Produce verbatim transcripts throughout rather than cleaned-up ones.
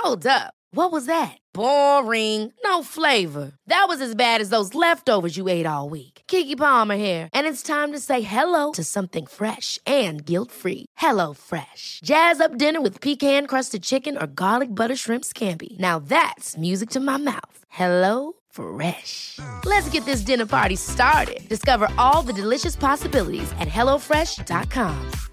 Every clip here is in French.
Hold up. What was that? Boring. No flavor. That was as bad as those leftovers you ate all week. Keke Palmer here. And it's time to say hello to something fresh and guilt-free. Hello Fresh. Jazz up dinner with pecan-crusted chicken or garlic butter shrimp scampi. Now that's music to my mouth. Hello Fresh. Let's get this dinner party started. Discover all the delicious possibilities at hello fresh dot com.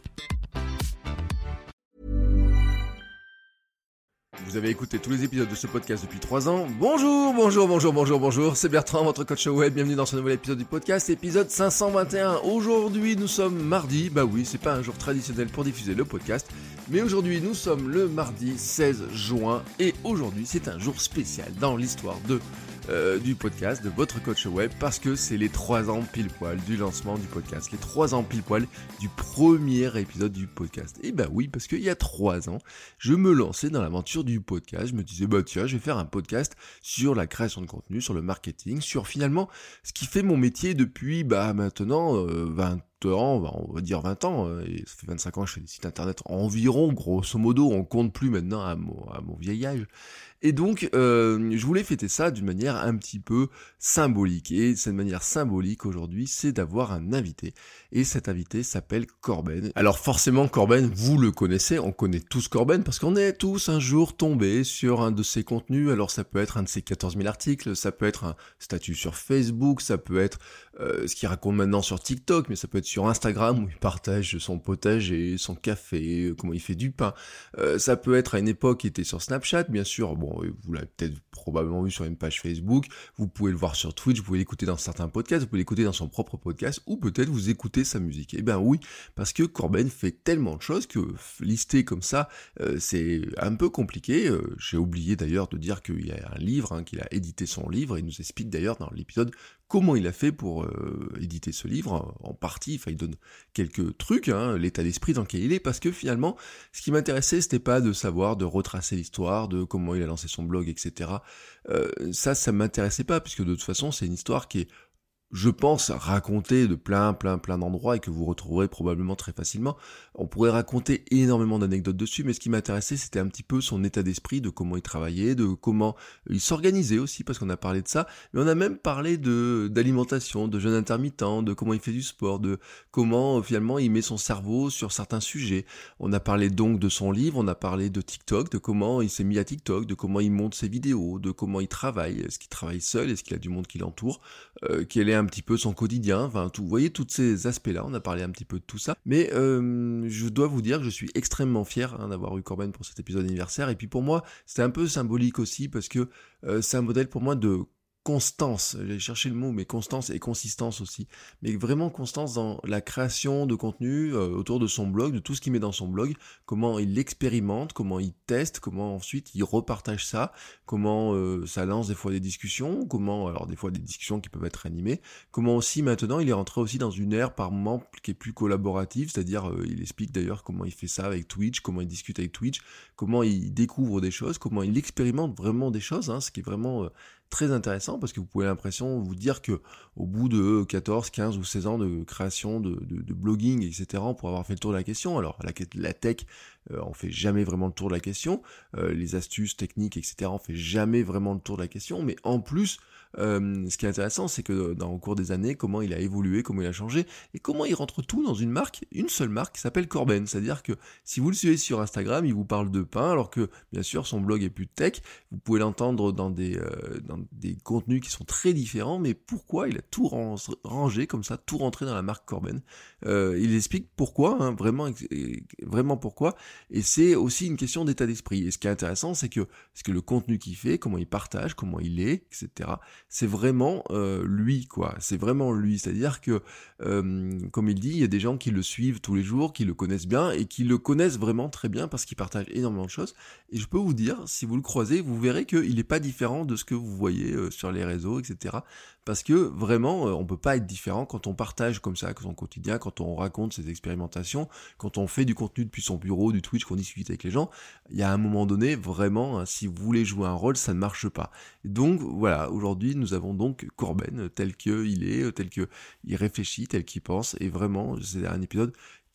Vous avez écouté tous les épisodes de ce podcast depuis trois ans. Bonjour, bonjour, bonjour, bonjour, bonjour. C'est Bertrand, votre coach web. Bienvenue dans ce nouvel épisode du podcast, épisode cinq cent vingt et un. Aujourd'hui, nous sommes mardi. Bah oui, c'est pas un jour traditionnel pour diffuser le podcast. Mais aujourd'hui, nous sommes le mardi seize juin. Et aujourd'hui, c'est un jour spécial dans l'histoire de... Euh, du podcast, de votre coach web, parce que c'est les trois ans pile poil du lancement du podcast, les trois ans pile poil du premier épisode du podcast. Et bah oui, parce qu'il y a trois ans, je me lançais dans l'aventure du podcast, je me disais bah tiens, je vais faire un podcast sur la création de contenu, sur le marketing, sur finalement ce qui fait mon métier depuis bah maintenant euh, vingt ans, on va dire vingt ans, et ça fait vingt-cinq ans que je fais des sites internet environ, grosso modo, on compte plus maintenant à mon, à mon vieil âge. Et donc, euh, je voulais fêter ça d'une manière un petit peu symbolique. Et cette manière symbolique aujourd'hui, c'est d'avoir un invité. Et cet invité s'appelle Corben. Alors forcément, Corben, vous le connaissez, on connaît tous Corben, parce qu'on est tous un jour tombés sur un de ses contenus. Alors ça peut être un de ses quatorze mille articles, ça peut être un statut sur Facebook, ça peut être euh, ce qu'il raconte maintenant sur TikTok, mais ça peut être sur Instagram où il partage son potager, son café, comment il fait du pain. Euh, ça peut être à une époque il était sur Snapchat, bien sûr. Bon, vous l'avez peut-être probablement vu sur une page Facebook. Vous pouvez le voir sur Twitch, vous pouvez l'écouter dans certains podcasts, vous pouvez l'écouter dans son propre podcast, ou peut-être vous écouter sa musique. Eh bien oui, parce que Corben fait tellement de choses que lister comme ça, euh, c'est un peu compliqué. Euh, j'ai oublié d'ailleurs de dire qu'il y a un livre, hein, qu'il a édité son livre. Il nous explique d'ailleurs dans l'épisode comment il a fait pour euh, éditer ce livre, en partie, enfin il donne quelques trucs, hein, l'état d'esprit dans lequel il est, parce que finalement, ce qui m'intéressait, c'était pas de savoir, de retracer l'histoire, de comment il a lancé son blog, et cetera. Euh, ça, ça m'intéressait pas, puisque de toute façon, c'est une histoire qui est, je pense, racontée de plein, plein, plein d'endroits et que vous retrouverez probablement très facilement. On pourrait raconter énormément d'anecdotes dessus, mais ce qui m'intéressait, c'était un petit peu son état d'esprit, de comment il travaillait, de comment il s'organisait aussi, parce qu'on a parlé de ça, mais on a même parlé de d'alimentation, de jeûne intermittent, de comment il fait du sport, de comment finalement il met son cerveau sur certains sujets. On a parlé donc de son livre, on a parlé de TikTok, de comment il s'est mis à TikTok, de comment il monte ses vidéos, de comment il travaille, est-ce qu'il travaille seul, est-ce qu'il a du monde qui l'entoure, euh, quel est un petit peu son quotidien, enfin tout, vous voyez tous ces aspects-là, on a parlé un petit peu de tout ça, mais euh, je dois vous dire que je suis extrêmement fier hein, d'avoir eu Corben pour cet épisode anniversaire, et puis pour moi, c'était un peu symbolique aussi, parce que euh, c'est un modèle pour moi de constance, j'ai cherché le mot, mais constance et consistance aussi, mais vraiment constance dans la création de contenu euh, autour de son blog, de tout ce qu'il met dans son blog, comment il expérimente, comment il teste, comment ensuite il repartage ça, comment euh, ça lance des fois des discussions, comment, alors des fois des discussions qui peuvent être animées, comment aussi maintenant il est rentré aussi dans une ère par moment qui est plus collaborative, c'est-à-dire euh, il explique d'ailleurs comment il fait ça avec Twitch, comment il discute avec Twitch, comment il découvre des choses, comment il expérimente vraiment des choses, hein, ce qui est vraiment euh, très intéressant, parce que vous pouvez l'impression vous dire que au bout de quatorze, quinze ou seize ans de création de, de, de blogging, et cetera, on pourrait avoir fait le tour de la question. Alors la, la tech, euh, on fait jamais vraiment le tour de la question, euh, les astuces techniques, et cetera, on fait jamais vraiment le tour de la question, mais en plus, euh, ce qui est intéressant, c'est que dans au cours des années, comment il a évolué, comment il a changé, et comment il rentre tout dans une marque, une seule marque qui s'appelle Corben. C'est-à-dire que si vous le suivez sur Instagram, il vous parle de pain, alors que bien sûr son blog est plus tech, vous pouvez l'entendre dans des, euh, dans des contenus qui sont très différents, mais pourquoi il a tout rangé comme ça, tout rentré dans la marque Corben. Euh, il explique pourquoi, hein, vraiment, vraiment pourquoi, et c'est aussi une question d'état d'esprit. Et ce qui est intéressant, c'est que, c'est que le contenu qu'il fait, comment il partage, comment il est, et cetera, c'est vraiment euh, lui, quoi. C'est vraiment lui. C'est-à-dire que, euh, comme il dit, il y a des gens qui le suivent tous les jours, qui le connaissent bien, et qui le connaissent vraiment très bien parce qu'il partage énormément de choses. Et je peux vous dire, si vous le croisez, vous verrez qu'il n'est pas différent de ce que vous voyez euh, sur les réseaux, et cetera. Parce que vraiment, euh, on peut pas être différent quand on partage comme ça son quotidien, quand on raconte ses expérimentations, quand on fait du contenu depuis son bureau, du Twitch, qu'on discute avec les gens. Il y a un moment donné, vraiment, hein, si vous voulez jouer un rôle, ça ne marche pas. Et donc voilà, aujourd'hui, nous avons donc Corben tel qu'il est, tel qu'il réfléchit, tel qu'il pense, et vraiment, c'est un épisode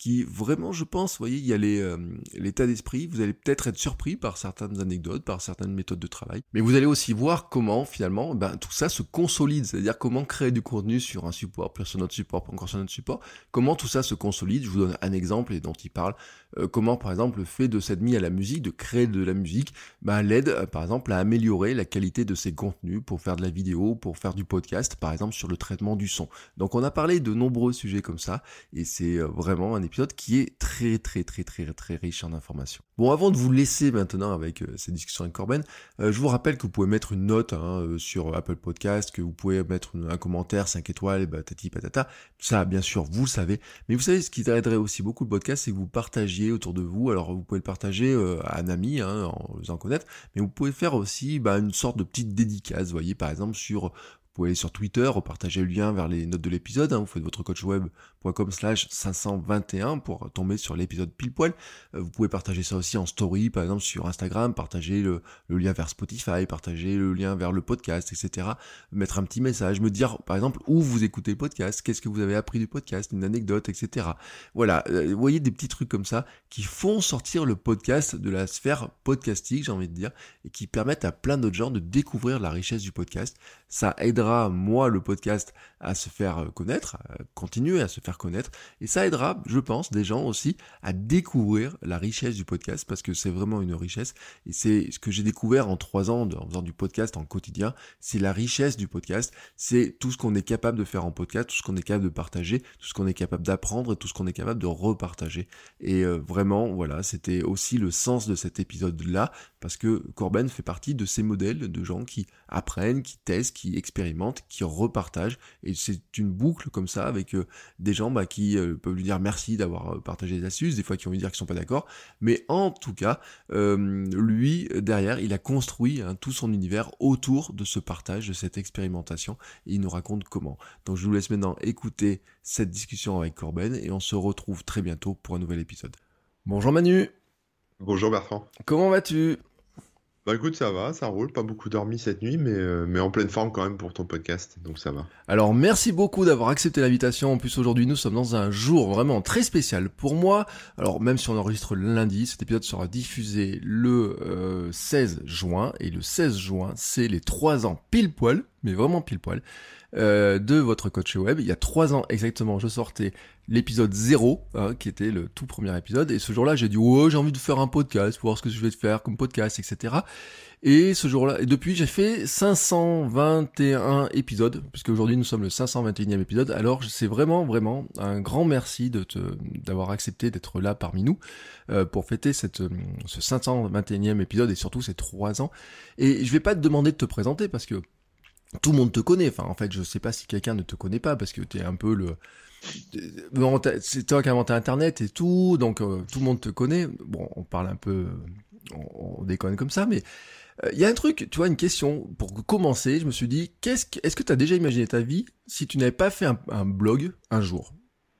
qui vraiment, je pense, vous voyez, il y a les, euh, l'état d'esprit, vous allez peut-être être surpris par certaines anecdotes, par certaines méthodes de travail, mais vous allez aussi voir comment, finalement, ben, tout ça se consolide, c'est-à-dire comment créer du contenu sur un support, puis sur notre support, puis encore sur notre support, comment tout ça se consolide. Je vous donne un exemple et dont il parle, euh, comment, par exemple, le fait de s'être mis à la musique, de créer de la musique, ben, l'aide, euh, par exemple, à améliorer la qualité de ses contenus pour faire de la vidéo, pour faire du podcast, par exemple, sur le traitement du son. Donc, on a parlé de nombreux sujets comme ça, et c'est euh, vraiment un épisode qui est très, très, très, très, très riche en informations. Bon, avant de vous laisser maintenant avec euh, cette discussion avec Corben, euh, je vous rappelle que vous pouvez mettre une note hein, euh, sur Apple Podcast, que vous pouvez mettre une, un commentaire, cinq étoiles, patati patata. Ça, bien sûr, vous le savez. Mais vous savez, ce qui aiderait aussi beaucoup le podcast, c'est que vous partagiez autour de vous. Alors, vous pouvez le partager euh, à un ami, hein, en le faisant connaître, mais vous pouvez faire aussi bah, une sorte de petite dédicace, vous voyez, par exemple, sur... Vous pouvez aller sur Twitter, repartager le lien vers les notes de l'épisode, hein, vous faites votre coachweb point com slash cinq cent vingt et un pour tomber sur l'épisode pile poil. Euh, vous pouvez partager ça aussi en story, par exemple sur Instagram, partager le, le lien vers Spotify, partager le lien vers le podcast, et cetera. Mettre un petit message, me dire par exemple où vous écoutez le podcast, qu'est-ce que vous avez appris du podcast, une anecdote, et cetera. Voilà, euh, vous voyez des petits trucs comme ça qui font sortir le podcast de la sphère podcastique, j'ai envie de dire, et qui permettent à plein d'autres gens de découvrir la richesse du podcast. Ça aidera, moi, le podcast à se faire connaître, à continuer à se faire connaître, et ça aidera, je pense, des gens aussi à découvrir la richesse du podcast, parce que c'est vraiment une richesse, et c'est ce que j'ai découvert en trois ans en faisant du podcast en quotidien, c'est la richesse du podcast, c'est tout ce qu'on est capable de faire en podcast, tout ce qu'on est capable de partager, tout ce qu'on est capable d'apprendre, et tout ce qu'on est capable de repartager. Et euh, vraiment, voilà, c'était aussi le sens de cet épisode-là, parce que Corben fait partie de ces modèles de gens qui apprennent, qui testent, qui expérimentent, qui repartagent, et c'est une boucle comme ça avec euh, des gens bah, qui euh, peuvent lui dire merci d'avoir partagé des astuces, des fois qui vont lui dire qu'ils sont pas d'accord, mais en tout cas, euh, lui, derrière, il a construit hein, tout son univers autour de ce partage, de cette expérimentation, et il nous raconte comment. Donc je vous laisse maintenant écouter cette discussion avec Corben, et on se retrouve très bientôt pour un nouvel épisode. Bonjour Manu. Bonjour Bertrand. Comment vas-tu ? Bah écoute, ça va, ça roule, pas beaucoup dormi cette nuit, mais, euh, mais en pleine forme quand même pour ton podcast, donc ça va. Alors merci beaucoup d'avoir accepté l'invitation, en plus aujourd'hui nous sommes dans un jour vraiment très spécial pour moi, alors même si on enregistre le lundi, cet épisode sera diffusé le euh, seize juin, et le seize juin c'est les trois ans pile poil, mais vraiment pile poil, euh, de votre coach web. Il y a trois ans exactement, je sortais l'épisode zéro, hein, qui était le tout premier épisode, et ce jour-là j'ai dit ouais j'ai envie de faire un podcast, pour voir ce que je vais faire comme podcast, et cetera. Et ce jour-là, et depuis j'ai fait cinq cent vingt et un épisodes, puisque aujourd'hui nous sommes le cinq cent vingt et unième épisode, alors c'est vraiment vraiment un grand merci de te, d'avoir accepté d'être là parmi nous, euh, pour fêter cette, ce cinq cent vingt et unième épisode, et surtout ces trois ans. Et je vais pas te demander de te présenter, parce que tout le monde te connaît, enfin en fait je sais pas si quelqu'un ne te connaît pas, parce que t'es un peu le... Bon, c'est toi qui as inventé Internet et tout, donc euh, tout le monde te connaît. Bon, on parle un peu, on, on déconne comme ça, mais il euh, y a un truc, tu vois, une question pour commencer. Je me suis dit, qu'est-ce que, est-ce que tu as déjà imaginé ta vie si tu n'avais pas fait un, un blog un jour ?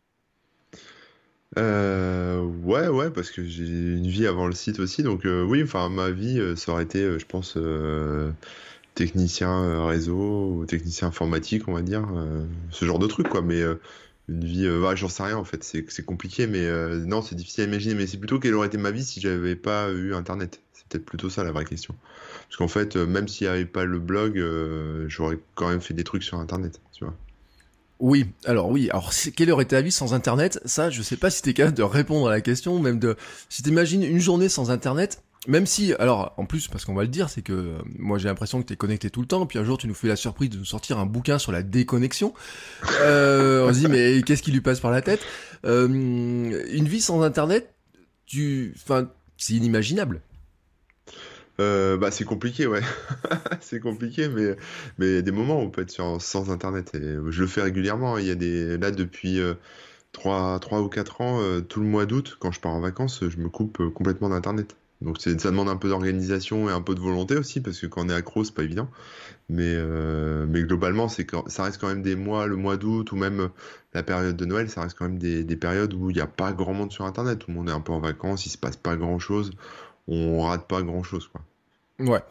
Euh, ouais, ouais, parce que j'ai une vie avant le site aussi, donc euh, oui, enfin ma vie, euh, ça aurait été, euh, je pense, euh, technicien euh, réseau ou technicien informatique, on va dire, euh, ce genre de truc, quoi. Mais euh, une vie, euh, bah, j'en sais rien en fait, c'est, c'est compliqué, mais euh, non, c'est difficile à imaginer. Mais c'est plutôt quelle aurait été ma vie si j'avais pas eu Internet. C'est peut-être plutôt ça la vraie question. Parce qu'en fait, euh, même s'il n'y avait pas le blog, euh, j'aurais quand même fait des trucs sur Internet, tu vois. Oui, alors oui, alors quelle aurait été ta vie sans Internet ? Ça, je sais pas si t'es capable de répondre à la question, même de... Si t'imagines une journée sans Internet, même si, alors, en plus, parce qu'on va le dire, c'est que euh, moi j'ai l'impression que t'es connecté tout le temps, puis un jour tu nous fais la surprise de nous sortir un bouquin sur la déconnexion. Euh, on se dit, mais qu'est-ce qui lui passe par la tête ? euh, Une vie sans Internet, tu... Enfin, c'est inimaginable. Euh, bah c'est compliqué, ouais. C'est compliqué, mais mais il y a des moments où on peut être sur, sans Internet. Et je le fais régulièrement. Il y a des là depuis euh, trois ou quatre ans, euh, tout le mois d'août, quand je pars en vacances, je me coupe euh, complètement d'Internet. Donc c'est, ça demande un peu d'organisation et un peu de volonté aussi, parce que quand on est accro, c'est pas évident. Mais euh, mais globalement, c'est quand, ça reste quand même des mois, le mois d'août ou même la période de Noël, ça reste quand même des, des périodes où il n'y a pas grand monde sur Internet. Tout le monde est un peu en vacances, il se passe pas grand chose, on rate pas grand chose, quoi. Ouais.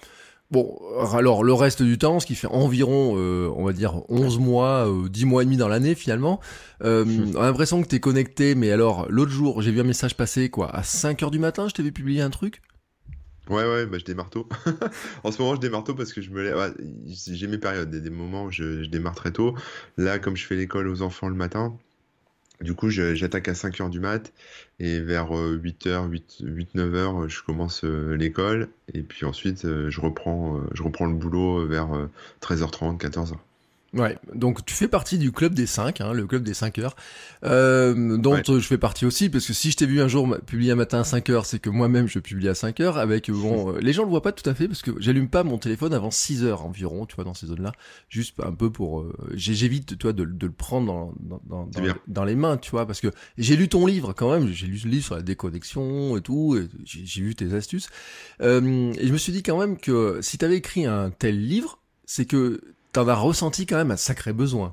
Bon, alors le reste du temps, ce qui fait environ, euh, on va dire, onze mois, euh, dix mois et demi dans l'année finalement, euh, on a l'impression que t'es connecté, mais alors l'autre jour, j'ai vu un message passer, quoi, à cinq heures du matin, je t'avais publié un truc. Ouais, ouais, bah je démarre tôt. En ce moment, je démarre tôt parce que je me lève. Ouais, j'ai mes périodes, des, des moments où je, je démarre très tôt. Là, comme je fais l'école aux enfants le matin, du coup, je- j'attaque à cinq heures du mat et vers euh, huit heures, huit, neuf heures, je commence euh, l'école et puis ensuite, euh, je reprends, euh, je reprends le boulot vers euh, treize heures trente, quatorze heures. Ouais, donc tu fais partie du club des cinq, hein, le club des cinq heures, euh, dont Ouais. euh, je fais partie aussi, parce que si je t'ai vu un jour ma- publier un matin à cinq heures, c'est que moi-même je publie à cinq heures, avec, euh, bon, euh, les gens le voient pas tout à fait, parce que j'allume pas mon téléphone avant six heures environ, tu vois, dans ces zones-là, juste un peu pour, euh, j'ai- j'évite, tu vois, de, de le prendre dans, dans, dans, C'est dans, bien. dans les mains, tu vois, parce que j'ai lu ton livre quand même, j'ai lu le livre sur la déconnexion et tout, et j'ai j'ai vu tes astuces, euh, et je me suis dit quand même que si t'avais écrit un tel livre, c'est que t'en as ressenti quand même un sacré besoin.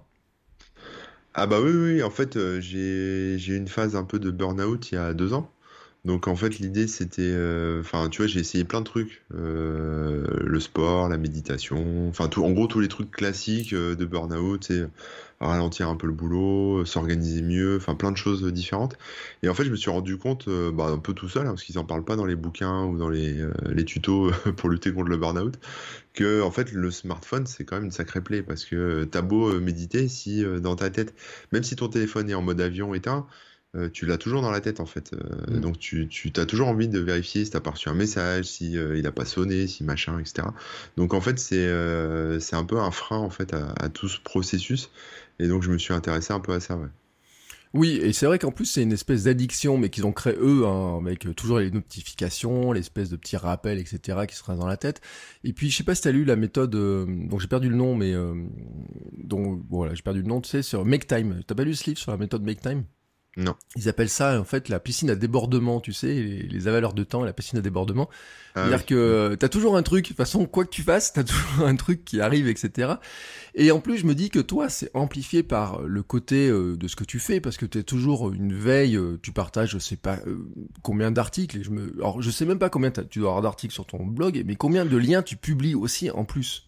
Ah bah oui, oui, oui, en fait, euh, j'ai j'ai eu une phase un peu de burn-out il y a deux ans. Donc en fait, l'idée c'était, euh, enfin tu vois, j'ai essayé plein de trucs, euh, le sport, la méditation, enfin tout, en gros tous les trucs classiques euh, de burn-out, c'est ralentir un peu le boulot, euh, s'organiser mieux, enfin plein de choses différentes. Et en fait, je me suis rendu compte, euh, bah, un peu tout seul, hein, parce qu'ils en parlent pas dans les bouquins ou dans les, euh, les tutos pour lutter contre le burn-out, que en fait le smartphone c'est quand même une sacrée plaie parce que euh, t'as beau euh, méditer, si euh, dans ta tête, même si ton téléphone est en mode avion éteint, euh, tu l'as toujours dans la tête en fait. Euh, Mm. donc tu, tu as toujours envie de vérifier si t'as pas reçu un message, si euh, il a pas sonné, si machin, et cetera. Donc en fait c'est euh, c'est un peu un frein en fait à, à tout ce processus. Et donc je me suis intéressé un peu à ça, ouais. Oui, et c'est vrai qu'en plus c'est une espèce d'addiction, mais qu'ils ont créé eux, hein, avec euh, toujours les notifications, l'espèce de petits rappels, et cetera, qui se restent dans la tête. Et puis je sais pas si t'as lu la méthode, euh, dont j'ai perdu le nom, mais euh, dont bon, voilà, j'ai perdu le nom, tu sais, sur Make Time. T'as pas lu ce livre sur la méthode Make Time? Non. Ils appellent ça en fait la piscine à débordement, tu sais, les, les avaleurs de temps et la piscine à débordement. Ah C'est-à-dire oui. que euh, t'as toujours un truc, de toute façon, quoi que tu fasses, t'as toujours un truc qui arrive, et cetera. Et en plus, je me dis que toi, c'est amplifié par le côté euh, de ce que tu fais, parce que t'es toujours une veille, euh, tu partages, je sais pas euh, combien d'articles. Et je me, alors je sais même pas combien t'as- tu dois avoir d'articles sur ton blog, mais combien de liens tu publies aussi en plus.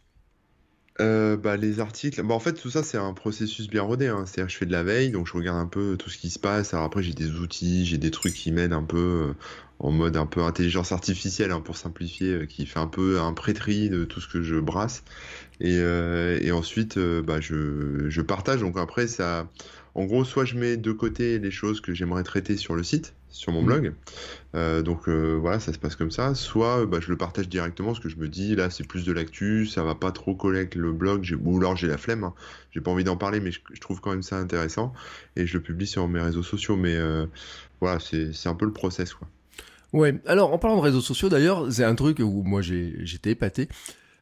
Euh, bah, les articles, bah, en fait, tout ça, c'est un processus bien rodé, hein. C'est-à-dire que je fais de la veille, donc je regarde un peu tout ce qui se passe. Alors après, j'ai des outils, j'ai des trucs qui m'aident un peu euh, en mode un peu intelligence artificielle, hein, pour simplifier, euh, qui fait un peu un pré-tri de tout ce que je brasse. Et, euh, et ensuite, euh, bah, je, je partage. Donc après, ça, en gros, soit je mets de côté les choses que j'aimerais traiter sur le site, sur mon Mm. blog. Euh, donc euh, voilà, ça se passe comme ça. Soit euh, bah, je le partage directement, parce que je me dis, là, c'est plus de l'actu, ça va pas trop coller avec le blog, j'ai- ou alors j'ai la flemme, hein. J'ai pas envie d'en parler, mais je, je trouve quand même ça intéressant. Et je le publie sur mes réseaux sociaux. Mais euh, voilà, c'est c'est un peu le process, quoi. Ouais. Alors, en parlant de réseaux sociaux, d'ailleurs, c'est un truc où moi j'ai, j'étais épaté.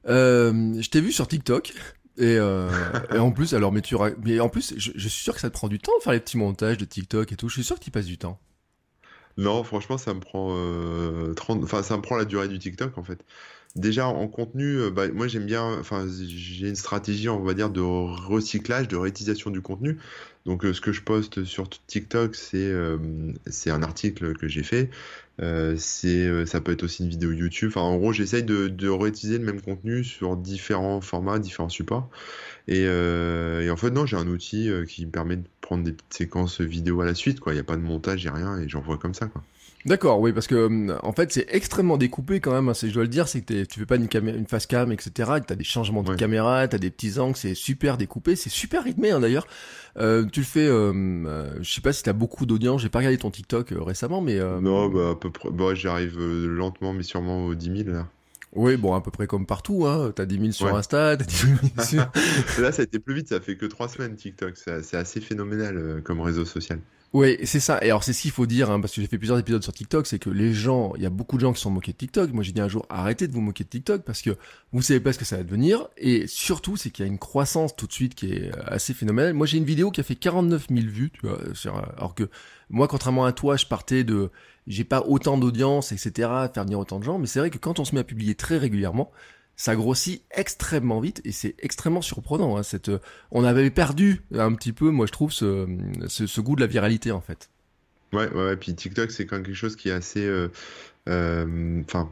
Euh, je t'ai vu sur TikTok. Et, euh, et en plus, alors, mais tu, ra- mais en plus, je, je suis sûr que ça te prend du temps de faire les petits montages de TikTok et tout. Je suis sûr que tu y passes du temps. Non, franchement, ça me prend euh, trente, enfin, ça me prend la durée du TikTok, en fait. Déjà, en contenu, euh, bah, moi, j'aime bien, enfin, j'ai une stratégie, on va dire, de recyclage, de réutilisation du contenu. Donc, euh, ce que je poste sur TikTok, c'est euh, c'est un article que j'ai fait. Euh, c'est, euh, ça peut être aussi une vidéo YouTube. Enfin, en gros, j'essaye de, de réutiliser le même contenu sur différents formats, différents supports. Et, euh, et en fait, non, j'ai un outil euh, qui me permet de prendre des petites séquences vidéo à la suite, quoi. Il n'y a pas de montage, il n'y a rien, et j'envoie comme ça, quoi. D'accord, oui, parce que hum, en fait c'est extrêmement découpé quand même, hein, c'est, je dois le dire, c'est que t'es- tu fais pas une, camé- une face cam, et cetera. T'as des changements de Ouais. caméra, t'as des petits angles, c'est super découpé, c'est super rythmé hein, d'ailleurs. Euh, tu le fais, euh, euh, je sais pas si t'as beaucoup d'audience, j'ai pas regardé ton TikTok euh, récemment, mais euh, Non, bah, à peu près. Bah, j'arrive euh, lentement, mais sûrement aux dix mille, là. oui, bon, à peu près comme partout, hein. T'as dix mille sur Ouais. Insta, t'as dix mille sur... Là, ça a été plus vite, ça fait que trois semaines, TikTok. C'est c'est assez phénoménal euh, comme réseau social. Oui, c'est ça. Et alors, c'est ce qu'il faut dire, hein, parce que j'ai fait plusieurs épisodes sur TikTok, c'est que les gens, il y a beaucoup de gens qui se sont moqués de TikTok. Moi, j'ai dit un jour, arrêtez de vous moquer de TikTok, parce que vous savez pas ce que ça va devenir. Et surtout, c'est qu'il y a une croissance tout de suite qui est assez phénoménale. Moi, j'ai une vidéo qui a fait quarante-neuf mille vues, tu vois, sur, alors que moi, contrairement à toi, je partais de, j'ai pas autant d'audience, et cetera, à faire venir autant de gens. Mais c'est vrai que quand on se met à publier très régulièrement, ça grossit extrêmement vite et c'est extrêmement surprenant. Hein, cette, euh, on avait perdu un petit peu, moi je trouve, ce, ce, ce goût de la viralité en fait. Ouais, ouais, ouais. Puis TikTok, c'est quand même quelque chose qui est assez. euh, euh, Enfin,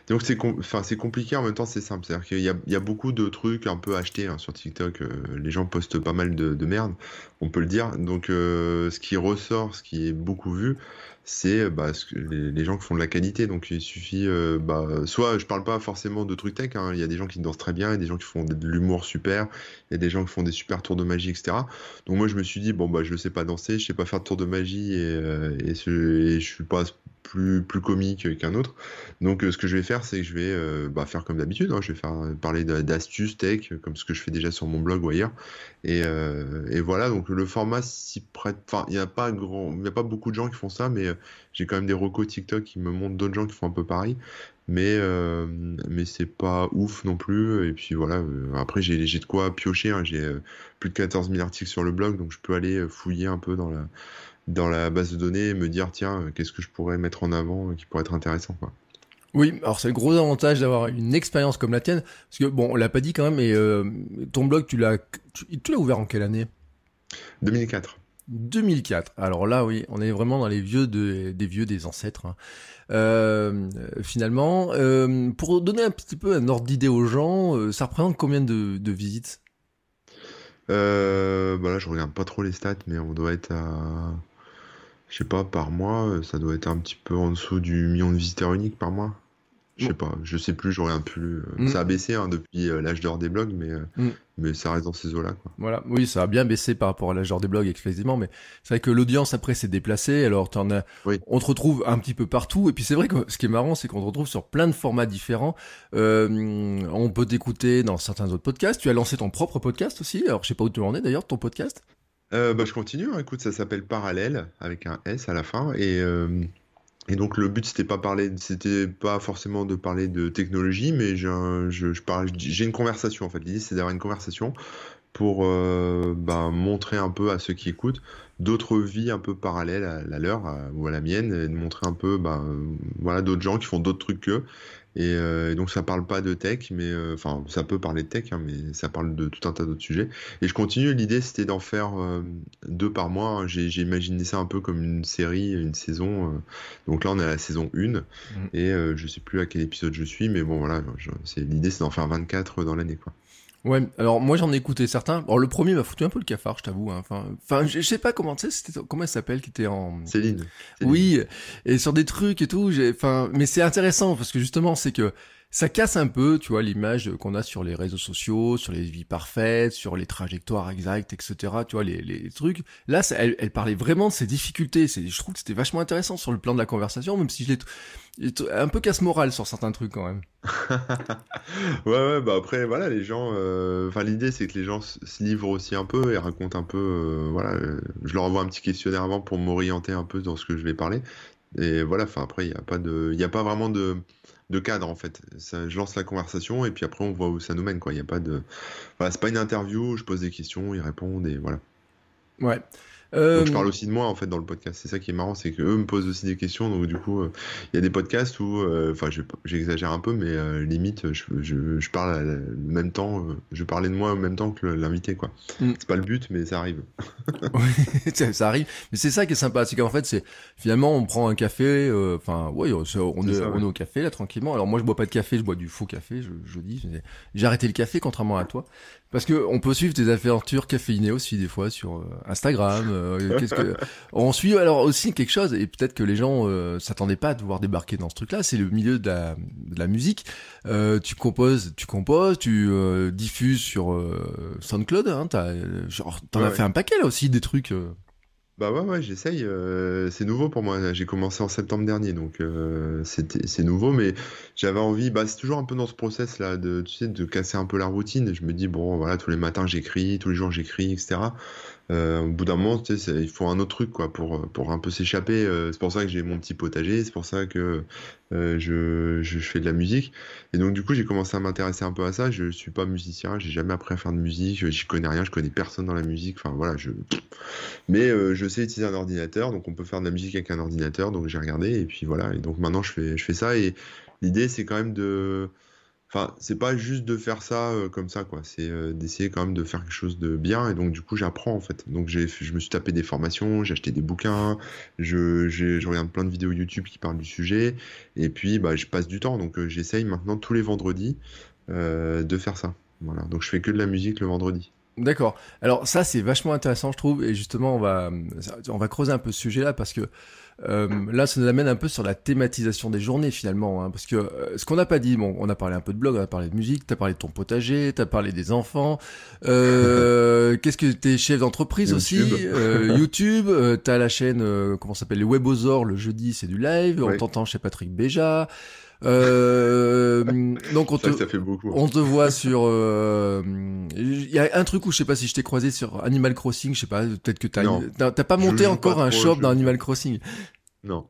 Donc c'est com- enfin, c'est compliqué, en même temps c'est simple. C'est-à-dire qu'il y a, il y a beaucoup de trucs un peu achetés hein, sur TikTok. euh, les gens postent pas mal de, de merde, on peut le dire. Donc euh, ce qui ressort, ce qui est beaucoup vu, c'est bah, ce que- les, les gens qui font de la qualité. Donc il suffit, euh, bah, soit je parle pas forcément de trucs tech, hein, il y a des gens qui dansent très bien, il y a des gens qui font de l'humour super, il y a des gens qui font des super tours de magie, et cetera. Donc moi je me suis dit, bon bah je sais pas danser, je sais pas faire de tour de magie et, euh, et, ce- et je suis pas plus, plus comique qu'un autre. Donc, euh, ce que je vais faire, c'est que je vais euh, bah, faire comme d'habitude. hein. Je vais faire euh, parler d'a- d'astuces tech, euh, comme ce que je fais déjà sur mon blog ou ailleurs. Et, euh, et voilà. Donc, le format s'y prête. Enfin, il n'y a pas grand, il y a pas beaucoup de gens qui font ça, mais euh, j'ai quand même des recos TikTok qui me montrent d'autres gens qui font un peu pareil. Mais, euh, mais c'est pas ouf non plus. Et puis voilà. euh, après, j'ai, j'ai de quoi piocher. hein. J'ai euh, plus de quatorze mille articles sur le blog, donc je peux aller euh, fouiller un peu dans la, dans la base de données et me dire, tiens, euh, qu'est-ce que je pourrais mettre en avant euh, qui pourrait être intéressant, quoi. Oui, alors c'est le gros avantage d'avoir une expérience comme la tienne, parce que bon, on l'a pas dit quand même, mais euh, ton blog, tu l'as, tu, tu l'as ouvert en quelle année? deux mille quatre. deux mille quatre. Alors là, oui, on est vraiment dans les vieux de, des vieux des ancêtres. hein. Euh, finalement, euh, pour donner un petit peu un ordre d'idée aux gens, euh, ça représente combien de, de visites? Euh, bah là, je regarde pas trop les stats, mais on doit être à, je sais pas, par mois, euh, ça doit être un petit peu en dessous du million de visiteurs uniques par mois. Je sais Bon. pas, je sais plus, je regarde plus. euh, Mm, Ça a baissé hein, depuis euh, l'âge d'or des blogs, mais, euh, mm. mais ça reste dans ces eaux-là, quoi. Voilà, oui, ça a bien baissé par rapport à l'âge d'or des blogs, effectivement, mais c'est vrai que l'audience après s'est déplacée, alors t'en as, Oui. on te retrouve un petit peu partout, et puis c'est vrai que ce qui est marrant, c'est qu'on te retrouve sur plein de formats différents. Euh, on peut t'écouter dans certains autres podcasts. Tu as lancé ton propre podcast aussi, alors je sais pas où tu en es d'ailleurs, ton podcast. Euh, bah, je continue, hein, écoute, ça s'appelle Parallèle, avec un S à la fin, et, euh, et donc le but, c'était pas parler, c'était pas forcément de parler de technologie, mais j'ai un- je, je parle, j'ai une conversation, en fait. L'idée, c'est d'avoir une conversation pour euh, ben, montrer un peu à ceux qui écoutent d'autres vies un peu parallèles à la leur à- ou à la mienne, et de montrer un peu ben, euh, voilà, d'autres gens qui font d'autres trucs qu'eux. Et, euh, et donc ça parle pas de tech, mais euh, enfin ça peut parler de tech, hein, mais ça parle de tout un tas d'autres sujets. Et je continue, l'idée c'était d'en faire euh, deux par mois. hein. J'ai, j'ai imaginé ça un peu comme une série, une saison. euh. Donc là on est à la saison un, Mm. et euh, je sais plus à quel épisode je suis, mais bon voilà, je- c'est, l'idée c'est d'en faire vingt-quatre dans l'année, quoi. Ouais, alors moi j'en ai écouté certains. Alors le premier m'a foutu un peu le cafard, je t'avoue. hein. Enfin, enfin, je je sais pas comment, tu sais, c'était comment elle s'appelle, qui était en. Céline. Céline. Oui, et sur des trucs et tout. J'ai, enfin, mais c'est intéressant parce que justement, c'est que ça casse un peu, tu vois, l'image qu'on a sur les réseaux sociaux, sur les vies parfaites, sur les trajectoires exactes, et cetera. Tu vois, les, les trucs. Là, ça- elle, elle parlait vraiment de ses difficultés. C'est, je trouve que c'était vachement intéressant sur le plan de la conversation, même si je l'ai t- j'ai t- un peu casse-morale sur certains trucs quand même. Ouais, ouais, bah après, voilà, les gens. euh, Enfin, l'idée, c'est que les gens s- se livrent aussi un peu et racontent un peu. euh, voilà, euh, je leur envoie un petit questionnaire avant pour m'orienter un peu dans ce que je vais parler. Et voilà, enfin, après, il n'y a pas de, il y a pas vraiment de, de cadre, en fait. Ça, je lance la conversation et puis après, on voit où ça nous mène, quoi. Il y a pas de. Voilà, c'est pas une interview, je pose des questions, ils répondent et voilà. Ouais. Donc je Euh, parle aussi de moi en fait dans le podcast. C'est ça qui est marrant, c'est que eux me posent aussi des questions. Donc du coup, euh, il y a des podcasts où, euh, enfin, je- j'exagère un peu, mais euh, limite, je, je, je parle à la- le même temps, euh, je parlais de moi en même temps que le- l'invité, quoi. Mm. C'est pas le but, mais ça arrive. Oui, ça, ça arrive. Mais c'est ça qui est sympa, c'est qu'en fait, c'est finalement on prend un café. euh, Enfin, ouais, on, c'est- on C'est est, ça, on ouais. est au café là tranquillement. Alors moi, je bois pas de café, je bois du faux café. Je, je dis, j'ai j'ai arrêté le café contrairement à toi, parce que on peut suivre tes aventures caféinées aussi des fois sur euh, Instagram. euh, qu'est-ce que on suit alors aussi quelque chose et peut-être que les gens euh, s'attendaient pas à te voir débarquer dans ce truc-là. C'est le milieu de la, de la musique. Euh, tu composes, tu composes, tu euh, diffuses sur euh, SoundCloud. Hein, t'as, euh, genre, t'en Ouais, as ouais. fait un paquet là aussi des trucs. euh. Bah ouais, ouais, j'essaye. euh, c'est nouveau pour moi. J'ai commencé en septembre dernier, donc euh, c'était, c'est nouveau, mais j'avais envie. Bah, c'est toujours un peu dans ce process là, de, tu sais, de casser un peu la routine. Je me dis bon, voilà, tous les matins j'écris, tous les jours j'écris, et cetera. Euh, au bout d'un moment, tu sais, c'est- il faut un autre truc, quoi, pour, pour un peu s'échapper. Euh, c'est pour ça que j'ai mon petit potager, c'est pour ça que euh, je, je fais de la musique. Et donc, du coup, j'ai commencé à m'intéresser un peu à ça. Je suis pas musicien, j'ai jamais appris à faire de musique, j'y connais rien, je connais personne dans la musique. Enfin, voilà, je. Mais euh, je sais utiliser un ordinateur, donc on peut faire de la musique avec un ordinateur, donc j'ai regardé, et puis voilà. Et donc maintenant, je fais, je fais ça. Et l'idée, c'est quand même de enfin, c'est pas juste de faire ça euh, comme ça, quoi. C'est euh, d'essayer quand même de faire quelque chose de bien. Et donc, du coup, j'apprends, en fait. Donc, j'ai, je me suis tapé des formations, j'ai acheté des bouquins, je, j'ai- je regarde plein de vidéos YouTube qui parlent du sujet. Et puis, bah, je passe du temps. Donc, euh, j'essaye maintenant tous les vendredis euh, de faire ça. Voilà. Donc, je fais que de la musique le vendredi. D'accord. Alors ça, c'est vachement intéressant, je trouve, et justement, on va, on va creuser un peu ce sujet-là, parce que euh, là, ça nous amène un peu sur la thématisation des journées, finalement, hein, parce que euh, ce qu'on n'a pas dit, bon, on a parlé un peu de blog, on a parlé de musique, t'as parlé de ton potager, t'as parlé des enfants, euh, qu'est-ce que t'es chef d'entreprise aussi, YouTube. euh, YouTube, euh, t'as la chaîne, euh, comment ça s'appelle, les Webosaures, le jeudi, c'est du live, on Ouais. t'entend chez Patrick Béja, euh, donc on C'est vrai te, que ça fait beaucoup. on te voit sur... euh, Il y a un truc où je sais pas si je t'ai croisé sur Animal Crossing, je sais pas, peut-être que t'as, Non. t'as, t'as pas Je monté joue encore pas un trop aux shop jeux dans vidéo. Animal Crossing. Non.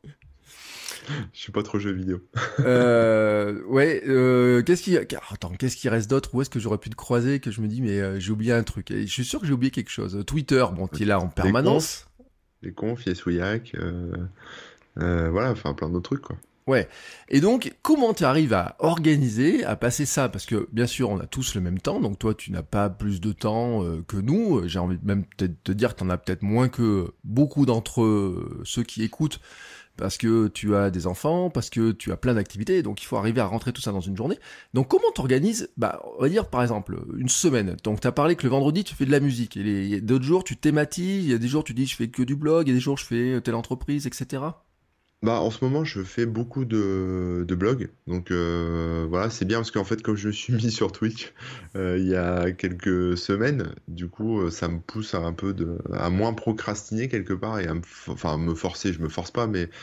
Je suis pas trop jeu vidéo. Euh, ouais, euh, qu'est-ce qui... Attends, qu'est-ce qui reste d'autre? Où est-ce que j'aurais pu te croiser que je me dis, mais euh, j'ai oublié un truc. Et je suis sûr que j'ai oublié quelque chose. Twitter, bon, t'es là en Les permanence. confs, les confs, Yesouillac, euh, euh, voilà, enfin plein d'autres trucs, quoi. Ouais. Et donc, comment tu arrives à organiser, à passer ça? Parce que, bien sûr, on a tous le même temps, donc toi, tu n'as pas plus de temps euh, que nous. J'ai envie de même peut-être te dire que tu en as peut-être moins que beaucoup d'entre eux, ceux qui écoutent, parce que tu as des enfants, parce que tu as plein d'activités, donc il faut arriver à rentrer tout ça dans une journée. Donc, comment t'organises? Bah, on va dire, par exemple, une semaine. Donc, tu as parlé que le vendredi, tu fais de la musique, et les, d'autres jours, tu thématises, il y a des jours, tu dis, je fais que du blog, il y a des jours, je fais telle entreprise, et cetera. Bah, en ce moment, je fais beaucoup de, de blogs. Donc, euh, voilà, c'est bien parce qu'en fait, comme je me suis mis sur Twitch euh, il y a quelques semaines, du coup, euh, ça me pousse à un peu de, à moins procrastiner quelque part et à me, f- enfin, me forcer. Je me force pas, mais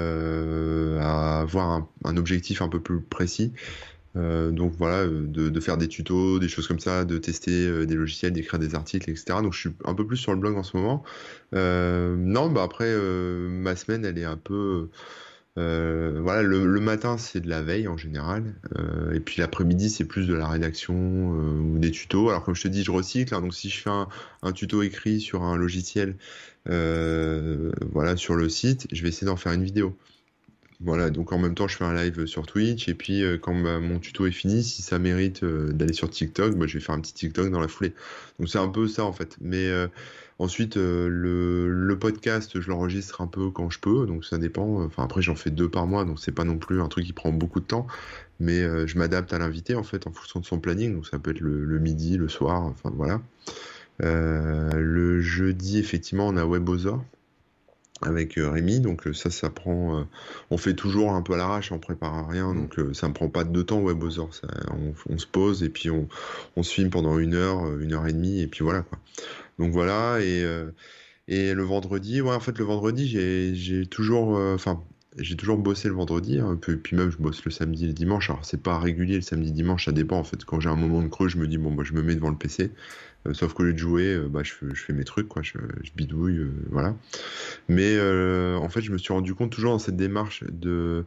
euh, à avoir un, un objectif un peu plus précis. Euh, donc voilà, euh, de, de faire des tutos, des choses comme ça, de tester euh, des logiciels, d'écrire des articles, et cetera. Donc je suis un peu plus sur le blog en ce moment. Euh, non, bah après, euh, ma semaine, elle est un peu... euh, voilà, le, le matin, c'est de la veille en général. Euh, et puis l'après-midi, c'est plus de la rédaction euh, ou des tutos. Alors comme je te dis, je recycle, hein, donc si je fais un, un tuto écrit sur un logiciel, euh, voilà, sur le site, je vais essayer d'en faire une vidéo. Voilà, donc en même temps, je fais un live sur Twitch, et puis euh, quand bah, mon tuto est fini, si ça mérite euh, d'aller sur TikTok, bah, je vais faire un petit TikTok dans la foulée. Donc c'est un peu ça en fait. Mais euh, ensuite, euh, le, le podcast, je l'enregistre un peu quand je peux, donc ça dépend. Enfin, après, j'en fais deux par mois, donc c'est pas non plus un truc qui prend beaucoup de temps. Mais euh, je m'adapte à l'invité en fait en fonction de son planning, donc ça peut être le, le midi, le soir, enfin voilà. Euh, le jeudi, effectivement, on a Webosaur avec euh, Rémi, donc euh, ça, ça prend. Euh, on fait toujours un peu à l'arrache, on prépare rien, Mm. donc euh, ça me prend pas de temps, Webosaur. Ça, on, on se pose et puis on, on se filme pendant une heure, euh, une heure et demie, et puis voilà quoi. Donc voilà, et, euh, et le vendredi, ouais, en fait, le vendredi, j'ai, j'ai toujours. euh, Enfin. J'ai toujours bossé le vendredi, hein, puis, puis même je bosse le samedi et le dimanche. Alors c'est pas régulier le samedi dimanche, ça dépend en fait. Quand j'ai un moment de creux, je me dis bon bah je me mets devant le P C. Euh, sauf qu'au lieu de jouer, euh, bah je, fais- je fais mes trucs quoi, je, je bidouille, euh, voilà. Mais euh, en fait, je me suis rendu compte toujours dans cette démarche de,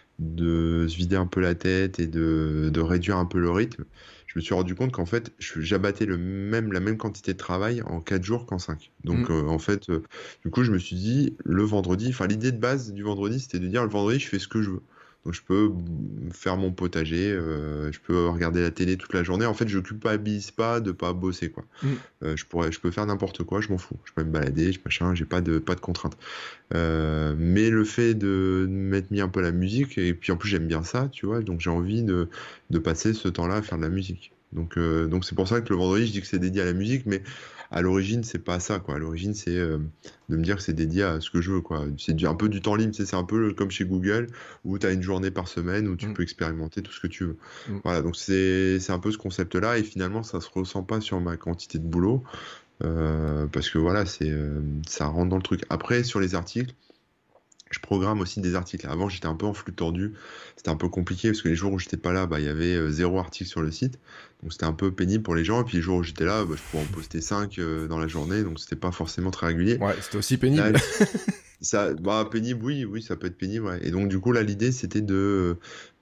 de se vider un peu la tête et de, de réduire un peu le rythme. Je me suis rendu compte qu'en fait, je- j'abattais le même, la même quantité de travail en quatre jours qu'en cinq. Mm. Donc, euh, en fait, euh, du coup, je me suis dit, le vendredi, enfin, l'idée de base du vendredi, c'était de dire, le vendredi, je fais ce que je veux. Donc, je peux mm, faire mon potager, euh, je peux regarder la télé toute la journée. En fait, je culpabilise pas de pas bosser, quoi. Mm. Euh, je pourrais, je peux faire n'importe quoi, je m'en fous. Je peux me balader, je machin, j'ai pas de, pas de contraintes. Euh, mais le fait de m'être mis un peu à la musique, et puis en plus j'aime bien ça, tu vois, donc j'ai envie de, de passer ce temps-là à faire de la musique. Donc euh, donc c'est pour ça que le vendredi, je dis que c'est dédié à la musique, mais à l'origine, c'est pas ça, quoi. À l'origine, c'est euh, de me dire que c'est dédié à ce que je veux, quoi. C'est du- un peu du temps libre, tu sais, c'est un peu comme chez Google, où tu as une journée par semaine où tu Mm. peux expérimenter tout ce que tu veux. Mm. Voilà, donc c'est c'est un peu ce concept-là, et finalement, ça se ressent pas sur ma quantité de boulot. Euh, parce que voilà, c'est euh, ça rentre dans le truc. Après, sur les articles, je programme aussi des articles. Avant, j'étais un peu en flux tendu. C'était un peu compliqué parce que les jours où j'étais pas là, bah, il y avait euh, zéro article sur le site. Donc c'était un peu pénible pour les gens. Et puis les jours où j'étais là, bah, je pouvais en poster cinq euh, dans la journée. Donc c'était pas forcément très régulier. Ouais, c'était aussi Là, pénible. ça, bah, pénible, oui, oui, ça peut être pénible. Ouais. Et donc du coup, là, l'idée, c'était de,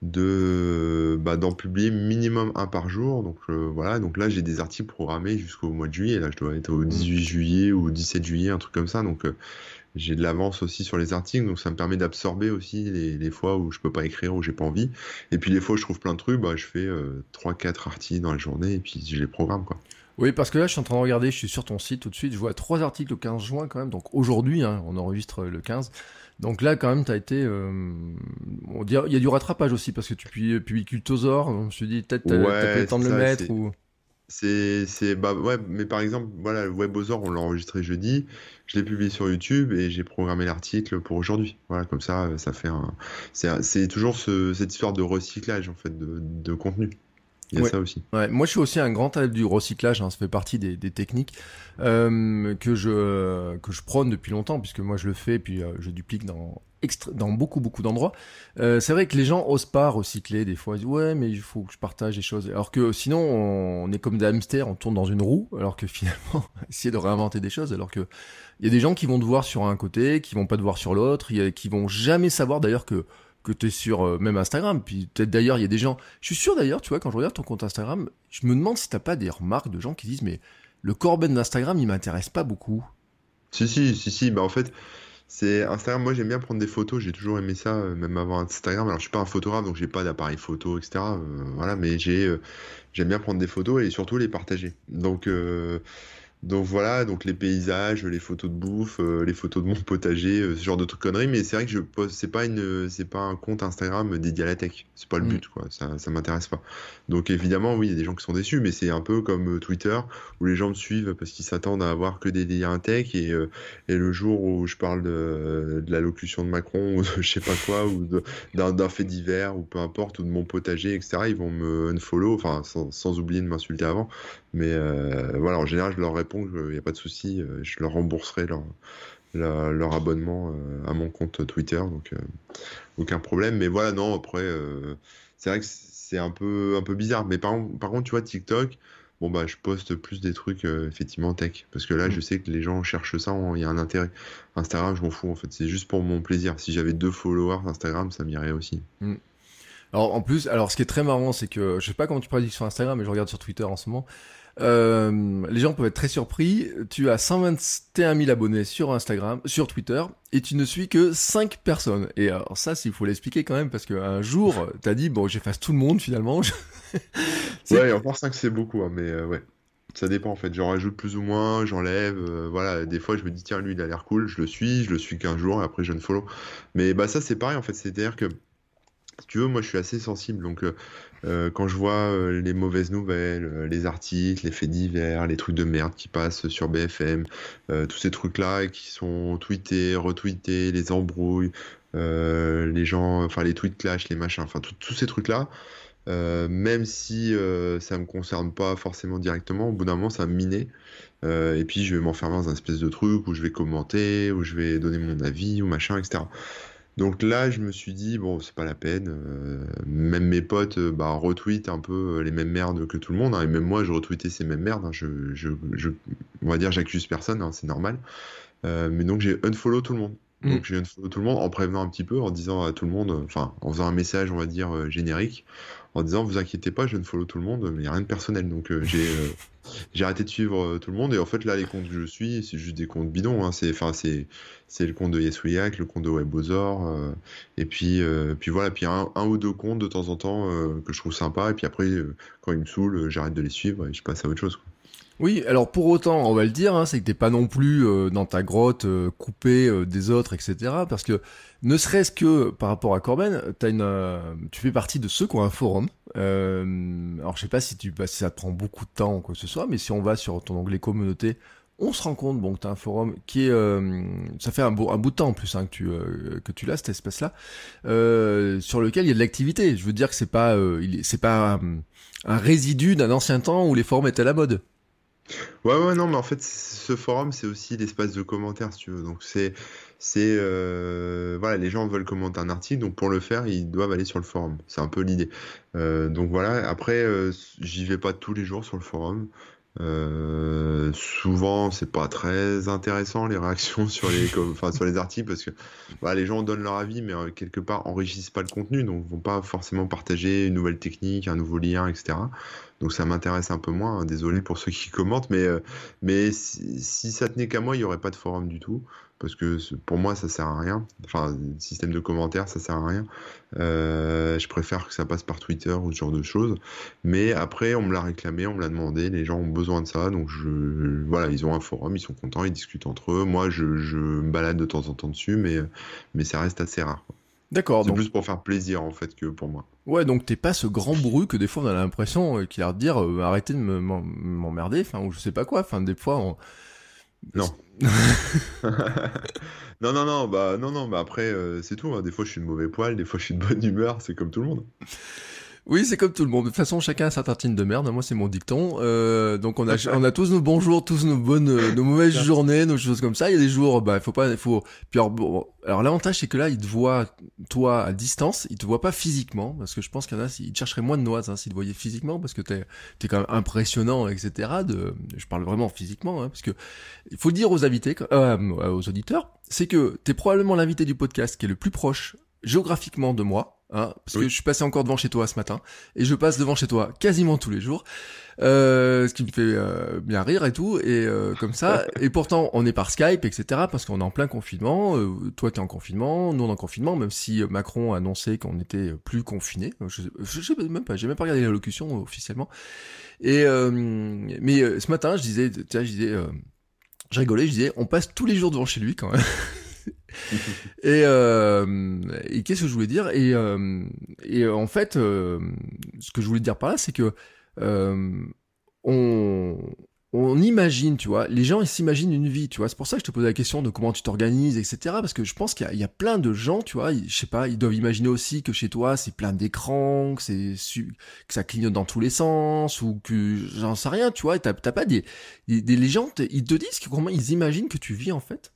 de, bah, d'en publier minimum un par jour. Donc euh, voilà. Donc là, j'ai des articles programmés jusqu'au mois de juillet. Là, je dois être au Mm. dix-huit juillet ou au dix-sept juillet, un truc comme ça. Donc euh, j'ai de l'avance aussi sur les articles, donc ça me permet d'absorber aussi les, les fois où je peux pas écrire, où j'ai pas envie. Et puis les fois où je trouve plein de trucs, bah, je fais euh, trois quatre articles dans la journée et puis je les programme, quoi. Oui, parce que là, je suis en train de regarder, je suis sur ton site tout de suite, je vois trois articles le quinze juin quand même, donc aujourd'hui, hein, on enregistre le quinze. Donc là, quand même, t'as été... Euh, on dirait, il y a du rattrapage aussi, parce que tu publies, publies Cultosaur, donc je me suis dit, peut-être t'as, t'as pas eu Ouais, le temps de c'est le ça, mettre, c'est... ou... C'est, c'est, bah ouais, mais par exemple, voilà, le Webosaur, on l'a enregistré jeudi, je l'ai publié sur YouTube et j'ai programmé l'article pour aujourd'hui. Voilà, comme ça, ça fait un, c'est, un- c'est toujours ce, cette histoire de recyclage, en fait, de, de contenu. Il y a Ouais. ça aussi. Ouais, moi je suis aussi un grand adepte du recyclage, hein, ça fait partie des, des techniques euh, que je que je prône depuis longtemps, puisque moi je le fais, puis euh, je duplique dans extra- dans beaucoup beaucoup d'endroits. Euh, c'est vrai que les gens osent pas recycler des fois, ils disent ouais mais il faut que je partage les choses, alors que sinon on est comme des hamsters, on tourne dans une roue, alors que finalement essayer de réinventer des choses, alors que il y a des gens qui vont te voir sur un côté, qui vont pas te voir sur l'autre, il y a, qui vont jamais savoir d'ailleurs que que t'es sur euh, même Instagram, puis peut-être d'ailleurs il y a des gens, je suis sûr d'ailleurs, tu vois, quand je regarde ton compte Instagram, je me demande si t'as pas des remarques de gens qui disent mais le Corben d'Instagram il m'intéresse pas beaucoup. Si, si, si, si, bah en fait, c'est Instagram, moi j'aime bien prendre des photos, j'ai toujours aimé ça, euh, même avant Instagram. Alors je suis pas un photographe, donc j'ai pas d'appareil photo, et cetera. Euh, voilà, mais j'ai, euh, j'aime bien prendre des photos et surtout les partager. Donc, euh, Donc voilà, donc les paysages, les photos de bouffe, euh, les photos de mon potager, euh, ce genre de trucs conneries. Mais c'est vrai que je poste, c'est pas une, c'est pas un compte Instagram dédié à la tech. C'est pas le Mm. but, quoi. Ça, ça m'intéresse pas. Donc évidemment, oui, il y a des gens qui sont déçus, mais c'est un peu comme euh, Twitter où les gens me suivent parce qu'ils s'attendent à avoir que des délires tech et, euh, et le jour où je parle de, de l'allocution de Macron ou de je sais pas quoi ou de- d'un, d'un fait divers ou peu importe ou de mon potager, et cetera. Ils vont me unfollow, enfin sans, sans oublier de m'insulter avant. Mais euh, voilà, en général, je leur réponds qu'il n'y a pas de souci, euh, je leur rembourserai leur, leur, leur abonnement euh, à mon compte Twitter, donc euh, aucun problème. Mais voilà, non, après, euh, c'est vrai que c'est un peu, un peu bizarre. Mais par, par contre, tu vois, TikTok, bon, bah, je poste plus des trucs euh, effectivement tech, parce que là, Mm. je sais que les gens cherchent ça, il y a un intérêt. Instagram, je m'en fous, en fait, c'est juste pour mon plaisir. Si j'avais deux followers Instagram, ça m'irait aussi. Mm. Alors en plus, alors ce qui est très marrant, c'est que je sais pas comment tu pratiques sur Instagram, mais je regarde sur Twitter en ce moment. Euh, les gens peuvent être très surpris. Tu as cent vingt et un mille abonnés sur Instagram, sur Twitter, et tu ne suis que cinq personnes. Et alors ça, il faut l'expliquer quand même, parce qu'un jour, t'as dit bon, j'efface tout le monde finalement. C'est Ouais, et encore cinq c'est beaucoup, hein, mais euh, ouais. Ça dépend en fait, j'en rajoute plus ou moins, j'enlève, euh, voilà, des fois je me dis tiens lui il a l'air cool, je le suis, je le suis qu'un jour et après je ne follow. Mais bah ça c'est pareil en fait, c'est-à-dire que si tu veux, moi je suis assez sensible, donc euh, euh, quand je vois euh, les mauvaises nouvelles, euh, les articles, les faits divers, les trucs de merde qui passent sur B F M, euh, tous ces trucs-là qui sont tweetés, retweetés, les embrouilles, euh, les gens, enfin les tweets clash, les machins, enfin tout- tous ces trucs-là, euh, même si euh, ça me concerne pas forcément directement, au bout d'un moment ça va me miner. Euh, et puis je vais m'enfermer dans un espèce de truc où je vais commenter, où je vais donner mon avis ou machin, et cetera. Donc là, je me suis dit, bon, c'est pas la peine. euh, même mes potes euh, bah, retweetent un peu euh, les mêmes merdes que tout le monde, hein, et même moi, je retweetais ces mêmes merdes. hein, je, je, je- on va dire, j'accuse personne, hein, c'est normal. Euh, mais donc j'ai unfollow tout le monde. Mm. Donc j'ai unfollow tout le monde en prévenant un petit peu, en disant à tout le monde, euh, enfin en faisant un message, on va dire, euh, générique, en disant vous inquiétez pas, je unfollow tout le monde, mais il n'y a rien de personnel. Donc euh, j'ai euh, j'ai arrêté de suivre euh, tout le monde. Et en fait là, les comptes que je suis, c'est juste des comptes bidons. hein. C'est enfin c'est c'est le compte de Yeswiak, le compte de Webosaur, euh, et puis euh, puis voilà, puis un, un ou deux comptes de temps en temps euh, que je trouve sympa. Et puis après, euh, quand ils me saoulent, euh, j'arrête de les suivre et je passe à autre chose. quoi. Oui, alors pour autant, on va le dire, hein, c'est que t'es pas non plus euh, dans ta grotte euh, coupée euh, des autres, et cetera. Parce que ne serait-ce que par rapport à Corben, t'as une, euh, tu fais partie de ceux qui ont un forum. Euh, alors je sais pas si tu, bah, si ça te prend beaucoup de temps ou quoi que ce soit, mais si on va sur ton onglet communauté, on se rend compte bon que t'as un forum qui est, euh, ça fait un, beau, un bout de temps en plus hein, que tu euh, que tu l'as cet espace-là, euh, sur lequel il y a de l'activité. Je veux dire que c'est pas, euh, il est- c'est pas un, un résidu d'un ancien temps où les forums étaient à la mode. Ouais, ouais, non, mais en fait, c- ce forum, c'est aussi l'espace de commentaires, si tu veux. Donc, c'est, c'est, euh, voilà, les gens veulent commenter un article, donc pour le faire, ils doivent aller sur le forum. C'est un peu l'idée. Euh, donc voilà. Après, euh, j'y vais pas tous les jours sur le forum. Euh, souvent, c'est pas très intéressant les réactions sur les, com- enfin, sur les articles parce que voilà, les gens donnent leur avis, mais euh, quelque part enrichissent pas le contenu, donc vont pas forcément partager une nouvelle technique, un nouveau lien, et cetera. donc ça m'intéresse un peu moins, hein. Désolé pour ceux qui commentent, mais, euh, mais si, si ça tenait qu'à moi, il n'y aurait pas de forum du tout, parce que pour moi, ça sert à rien. Enfin, système de commentaires, ça sert à rien. Euh, je préfère que ça passe par Twitter ou ce genre de choses. Mais après, on me l'a réclamé, on me l'a demandé, les gens ont besoin de ça, donc je, voilà, ils ont un forum, ils sont contents, ils discutent entre eux. Moi, je, je me balade de temps en temps dessus, mais, mais ça reste assez rare, quoi. D'accord, C'est donc... plus pour faire plaisir, en fait, que pour moi. Ouais, donc t'es pas ce grand bourru que des fois on a l'impression euh, qu'il a l'air de dire euh, arrêtez de me- m'en- m'emmerder, enfin, ou je sais pas quoi, enfin, des fois on... Non. Non, non, non, bah, non, non, bah après, euh, c'est tout, hein. Des fois, je suis de mauvais poil, des fois, je suis de bonne humeur, c'est comme tout le monde. Oui, c'est comme tout le monde. De toute façon, chacun a sa tartine de merde. Moi, c'est mon dicton. Euh, donc, on a, on a tous nos bons jours, tous nos bonnes, euh, nos mauvaises journées, nos choses comme ça. Il y a des jours, bah, il faut pas, il faut. Puis alors, bon, alors l'avantage, c'est que là, il te voit, toi, à distance. Il te voit pas physiquement, parce que je pense qu'il y en a, il te chercherait moins de noises, hein, s'il te voyait physiquement, parce que t'es, t'es quand même impressionnant, et cetera. De, je parle vraiment physiquement, hein, parce que il faut le dire aux invités, euh, aux auditeurs, c'est que t'es probablement l'invité du podcast qui est le plus proche géographiquement de moi. Hein, parce Oui. que je suis passé encore devant chez toi ce matin et je passe devant chez toi quasiment tous les jours, euh, ce qui me fait euh, bien rire et tout, et euh, comme ça. Et pourtant on est par Skype, etc., parce qu'on est en plein confinement. Euh, toi t'es en confinement, nous on est en confinement, même si Macron a annoncé qu'on était plus confinés. Je, je, je sais même pas, j'ai même pas regardé l'allocution officiellement. Et euh, mais euh, ce matin je disais, tiens, je disais, euh, je rigolais, je disais, on passe tous les jours devant chez lui quand même. Et, euh, et qu'est-ce que je voulais dire, et, euh, et en fait, euh, ce que je voulais dire par là, c'est que euh, on, on imagine, tu vois, les gens ils s'imaginent une vie, tu vois. C'est pour ça que je te posais la question de comment tu t'organises, et cetera. Parce que je pense qu'il y a, il y a plein de gens, tu vois, ils, je sais pas, ils doivent imaginer aussi que chez toi c'est plein d'écrans, que c'est su- que ça clignote dans tous les sens, ou que j'en sais rien, tu vois. Et T'as, t'as pas des, des, des les gens, te- ils te disent que comment ils imaginent que tu vis en fait.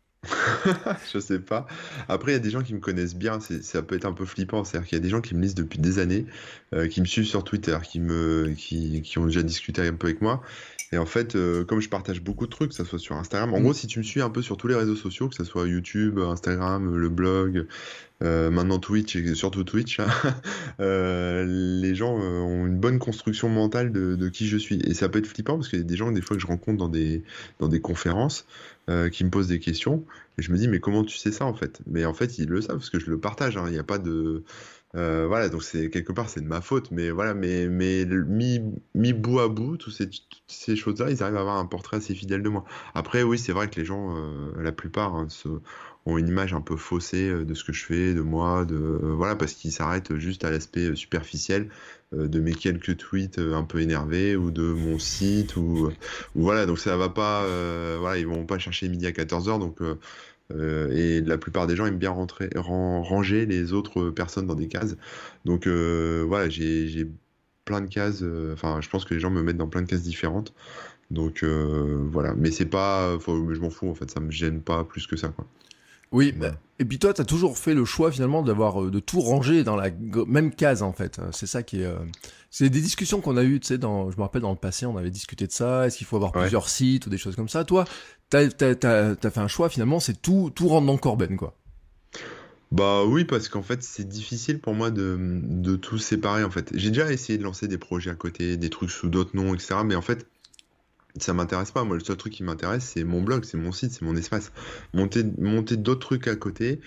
Je sais pas. Après, il y a des gens qui me connaissent bien, c'est, ça peut être un peu flippant. C'est-à-dire qu'il y a des gens qui me lisent depuis des années, euh, qui me suivent sur Twitter, qui me, qui, qui ont déjà discuté un peu avec moi. Et en fait, euh, comme je partage beaucoup de trucs, que ça soit sur Instagram, en Mm. gros, si tu me suis un peu sur tous les réseaux sociaux, que ça soit YouTube, Instagram, le blog, euh, maintenant Twitch, et surtout Twitch, hein, euh, les gens euh, ont une bonne construction mentale de, de qui je suis. Et ça peut être flippant parce qu'il y a des gens, des fois, que je rencontre dans des, dans des conférences, euh, qui me posent des questions. Et je me dis, mais comment tu sais ça en fait? Mais en fait, ils le savent parce que je le partage, hein. Il n'y a pas de. Euh, voilà, donc c'est quelque part, c'est de ma faute. Mais voilà, mais, mais le- mis, mis bout à bout, toutes ces, toutes ces choses-là, ils arrivent à avoir un portrait assez fidèle de moi. Après, oui, c'est vrai que les gens, euh, la plupart, hein, se- ont une image un peu faussée euh, de ce que je fais, de moi, de euh, voilà, parce qu'ils s'arrêtent juste à l'aspect euh, superficiel euh, de mes quelques tweets euh, un peu énervés ou de mon site ou, ou voilà, donc ça va pas, euh, voilà, ils vont pas chercher midi à quatorze heures, donc euh, euh, et la plupart des gens aiment bien rentrer, ran- ranger les autres personnes dans des cases. Donc euh, voilà, j'ai, j'ai plein de cases. euh, Enfin, je pense que les gens me mettent dans plein de cases différentes. Donc euh, voilà, mais c'est pas, faut- je m'en fous en fait, ça me gêne pas plus que ça, quoi. Oui, bah, Voilà. et puis toi, t'as toujours fait le choix finalement d'avoir euh, de tout ranger dans la g- même case en fait. Euh, C'est ça qui est. euh, C'est des discussions qu'on a eues, tu sais. Dans, je me rappelle dans le passé, on avait discuté de ça. Est-ce qu'il faut avoir Ouais. plusieurs sites ou des choses comme ça? Toi, t'as t'as t'as t'as fait un choix finalement, c'est tout tout rentre dans Corben quoi. Bah oui, parce qu'en fait, c'est difficile pour moi de, de tout séparer en fait. J'ai déjà essayé de lancer des projets à côté, des trucs sous d'autres noms, et cetera. Mais en fait, ça m'intéresse pas. Moi, le seul truc qui m'intéresse, c'est mon blog, c'est mon site, c'est mon espace. Monter, monter d'autres trucs à côté,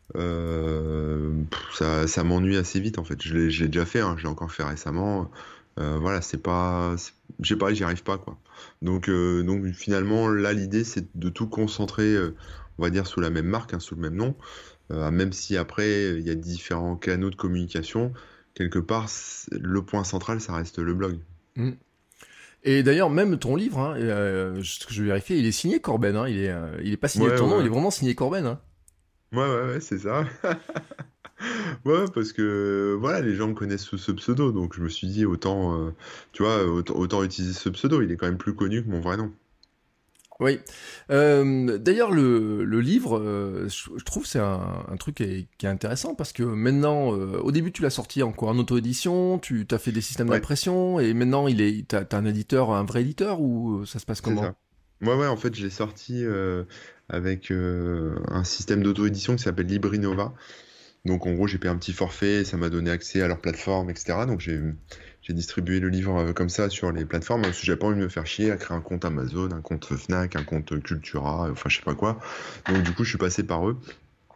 euh, pff, ça, ça m'ennuie assez vite en fait. Je l'ai, je l'ai déjà fait, hein, je l'ai encore fait récemment. Euh, voilà, c'est pas, c'est- je sais pas, j'y arrive pas quoi. Donc, euh, donc finalement, là, l'idée, c'est de tout concentrer, euh, on va dire, sous la même marque, hein, sous le même nom. Euh, même si après, il y a différents canaux de communication, quelque part, c'est- le point central, ça reste le blog. Mm. Et d'ailleurs, même ton livre, hein, euh, ce que je vais vérifier, il est signé Corben. Hein, il est euh, il est pas signé Ouais, de ton nom, il ouais, est vraiment signé Corben. Hein. ouais, ouais, ouais, c'est ça. Ouais, parce que voilà, les gens me connaissent sous ce pseudo, donc je me suis dit autant, euh, tu vois, autant, autant utiliser ce pseudo. Il est quand même plus connu que mon vrai nom. Oui. Euh, d'ailleurs, le, le livre, euh, je, je trouve que c'est un, un truc qui est, qui est intéressant parce que maintenant, euh, au début, tu l'as sorti en quoi? En auto-édition, tu as fait des systèmes Ouais, d'impression et maintenant, il est, t'as, t'as un éditeur, un vrai éditeur ou ça se passe c'est comment? ça. Ouais, ouais, en fait, je l'ai sorti euh, avec euh, un système d'auto-édition qui s'appelle Librinova. Donc en gros, j'ai payé un petit forfait, ça m'a donné accès à leur plateforme, et cetera. Donc j'ai, j'ai distribué le livre euh, comme ça sur les plateformes, parce que j'avais pas envie de me faire chier à créer un compte Amazon, un compte Fnac, un compte Cultura, enfin je sais pas quoi. Donc du coup, je suis passé par eux.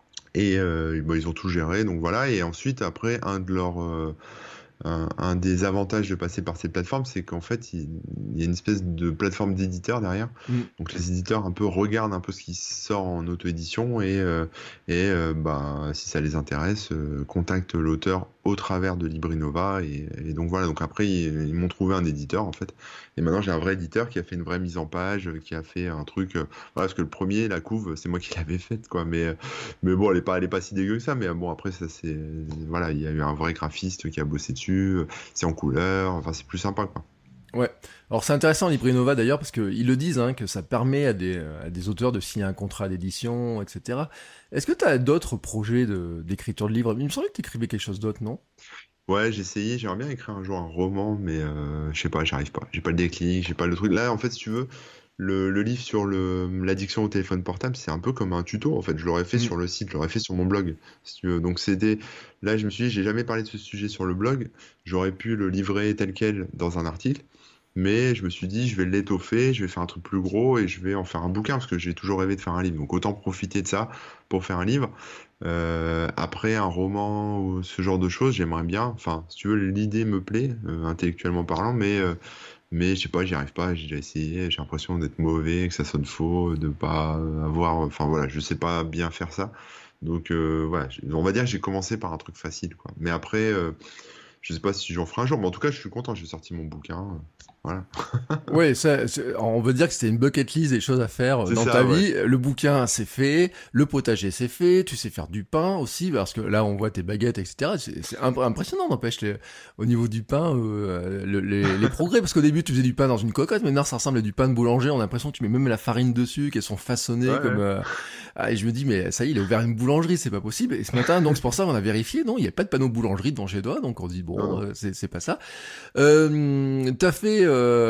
Et euh, bah, ils ont tout géré, donc voilà. Et ensuite, après, un de leurs... euh, un, un des avantages de passer par ces plateformes, c'est qu'en fait, il, il y a une espèce de plateforme d'éditeur derrière. Mm. Donc les éditeurs un peu regardent un peu ce qui sort en auto-édition et, euh, et euh, bah, si ça les intéresse, euh, contactent l'auteur au travers de Librinova. Et, et donc voilà, donc après, ils, ils m'ont trouvé un éditeur en fait. Et maintenant, j'ai un vrai éditeur qui a fait une vraie mise en page, qui a fait un truc. Euh, voilà, parce que le premier, la couve, c'est moi qui l'avais faite, quoi. Mais, mais bon, elle est pas, elle est pas si dégueu que ça. Mais bon, après, ça c'est. Voilà, il y a eu un vrai graphiste qui a bossé dessus. C'est en couleur. Enfin, c'est plus sympa, quoi. Ouais. Alors c'est intéressant Librinova d'ailleurs parce qu'ils le disent hein, que ça permet à des, à des auteurs de signer un contrat d'édition, et cetera. Est-ce que tu as d'autres projets de, d'écriture de livres? Il me semblait que tu écrivais quelque chose d'autre, non? Ouais, j'ai essayé. J'aimerais bien écrire un jour un roman, mais euh, je sais pas, j'arrive pas. J'ai pas le déclic, j'ai pas le truc. Là, en fait, si tu veux, le, le livre sur le, l'addiction au téléphone portable, c'est un peu comme un tuto. En fait, je l'aurais fait Mm. sur le site, je l'aurais fait sur mon blog, si tu veux. Donc c'était. Là, je me suis dit, j'ai jamais parlé de ce sujet sur le blog. J'aurais pu le livrer tel quel dans un article. Mais je me suis dit, je vais l'étoffer, je vais faire un truc plus gros et je vais en faire un bouquin parce que j'ai toujours rêvé de faire un livre. Donc autant profiter de ça pour faire un livre. Euh, après, un roman ou ce genre de choses, j'aimerais bien. Enfin, si tu veux, l'idée me plaît, euh, intellectuellement parlant, mais, euh, mais je sais pas, j'y arrive pas. J'ai déjà essayé, j'ai l'impression d'être mauvais, que ça sonne faux, de pas avoir. Enfin voilà, je sais pas bien faire ça. Donc euh, voilà, on va dire que j'ai commencé par un truc facile, quoi. Mais après, euh, je sais pas si j'en ferai un jour, mais en tout cas, je suis content, j'ai sorti mon bouquin. euh, Voilà. Ouais, ça, c'est- on veut dire que c'était une bucket list des choses à faire euh, C'est dans ça, ta ouais. vie. Le bouquin, c'est fait. Le potager, c'est fait. Tu sais faire du pain aussi, parce que là, on voit tes baguettes, et cetera. C'est c'est imp- impressionnant, n'empêche, les- au niveau du pain, euh, le- les, les progrès. Parce qu'au début, tu faisais du pain dans une cocotte, mais maintenant, ça ressemble à du pain de boulanger. On a l'impression que tu mets même la farine dessus, qu'elles sont façonnées Ouais, comme... ouais. euh, ah, et je me dis, mais ça y est, il a ouvert une boulangerie, c'est pas possible. Et ce matin, donc c'est pour ça qu'on a vérifié, non, il n'y a pas de panneau boulangerie devant chez toi. Donc on dit, Non, bon, non. euh, c'est c'est pas ça. Euh, t'as fait.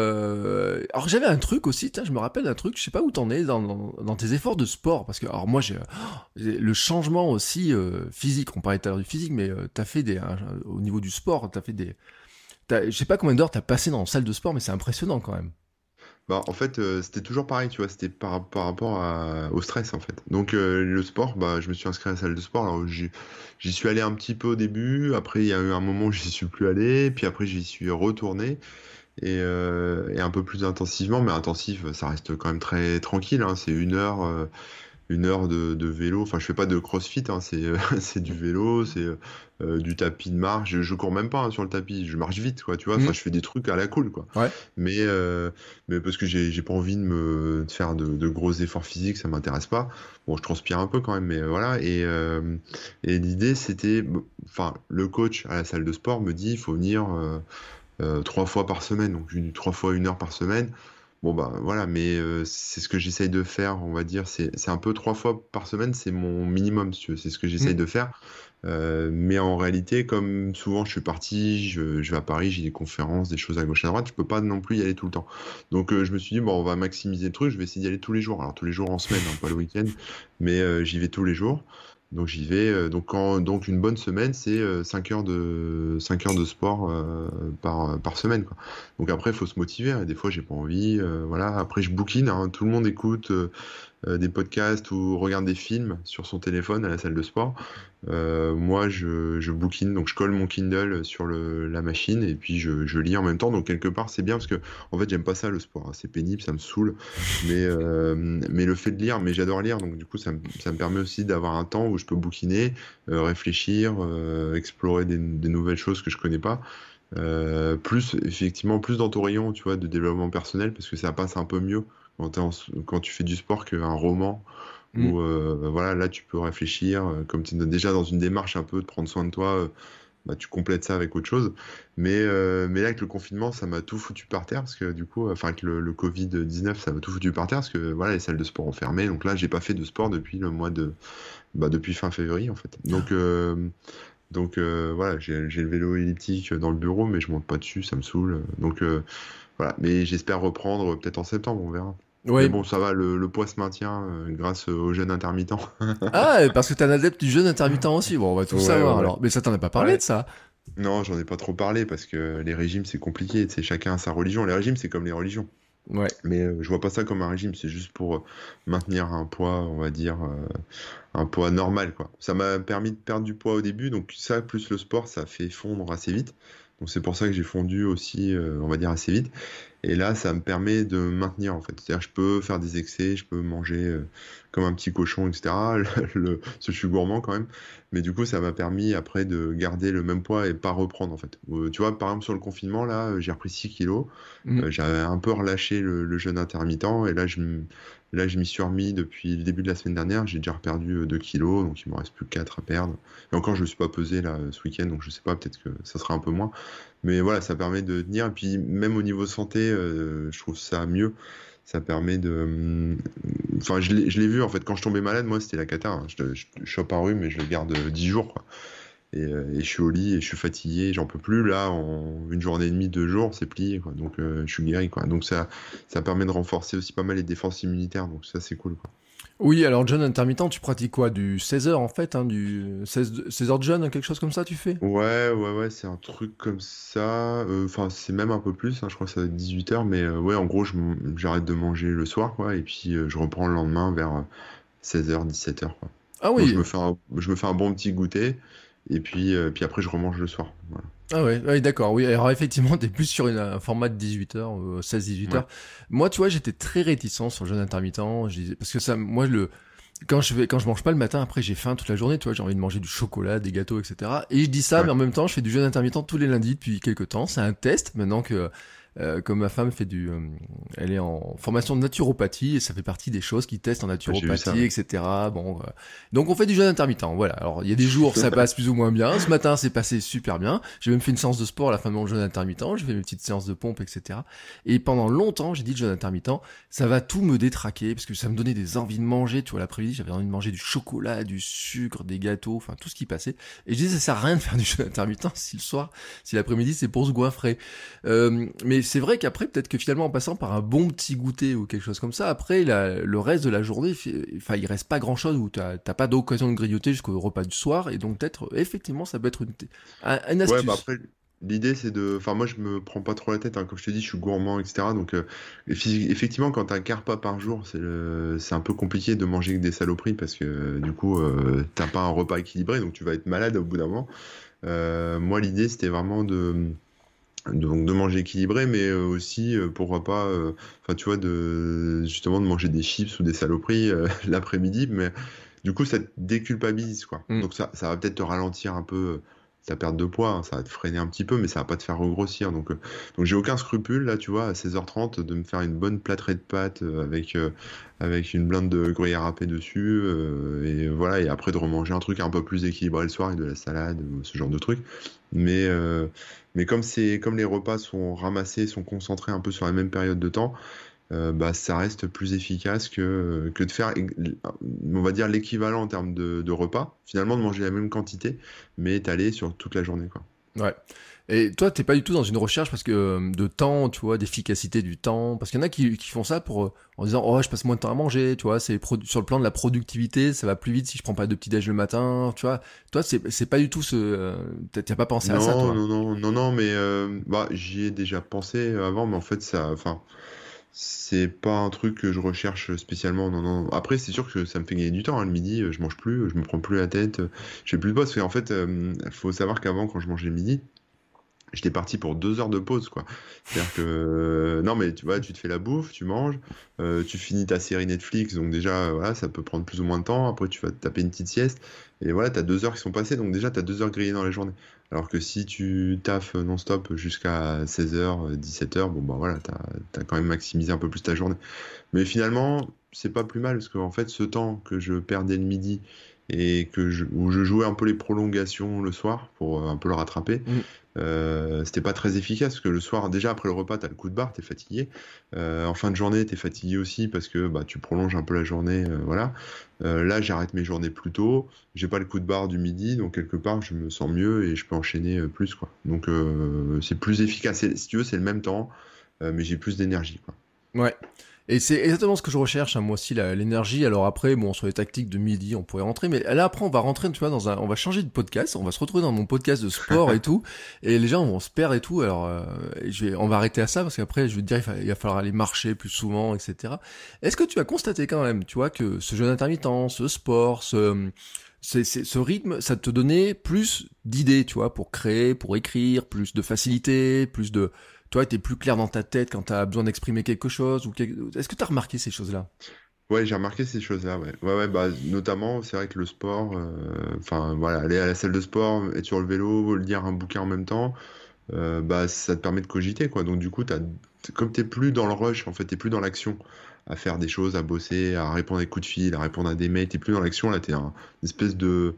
Euh... Alors j'avais un truc aussi, tiens, je me rappelle d'un truc, je sais pas où t'en es dans, dans, dans tes efforts de sport, parce que alors moi j'ai oh, j'ai- le changement aussi euh, physique. On parlait tout à l'heure du physique, mais euh, t'as fait des un- au niveau du sport, t'as fait des. T'as, je sais pas combien d'heures t'as passé dans une salle de sport, mais c'est impressionnant quand même. Bah, en fait, euh, c'était toujours pareil, tu vois, c'était par, par rapport à- au stress, en fait. Donc, euh, le sport, bah, je me suis inscrit à la salle de sport. Alors, j'y, j'y suis allé un petit peu au début. Après, il y a eu un moment où j'y suis plus allé. Puis après, j'y suis retourné. Et, euh, et un peu plus intensivement. Mais intensif, ça reste quand même très tranquille, hein. C'est une heure. euh, une heure de, de vélo. Enfin, je fais pas de crossfit, hein, c'est euh, c'est du vélo, c'est euh, du tapis de marche. Je, je cours même pas hein, sur le tapis, je marche vite, quoi, tu vois. Enfin, Mhm. je fais des trucs à la cool, quoi. Ouais. Mais, euh, mais parce que j'ai j'ai pas envie de me de faire de, de gros efforts physiques, ça m'intéresse pas. Bon, je transpire un peu quand même, mais euh, voilà. Et, euh, et l'idée, c'était, enfin, le coach à la salle de sport me dit, il faut venir euh, euh, trois fois par semaine, donc une, trois fois une heure par semaine. Bon bah voilà, mais euh, c'est ce que j'essaye de faire, on va dire, c'est c'est un peu trois fois par semaine, c'est mon minimum, si tu veux, c'est ce que j'essaye Mhm. de faire. Euh, mais en réalité, comme souvent je suis parti, je, je vais à Paris, j'ai des conférences, des choses à gauche à droite, je peux pas non plus y aller tout le temps. Donc euh, je me suis dit, bon, on va maximiser le truc, je vais essayer d'y aller tous les jours. Alors tous les jours en semaine, hein, pas le week-end, mais euh, j'y vais tous les jours. Donc j'y vais. euh, donc, quand, donc une bonne semaine, c'est euh, cinq heures de, cinq heures de sport euh, par, par semaine, quoi. Donc après, il faut se motiver, hein. Des fois, j'ai pas envie. euh, voilà. Après, je bouquine, hein. Tout le monde écoute euh, euh, des podcasts ou regarde des films sur son téléphone à la salle de sport. Euh, moi, je, je bouquine, donc je colle mon Kindle sur le, la machine et puis je, je lis en même temps. Donc quelque part, c'est bien parce que en fait, j'aime pas ça le sport, hein. C'est pénible, ça me saoule. Mais, euh, mais le fait de lire, mais j'adore lire, donc du coup, ça, me- ça me permet aussi d'avoir un temps où je peux bouquiner, euh, réfléchir, euh, explorer des, des nouvelles choses que je connais pas. Euh, plus, effectivement, plus dans ton rayon, tu vois, de développement personnel, parce que ça passe un peu mieux quand, t'es en- quand tu fais du sport qu'un roman Mhm. où, euh, voilà, là, tu peux réfléchir, euh, comme tu es déjà dans une démarche un peu de prendre soin de toi, euh, bah, tu complètes ça avec autre chose. Mais, euh, mais là, avec le confinement, ça m'a tout foutu par terre, parce que du coup, enfin, avec le, le covid dix-neuf, ça m'a tout foutu par terre, parce que voilà, les salles de sport ont fermé. Donc là, j'ai pas fait de sport depuis le mois de, bah, depuis fin février, en fait. Donc, euh, donc euh, voilà, j'ai j'ai le vélo elliptique dans le bureau, mais je monte pas dessus, ça me saoule. Donc euh, voilà, mais j'espère reprendre peut-être en septembre, on verra. Mais Ouais. bon, ça va, le, le poids se maintient euh, grâce au jeûne intermittent. Ah, parce que t'es un adepte du jeûne intermittent aussi. Bon, on va tout Ouais, ouais, savoir ouais. alors. Mais ça, t'en as pas parlé Ouais. de ça. Non, j'en ai pas trop parlé parce que les régimes, c'est compliqué. Tu sais, chacun a sa religion. Les régimes, c'est comme les religions. Ouais. Mais euh, je vois pas ça comme un régime, c'est juste pour euh, maintenir un poids, on va dire, euh, un poids normal, quoi. Ça m'a permis de perdre du poids au début, donc ça, plus le sport, ça fait fondre assez vite. Donc c'est pour ça que j'ai fondu aussi, euh, on va dire, assez vite. Et là, ça me permet de maintenir, en fait. C'est-à-dire, je peux faire des excès, je peux manger euh, comme un petit cochon, et cetera. Le, le- parce que je suis gourmand quand même. Mais du coup, ça m'a permis après de garder le même poids et pas reprendre, en fait. Euh, tu vois, par exemple, sur le confinement, là, euh, j'ai repris six kilos. Mm. Euh, j'avais un peu relâché le, le jeûne intermittent. Et là, je, m- là, je m'y suis remis depuis le début de la semaine dernière. J'ai déjà perdu euh, deux kilos, donc il me reste plus que quatre à perdre. Et encore, je ne me suis pas pesé là ce week-end, donc je sais pas, peut-être que ça sera un peu moins. Mais voilà, ça permet de tenir. Et puis, même au niveau santé, euh, je trouve ça mieux. Ça permet de. hum, Enfin, je l'ai je l'ai vu en fait. Quand je tombais malade, moi, c'était la cata, hein. Je, je, je chope un rhume et je le garde euh, dix jours, quoi. Et, euh, et je suis au lit et je suis fatigué, j'en peux plus. Là, en une journée et demie, deux jours, c'est plié, quoi. Donc, euh, je suis guéri, quoi. Donc, ça, ça permet de renforcer aussi pas mal les défenses immunitaires. Donc, ça, c'est cool, quoi. Oui, alors jeûne intermittent, tu pratiques quoi? Du seize heures en fait, hein, du seize, seize heures de jeûne, quelque chose comme ça, tu fais? Ouais, ouais, ouais, c'est un truc comme ça. Euh, Enfin, c'est même un peu plus, hein, je crois que ça va être dix-huit heures. Mais euh, ouais, en gros, je m- j'arrête de manger le soir, quoi. Et puis, euh, je reprends le lendemain vers euh, seize heures, dix-sept heures, quoi. Ah Donc, je oui, me fais un, je me fais un bon petit goûter. Et puis, euh, puis après, je remange le soir. Voilà. ah ouais, ouais, d'accord, oui. Alors effectivement, t'es plus sur une- un format de dix-huit heures, seize dix-huit Ouais. heures. Moi, tu vois, j'étais très réticent sur le jeûne intermittent. Je disais, parce que ça, moi, le, quand je vais, quand je mange pas le matin, après j'ai faim toute la journée, tu vois, j'ai envie de manger du chocolat, des gâteaux, et cetera. Et je dis ça, Ouais. mais en même temps, je fais du jeûne intermittent tous les lundis depuis quelques temps. C'est un test maintenant que, euh, comme ma femme fait du, euh, elle est en formation de naturopathie et ça fait partie des choses qu'ils testent en Ouais, j'ai vu ça, naturopathie, ouais. et cetera. Bon, euh, donc on fait du jeûne intermittent. Voilà. Alors il y a des jours ça passe plus ou moins bien. Ce matin c'est passé super bien. J'ai même fait une séance de sport à la fin de mon jeûne intermittent. J'ai fait mes petites séances de pompe, et cetera. Et pendant longtemps j'ai dit le jeûne intermittent, ça va tout me détraquer parce que ça me donnait des envies de manger. Tu vois, l'après-midi j'avais envie de manger du chocolat, du sucre, des gâteaux, enfin tout ce qui passait. Et je disais ça sert à rien de faire du jeûne intermittent si le soir, si l'après-midi c'est pour se goinfrer. Euh, mais c'est vrai qu'après peut-être que finalement en passant par un bon petit goûter ou quelque chose comme ça, après la- le reste de la journée, fi- enfin il reste pas grand-chose où t'as t'as pas d'occasion de grignoter jusqu'au repas du soir et donc peut-être effectivement ça peut être une, un- une Ouais, bah astuce. après, l'idée c'est de. Enfin, moi je me prends pas trop la tête, hein. Comme je te dis, je suis gourmand, et cetera. Donc, euh, effi- effectivement, quand t'as qu'un repas par jour, c'est le... c'est un peu compliqué de manger que des saloperies parce que euh, du coup, euh, t'as pas un repas équilibré, donc tu vas être malade au bout d'un moment. Euh, moi, l'idée c'était vraiment de. Donc de manger équilibré, mais euh, aussi, euh, pourquoi pas, euh, enfin tu vois, de justement de manger des chips ou des saloperies euh, l'après-midi, mais du coup ça te déculpabilise, quoi. Mm. Donc ça, ça va peut-être te ralentir un peu euh, ta perte de poids, hein, ça va te freiner un petit peu, mais ça va pas te faire regrossir. Donc, euh, donc j'ai aucun scrupule là, tu vois, à seize heures trente, de me faire une bonne plâtrée de pâtes euh, avec euh, avec une blinde de gruyère râpée dessus, euh, et voilà, et après de remanger un truc un peu plus équilibré le soir avec de la salade, ou ce genre de truc. Mais euh, mais comme c'est, comme les repas sont ramassés, sont concentrés un peu sur la même période de temps, euh, bah, ça reste plus efficace que, que de faire, on va dire, l'équivalent en termes de, de repas. Finalement, de manger la même quantité, mais étalé sur toute la journée, quoi. Ouais. Et toi, t'es pas du tout dans une recherche parce que euh, de temps, tu vois, d'efficacité du temps, parce qu'il y en a qui, qui font ça pour euh, en disant oh je passe moins de temps à manger, tu vois, c'est produ- sur le plan de la productivité, ça va plus vite si je prends pas de petit déj le matin, tu vois. Toi, c'est c'est pas du tout ce, euh, t'as t'as pas pensé à ça, Non, toi. non, non, non, non, mais euh, bah, j'y ai déjà pensé avant, mais en fait, ça, enfin, c'est pas un truc que je recherche spécialement. Non, non. Après, c'est sûr que ça me fait gagner du temps, hein. Le midi, euh, je mange plus, je me prends plus la tête, euh, je fais plus de pause. Parce qu'en fait, il faut savoir qu'avant, quand je mangeais le midi, j'étais parti pour deux heures de pause, quoi. C'est-à-dire que, euh, non, mais tu vois, tu te fais la bouffe, tu manges, euh, tu finis ta série Netflix, donc déjà, euh, voilà, ça peut prendre plus ou moins de temps. Après, tu vas te taper une petite sieste, et voilà, t'as deux heures qui sont passées, donc déjà, t'as deux heures grillées dans la journée. Alors que si tu taffes non-stop jusqu'à seize heures, dix-sept heures, bon, bah voilà, t'as, t'as quand même maximisé un peu plus ta journée. Mais finalement, c'est pas plus mal, parce qu'en fait, ce temps que je perdais le midi, et que je, où je jouais un peu les prolongations le soir, pour euh, un peu le rattraper, Mm. euh, c'était pas très efficace parce que le soir, déjà après le repas, t'as le coup de barre, t'es fatigué. Euh, en fin de journée, t'es fatigué aussi parce que bah, tu prolonges un peu la journée. Euh, voilà. Euh, là, j'arrête mes journées plus tôt. J'ai pas le coup de barre du midi, donc quelque part, je me sens mieux et je peux enchaîner euh, plus, quoi. Donc euh, c'est plus efficace. C'est- Si tu veux, c'est le même temps, euh, mais j'ai plus d'énergie, quoi. Ouais. Et c'est exactement ce que je recherche, hein, moi aussi, la- l'énergie. Alors après, bon, sur les tactiques de midi, on pourrait rentrer, mais là après, on va rentrer, tu vois, dans un, on va changer de podcast, on va se retrouver dans mon podcast de sport et tout, et les gens vont se perdre et tout. Alors, euh, je vais, on va arrêter à ça parce qu'après, je vais te dire, il va, il va falloir aller marcher plus souvent, et cetera. Est-ce que tu as constaté quand même, tu vois, que ce jeûne intermittent, ce sport, ce c'est, c'est, ce rythme, ça te donnait plus d'idées, tu vois, pour créer, pour écrire, plus de facilité, plus de... Toi, t'es plus clair dans ta tête quand t'as besoin d'exprimer quelque chose ou quelque... Est-ce que t'as remarqué ces choses-là? Ouais, j'ai remarqué ces choses-là, ouais. Ouais, ouais, bah, notamment, c'est vrai que le sport, euh, enfin, voilà, aller à la salle de sport, être sur le vélo, lire un bouquin en même temps, euh, bah, ça te permet de cogiter, quoi. Donc, du coup, t'as, t- comme t'es plus dans le rush, en fait, t'es plus dans l'action, à faire des choses, à bosser, à répondre à des coups de fil, à répondre à des mails, t'es plus dans l'action, là, t'es un, une espèce de,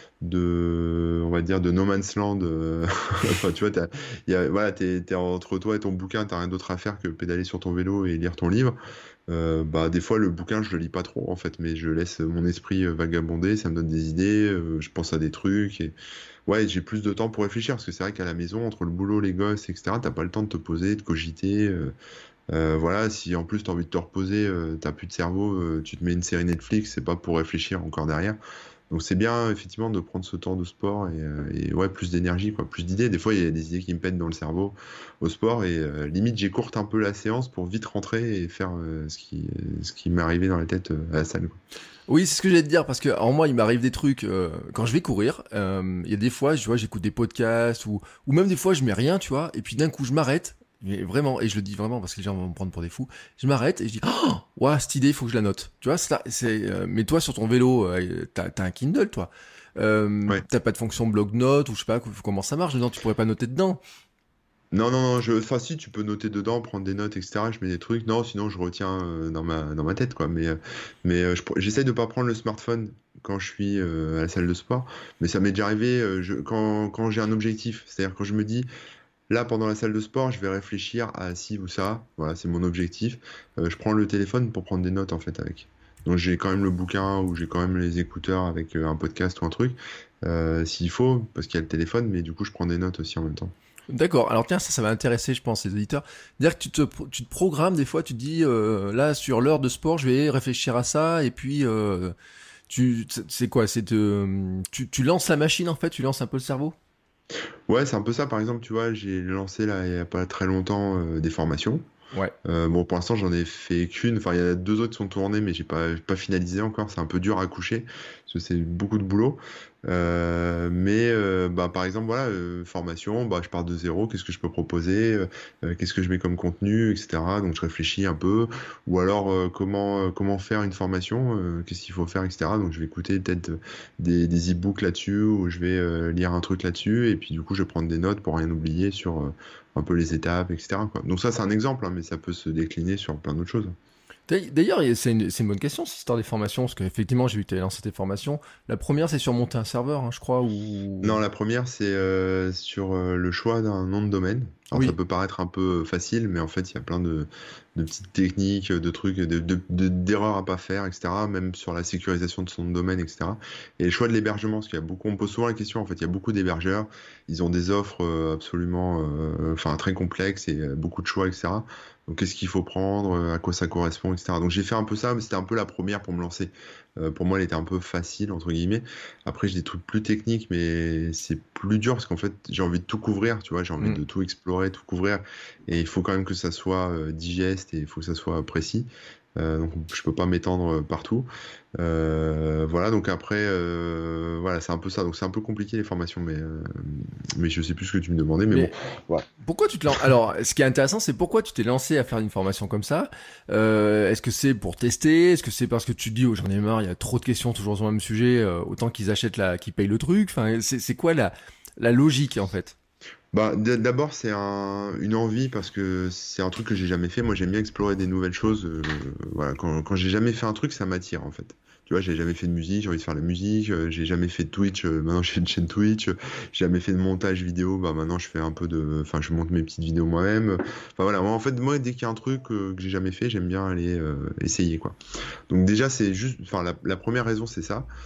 de, on va dire, de no man's land. euh, Enfin, tu vois, t'as, y a, voilà, t'es, t'es entre toi et ton bouquin, t'as rien d'autre à faire que pédaler sur ton vélo et lire ton livre. Euh, bah, des fois, le bouquin, je le lis pas trop, en fait, mais je laisse mon esprit euh, vagabonder, ça me donne des idées, euh, je pense à des trucs, et ouais, j'ai plus de temps pour réfléchir, parce que c'est vrai qu'à la maison, entre le boulot, les gosses, et cetera, t'as pas le temps de te poser, de cogiter. euh, euh, voilà, si en plus t'as envie de te reposer, euh, t'as plus de cerveau, euh, tu te mets une série Netflix, c'est pas pour réfléchir encore derrière. Donc c'est bien, effectivement, de prendre ce temps de sport et, euh, et ouais, plus d'énergie, quoi, plus d'idées. Des fois, il y a des idées qui me pètent dans le cerveau au sport et euh, limite, j'écourte un peu la séance pour vite rentrer et faire euh, ce qui, ce qui m'est arrivé dans la tête euh, à la salle, quoi. Oui, c'est ce que j'allais te dire parce que alors moi, il m'arrive des trucs euh, quand je vais courir. euh, Il y a des fois, tu vois, j'écoute des podcasts ou ou même des fois, je mets rien, tu vois, et puis d'un coup, je m'arrête. Mais vraiment, et je le dis vraiment parce que les gens vont me prendre pour des fous. Je m'arrête et je dis, oh, ouah, cette idée, il faut que je la note. Tu vois, ça, c'est. euh, mais toi, sur ton vélo, euh, t'as, t'as un Kindle, toi. Euh, Ouais. t'as pas de fonction bloc-notes ou je sais pas comment ça marche. Dedans, tu pourrais pas noter dedans. Non, non, non, je, enfin, si, tu peux noter dedans, prendre des notes, et cetera. Je mets des trucs. Non, sinon, je retiens euh, dans ma, dans ma tête, quoi. Mais, euh, mais euh, je pr- j'essaye de pas prendre le smartphone quand je suis euh, à la salle de sport. Mais ça m'est déjà arrivé euh, je- quand, quand j'ai un objectif. C'est-à-dire quand je me dis, là, pendant la salle de sport, je vais réfléchir à ci ou ça. Voilà, c'est mon objectif. Euh, je prends le téléphone pour prendre des notes, en fait, avec. Donc, j'ai quand même le bouquin ou j'ai quand même les écouteurs avec euh, un podcast ou un truc, euh, s'il faut, parce qu'il y a le téléphone, mais du coup, je prends des notes aussi en même temps. D'accord. Alors tiens, ça, ça va intéresser, je pense, les auditeurs. Dire que tu te, tu te programmes des fois, tu te dis, euh, là, sur l'heure de sport, je vais réfléchir à ça, et puis, euh, tu, c'est quoi, c'est de, tu, tu lances la machine en fait, tu lances un peu le cerveau. Ouais, c'est un peu ça. Par exemple, tu vois, j'ai lancé là, il y a pas très longtemps euh, des formations. Ouais. Euh, bon, pour l'instant, j'en ai fait qu'une. Enfin, il y a deux autres qui sont tournées, mais j'ai pas, j'ai pas finalisé encore. C'est un peu dur à coucher, parce que c'est beaucoup de boulot. Euh, mais euh, bah, par exemple, voilà, euh, formation, bah, je pars de zéro. Qu'est-ce que je peux proposer? Euh, euh, qu'est-ce que je mets comme contenu, et cetera. Donc, je réfléchis un peu. Ou alors, euh, comment, euh, comment faire une formation? euh, qu'est-ce qu'il faut faire, et cetera. Donc, je vais écouter peut-être des, des e-books là-dessus, ou je vais euh, lire un truc là-dessus. Et puis, du coup, je vais prendre des notes pour rien oublier sur euh, un peu les étapes, et cetera, quoi. Donc ça, c'est un exemple, hein, mais ça peut se décliner sur plein d'autres choses. D'ailleurs, il y a- c'est une, c'est une bonne question, cette histoire des formations, parce qu'effectivement, j'ai vu que tu avais lancé tes formations. La première, c'est sur monter un serveur, hein, je crois, ou... Non, la première, c'est euh, sur euh, le choix d'un nom de domaine. Alors ça Oui. peut paraître un peu facile, mais en fait, il y a plein de, de petites techniques, de trucs, de, de- de- d'erreurs à pas faire, et cetera. Même sur la sécurisation de son domaine, et cetera. Et le choix de l'hébergement, parce qu'il y a beaucoup, on me pose souvent la question, en fait, il y a beaucoup d'hébergeurs, ils ont des offres euh, absolument, euh, enfin, très complexes et euh, beaucoup de choix, et cetera. Donc, qu'est-ce qu'il faut prendre, euh, à quoi ça correspond, et cetera. Donc, j'ai fait un peu ça, mais c'était un peu la première pour me lancer. Euh, pour moi, elle était un peu facile, entre guillemets. Après, j'ai des trucs plus techniques, mais c'est plus dur parce qu'en fait, j'ai envie de tout couvrir, tu vois, j'ai envie Mm. de tout explorer, tout couvrir. Et il faut quand même que ça soit euh, digeste et il faut que ça soit précis. Euh, donc, je peux pas m'étendre euh, partout. Euh, voilà, donc après, euh, voilà, c'est un peu ça. Donc, c'est un peu compliqué les formations, mais, euh, mais je sais plus ce que tu me demandais, mais bon, Mais voilà. pourquoi tu te lances... Alors, ce qui est intéressant, c'est pourquoi tu t'es lancé à faire une formation comme ça. Euh, est-ce que c'est pour tester? Est-ce que c'est parce que tu te dis, oh, j'en ai marre, il y a trop de questions toujours sur le même sujet, euh, autant qu'ils achètent la, qu'ils payent le truc. Enfin, c'est, c'est quoi la, la logique, en fait? Bah, d- d'abord, c'est un, une envie parce que c'est un truc que j'ai jamais fait. Moi, j'aime bien explorer des nouvelles choses. euh, voilà, quand, quand j'ai jamais fait un truc, ça m'attire en fait. Tu vois, j'ai jamais fait de musique, j'ai envie de faire de la musique. euh, j'ai jamais fait de Twitch, euh, maintenant je fais une chaîne Twitch. euh, J'ai jamais fait de montage vidéo, bah maintenant je fais un peu de, enfin, je monte mes petites vidéos moi-même. Enfin voilà, moi, en fait, moi, dès qu'il y a un truc euh, que j'ai jamais fait, j'aime bien aller euh, essayer quoi. Donc déjà, c'est juste, enfin, la, la première raison, c'est ça.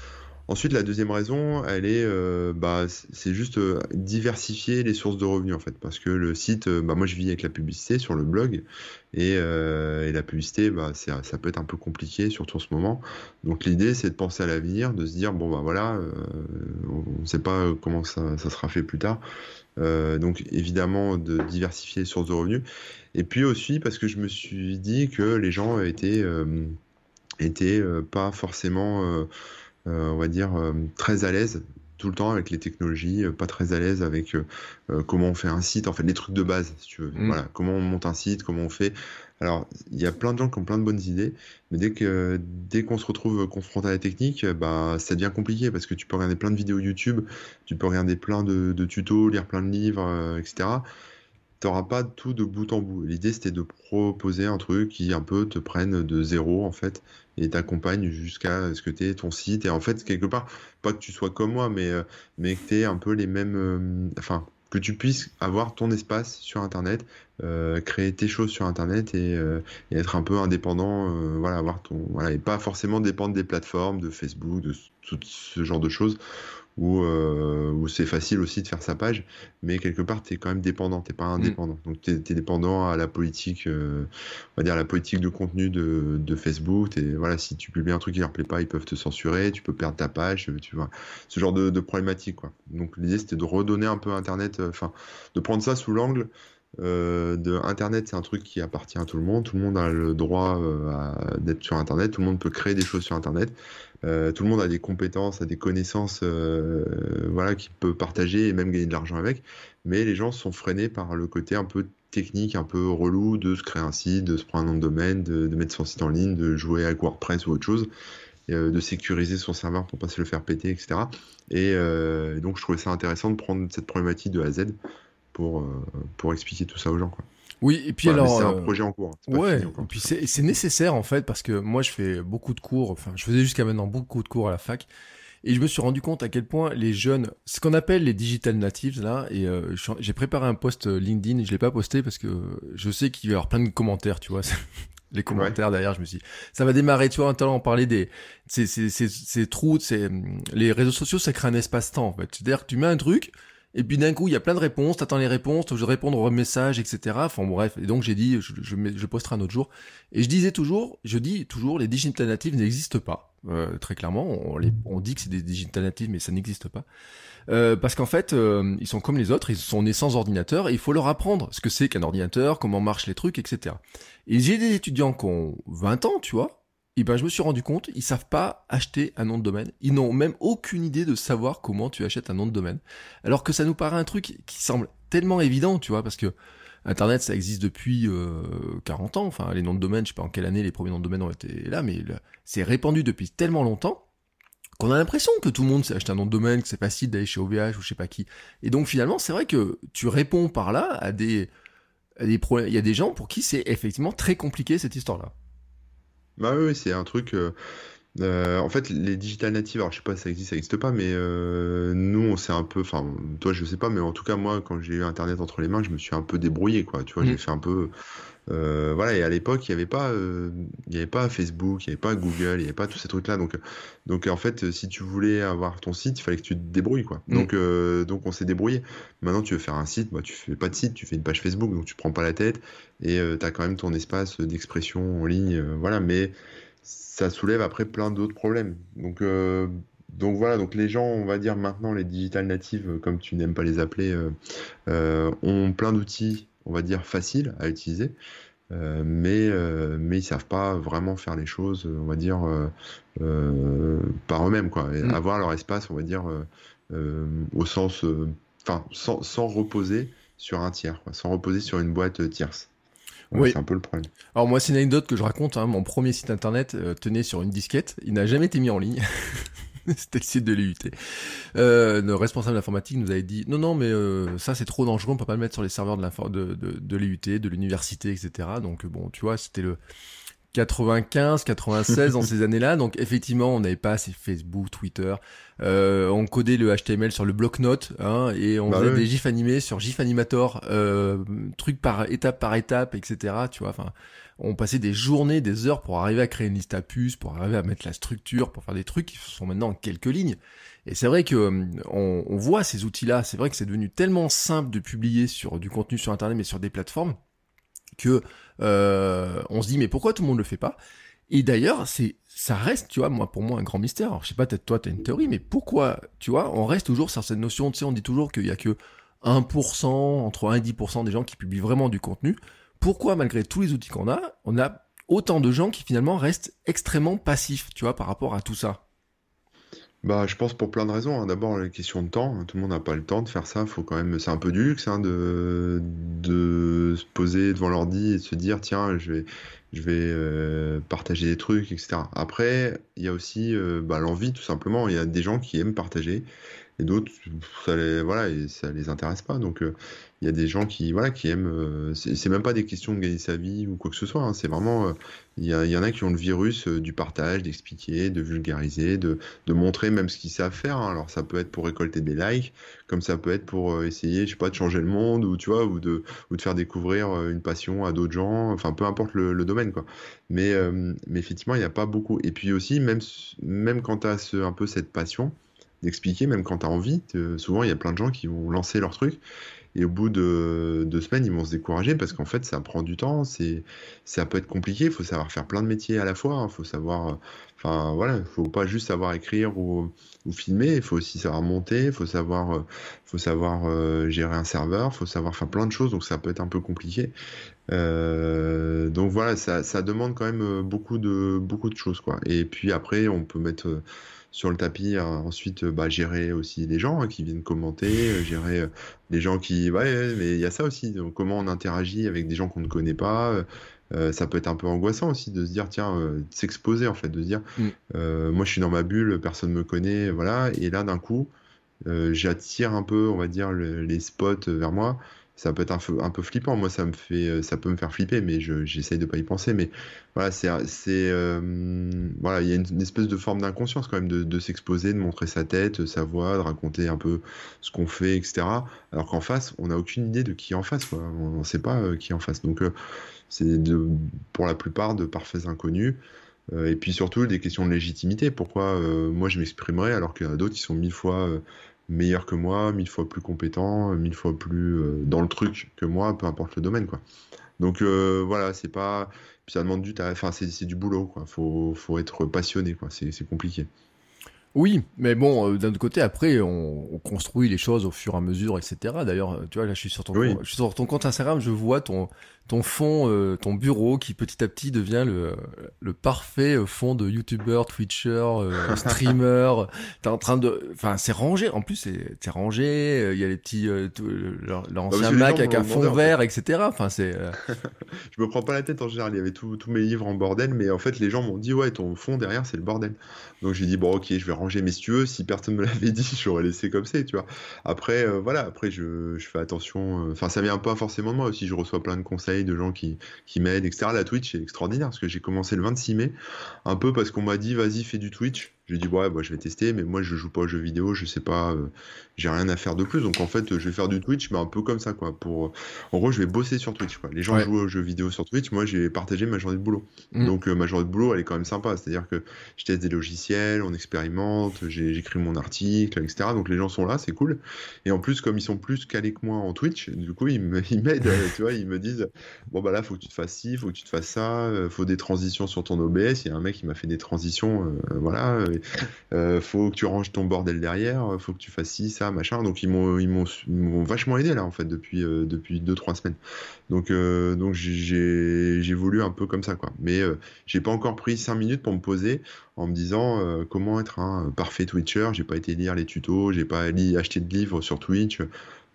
Ensuite, la deuxième raison, elle est, euh, bah, c'est juste euh, diversifier les sources de revenus en fait, parce que le site, euh, bah, moi je vis avec la publicité sur le blog et, euh, et la publicité, bah, c'est, ça peut être un peu compliqué, surtout en ce moment. Donc l'idée, c'est de penser à l'avenir, de se dire bon bah voilà, euh, on ne sait pas comment ça, ça sera fait plus tard. Euh, donc évidemment de diversifier les sources de revenus. Et puis aussi parce que je me suis dit que les gens étaient, euh, étaient euh, pas forcément euh, euh, on va dire, euh, très à l'aise tout le temps avec les technologies, euh, pas très à l'aise avec euh, euh, comment on fait un site, en fait, les trucs de base, si tu veux. Mm. Voilà, comment on monte un site, comment on fait. Alors, il y a plein de gens qui ont plein de bonnes idées, mais dès que dès qu'on se retrouve confronté à la technique, bah, ça devient compliqué parce que tu peux regarder plein de vidéos YouTube, tu peux regarder plein de, de tutos, lire plein de livres, euh, et cetera. T'auras pas tout de bout en bout. L'idée, c'était de proposer un truc qui un peu te prenne de zéro, en fait, et t'accompagne jusqu'à ce que tu aies ton site. Et en fait, quelque part, pas que tu sois comme moi, mais, euh, mais que tu aies un peu les mêmes... euh, enfin, que tu puisses avoir ton espace sur Internet, euh, créer tes choses sur Internet et, euh, et être un peu indépendant, euh, voilà, avoir ton... Voilà, et pas forcément dépendre des plateformes, de Facebook, de tout ce genre de choses. Où, euh, où c'est facile aussi de faire sa page, mais quelque part, tu es quand même dépendant, tu n'es pas indépendant. Mm. Donc, tu es dépendant à la politique, euh, on va dire, la politique de contenu de, de Facebook. Et voilà, si tu publies un truc qui leur plaît pas, ils peuvent te censurer, tu peux perdre ta page, tu vois, ce genre de, de problématique, quoi. Donc, l'idée, c'était de redonner un peu Internet, enfin, euh, de prendre ça sous l'angle Euh, de Internet, c'est un truc qui appartient à tout le monde. Tout le monde a le droit euh, à, d'être sur Internet. Tout le monde peut créer des choses sur Internet. Euh, tout le monde a des compétences, a des connaissances, euh, voilà, qu'il peut partager et même gagner de l'argent avec. Mais les gens sont freinés par le côté un peu technique, un peu relou de se créer un site, de se prendre un nom de domaine, de, de mettre son site en ligne, de jouer avec WordPress ou autre chose, et, euh, de sécuriser son serveur pour pas se le faire péter, et cetera. Et, euh, et donc, je trouvais ça intéressant de prendre cette problématique de A à Z. Pour, euh, pour expliquer tout ça aux gens, quoi. Oui, et puis voilà, alors... c'est un euh, projet en cours. C'est pas ouais, fini encore, et puis c'est, c'est nécessaire en fait, parce que moi je fais beaucoup de cours, enfin je faisais jusqu'à maintenant beaucoup de cours à la fac, et je me suis rendu compte à quel point les jeunes, ce qu'on appelle les digital natives là, et euh, j'ai préparé un post LinkedIn, je l'ai pas posté parce que je sais qu'il va y avoir plein de commentaires, tu vois, les commentaires ouais. Derrière, je me suis dit, ça va démarrer, tu vois, tout à l'heure on parlait des, ces, ces, ces, ces trous, ces, les réseaux sociaux, ça crée un espace-temps en fait, c'est-à-dire que tu mets un truc, et puis d'un coup, il y a plein de réponses, t'attends les réponses, tu veux répondre aux messages, et cetera. Enfin bref, et donc j'ai dit, je, je, je posterai un autre jour. Et je disais toujours, je dis toujours, les digital natives n'existent pas. Euh, très clairement, on, les, on dit que c'est des digital natives, mais ça n'existe pas. Euh, parce qu'en fait, euh, ils sont comme les autres, ils sont nés sans ordinateur, et il faut leur apprendre ce que c'est qu'un ordinateur, comment marchent les trucs, et cetera. Et j'ai des étudiants qui ont vingt ans, tu vois. Et ben je me suis rendu compte, ils savent pas acheter un nom de domaine. Ils n'ont même aucune idée de savoir comment tu achètes un nom de domaine. Alors que ça nous paraît un truc qui semble tellement évident, tu vois, parce que Internet, ça existe depuis euh, quarante ans. Enfin, les noms de domaine, je sais pas en quelle année les premiers noms de domaine ont été là, mais là, c'est répandu depuis tellement longtemps qu'on a l'impression que tout le monde sait acheter un nom de domaine, que c'est facile d'aller chez O V H ou je sais pas qui. Et donc finalement, c'est vrai que tu réponds par là à des, à des problèmes. Il y a des gens pour qui c'est effectivement très compliqué cette histoire-là. Bah oui, c'est un truc. Euh, euh, en fait, les digital natives, alors je sais pas si ça existe, ça existe pas, mais euh, nous, on s'est un peu. Enfin, toi, je sais pas, mais en tout cas, moi, quand j'ai eu Internet entre les mains, je me suis un peu débrouillé, quoi. Tu vois, mmh. j'ai fait un peu. Euh, voilà, et à l'époque, il n'y avait pas, euh, il y avait pas Facebook, il n'y avait pas Google, il n'y avait pas tous ces trucs-là. Donc, donc, en fait, si tu voulais avoir ton site, il fallait que tu te débrouilles, quoi. Mmh. Donc, euh, donc, on s'est débrouillé. Maintenant, tu veux faire un site, bah, tu fais pas de site, tu fais une page Facebook, donc tu prends pas la tête et euh, tu as quand même ton espace d'expression en ligne, euh, voilà. Mais ça soulève après plein d'autres problèmes. Donc, euh, donc voilà. Donc, les gens, on va dire maintenant, les digital natives, comme tu n'aimes pas les appeler, euh, euh, ont plein d'outils, on va dire, facile à utiliser, euh, mais, euh, mais ils savent pas vraiment faire les choses, on va dire, euh, euh, par eux-mêmes, quoi. Et mmh. avoir leur espace, on va dire, euh, euh, au sens, enfin, euh, sans, sans reposer sur un tiers, quoi, sans reposer sur une boîte tierce. Ouais, oui. C'est un peu le problème. Alors moi, c'est une anecdote que je raconte, hein, mon premier site internet euh, tenait sur une disquette, il n'a jamais été mis en ligne. C'était le site de l'I U T. Euh, le responsable d'informatique nous avait dit non non mais euh, ça c'est trop dangereux, on peut pas le mettre sur les serveurs de, de, de, de l'I U T, de l'université, et cetera. Donc bon, tu vois, c'était le quatre-vingt-quinze, quatre-vingt-seize dans ces années-là. Donc effectivement, on n'avait pas assez Facebook, Twitter. Euh, on codait le H T M L sur le bloc-notes hein, et on bah faisait ouais. des gifs animés sur GIF Animator, euh, truc par étape par étape, et cetera. Tu vois, enfin, on passait des journées, des heures pour arriver à créer une liste à puces, pour arriver à mettre la structure, pour faire des trucs qui sont maintenant en quelques lignes. Et c'est vrai que on, on voit ces outils-là. C'est vrai que c'est devenu tellement simple de publier sur du contenu sur Internet, mais sur des plateformes que euh, on se dit mais pourquoi tout le monde le fait pas? Et d'ailleurs, c'est ça reste, tu vois, moi pour moi un grand mystère. Alors je sais pas, peut-être toi t'as une théorie, mais pourquoi, tu vois, on reste toujours sur cette notion, tu sais, on dit toujours qu'il y a que un pour cent, entre un et dix pour cent des gens qui publient vraiment du contenu. Pourquoi malgré tous les outils qu'on a, on a autant de gens qui finalement restent extrêmement passifs, tu vois, par rapport à tout ça? Bah, je pense pour plein de raisons. Hein. D'abord, la question de temps. Tout le monde n'a pas le temps de faire ça. Faut quand même, c'est un peu du luxe hein, de, de se poser devant l'ordi et de se dire tiens, je vais, je vais euh, partager des trucs, et cetera. Après, il y a aussi euh, bah, l'envie, tout simplement. Il y a des gens qui aiment partager et d'autres, ça les, voilà, et ça les intéresse pas. Donc, euh, il y a des gens qui, voilà, qui aiment. Euh, c'est, c'est même pas des questions de gagner sa vie ou quoi que ce soit. Hein. C'est vraiment, euh, il y, a, il y en a qui ont le virus euh, du partage, d'expliquer, de vulgariser, de, de montrer même ce qu'ils savent faire. Hein. Alors, ça peut être pour récolter des likes, comme ça peut être pour euh, essayer, je sais pas, de changer le monde ou tu vois, ou de, ou de faire découvrir euh, une passion à d'autres gens. Enfin, peu importe le, le domaine, quoi. Mais, euh, mais effectivement, il n'y a pas beaucoup. Et puis aussi, même, même quand tu as ce, un peu cette passion d'expliquer, même quand tu as envie, souvent il y a plein de gens qui vont lancer leur truc. Et au bout de deux semaines, ils vont se décourager parce qu'en fait, ça prend du temps, c'est, ça peut être compliqué, il faut savoir faire plein de métiers à la fois, il hein, faut savoir, enfin voilà, il faut pas juste savoir écrire ou, ou filmer, il faut aussi savoir monter, il faut savoir, faut savoir euh, gérer un serveur, il faut savoir faire plein de choses, donc ça peut être un peu compliqué. Euh, donc voilà, ça, ça demande quand même beaucoup de, beaucoup de choses, quoi. Et puis après, on peut mettre... Euh, sur le tapis, hein, ensuite bah, gérer aussi les gens hein, qui viennent commenter, euh, gérer euh, les gens qui... Ouais, mais il y a ça aussi, donc, comment on interagit avec des gens qu'on ne connaît pas, euh, ça peut être un peu angoissant aussi de se dire, tiens, euh, s'exposer en fait, de se dire, mm. euh, moi je suis dans ma bulle, personne ne me connaît, voilà, et là d'un coup, euh, j'attire un peu, on va dire, le, les spots vers moi. Ça peut être un peu, un peu flippant. Moi, ça me fait, ça peut me faire flipper, mais je, j'essaye de pas y penser. Mais voilà, c'est, c'est, euh, voilà, il y a une, une espèce de forme d'inconscience quand même de, de s'exposer, de montrer sa tête, sa voix, de raconter un peu ce qu'on fait, et cetera. Alors qu'en face, on n'a aucune idée de qui est en face, quoi. On ne sait pas euh, qui est en face. Donc, euh, c'est de, pour la plupart de parfaits inconnus. Euh, et puis surtout des questions de légitimité. Pourquoi euh, moi je m'exprimerais alors qu'il y en a d'autres qui sont mille fois euh, meilleurs que moi, mille fois plus compétents, mille fois plus euh, dans le truc que moi, peu importe le domaine, quoi. Donc euh, voilà, c'est pas, puis ça demande du, enfin c'est, c'est du boulot, quoi. Faut, faut être passionné, quoi. C'est, c'est compliqué. Oui, mais bon, euh, d'un autre côté, après, on, on construit les choses au fur et à mesure, et cetera. D'ailleurs, tu vois, là, je suis sur ton, oui. compte, je suis sur ton compte Instagram, je vois ton, ton fond, euh, ton bureau qui petit à petit devient le, le parfait fond de youtubeur, twitcher, euh, streamer. T'es en train de, enfin, c'est rangé. En plus, c'est, c'est rangé. Il y a les petits, euh, tout, l'ancien bah, Mac avec un fond vert, en fait. et cetera. Enfin, c'est. Euh... je me prends pas la tête en général. Il y avait tous mes livres en bordel, mais en fait, les gens m'ont dit ouais, ton fond derrière, c'est le bordel. Donc j'ai dit bon, ok, je vais ranger mes stueux. Si personne me l'avait dit, j'aurais laissé comme c'est, tu vois. Après, euh, voilà. Après, je, je fais attention. Enfin, ça vient pas forcément de moi aussi. Je reçois plein de conseils de gens qui, qui m'aident, et cetera. La Twitch est extraordinaire parce que j'ai commencé le vingt-six mai, un peu parce qu'on m'a dit vas-y fais du Twitch. J'ai dit ouais bah, je vais tester, mais moi je joue pas aux jeux vidéo, je sais pas, euh, j'ai rien à faire de plus, donc en fait je vais faire du Twitch, mais un peu comme ça quoi. Pour, en gros je vais bosser sur Twitch quoi. Les gens ouais. jouent aux jeux vidéo sur Twitch, moi j'ai partagé ma journée de boulot. Mmh. Donc euh, ma journée de boulot elle est quand même sympa, c'est-à-dire que je teste des logiciels, on expérimente, j'ai, j'écris mon article, et cetera. Donc les gens sont là, c'est cool. Et en plus comme ils sont plus calés que moi en Twitch, du coup ils, me, ils m'aident, tu vois, ils me disent bon bah là faut que tu te fasses ci, faut que tu te fasses ça, euh, faut des transitions sur ton O B S. Il y a un mec qui m'a fait des transitions, euh, voilà. Euh, Euh, faut que tu ranges ton bordel derrière, faut que tu fasses ci, ça, machin. Donc ils m'ont, ils m'ont, ils m'ont vachement aidé là en fait depuis euh, depuis deux trois semaines. Donc euh, donc j'ai j'ai voulu un peu comme ça quoi. Mais euh, j'ai pas encore pris cinq minutes pour me poser en me disant euh, comment être un parfait Twitcher. J'ai pas été lire les tutos, j'ai pas li- acheté de livres sur Twitch.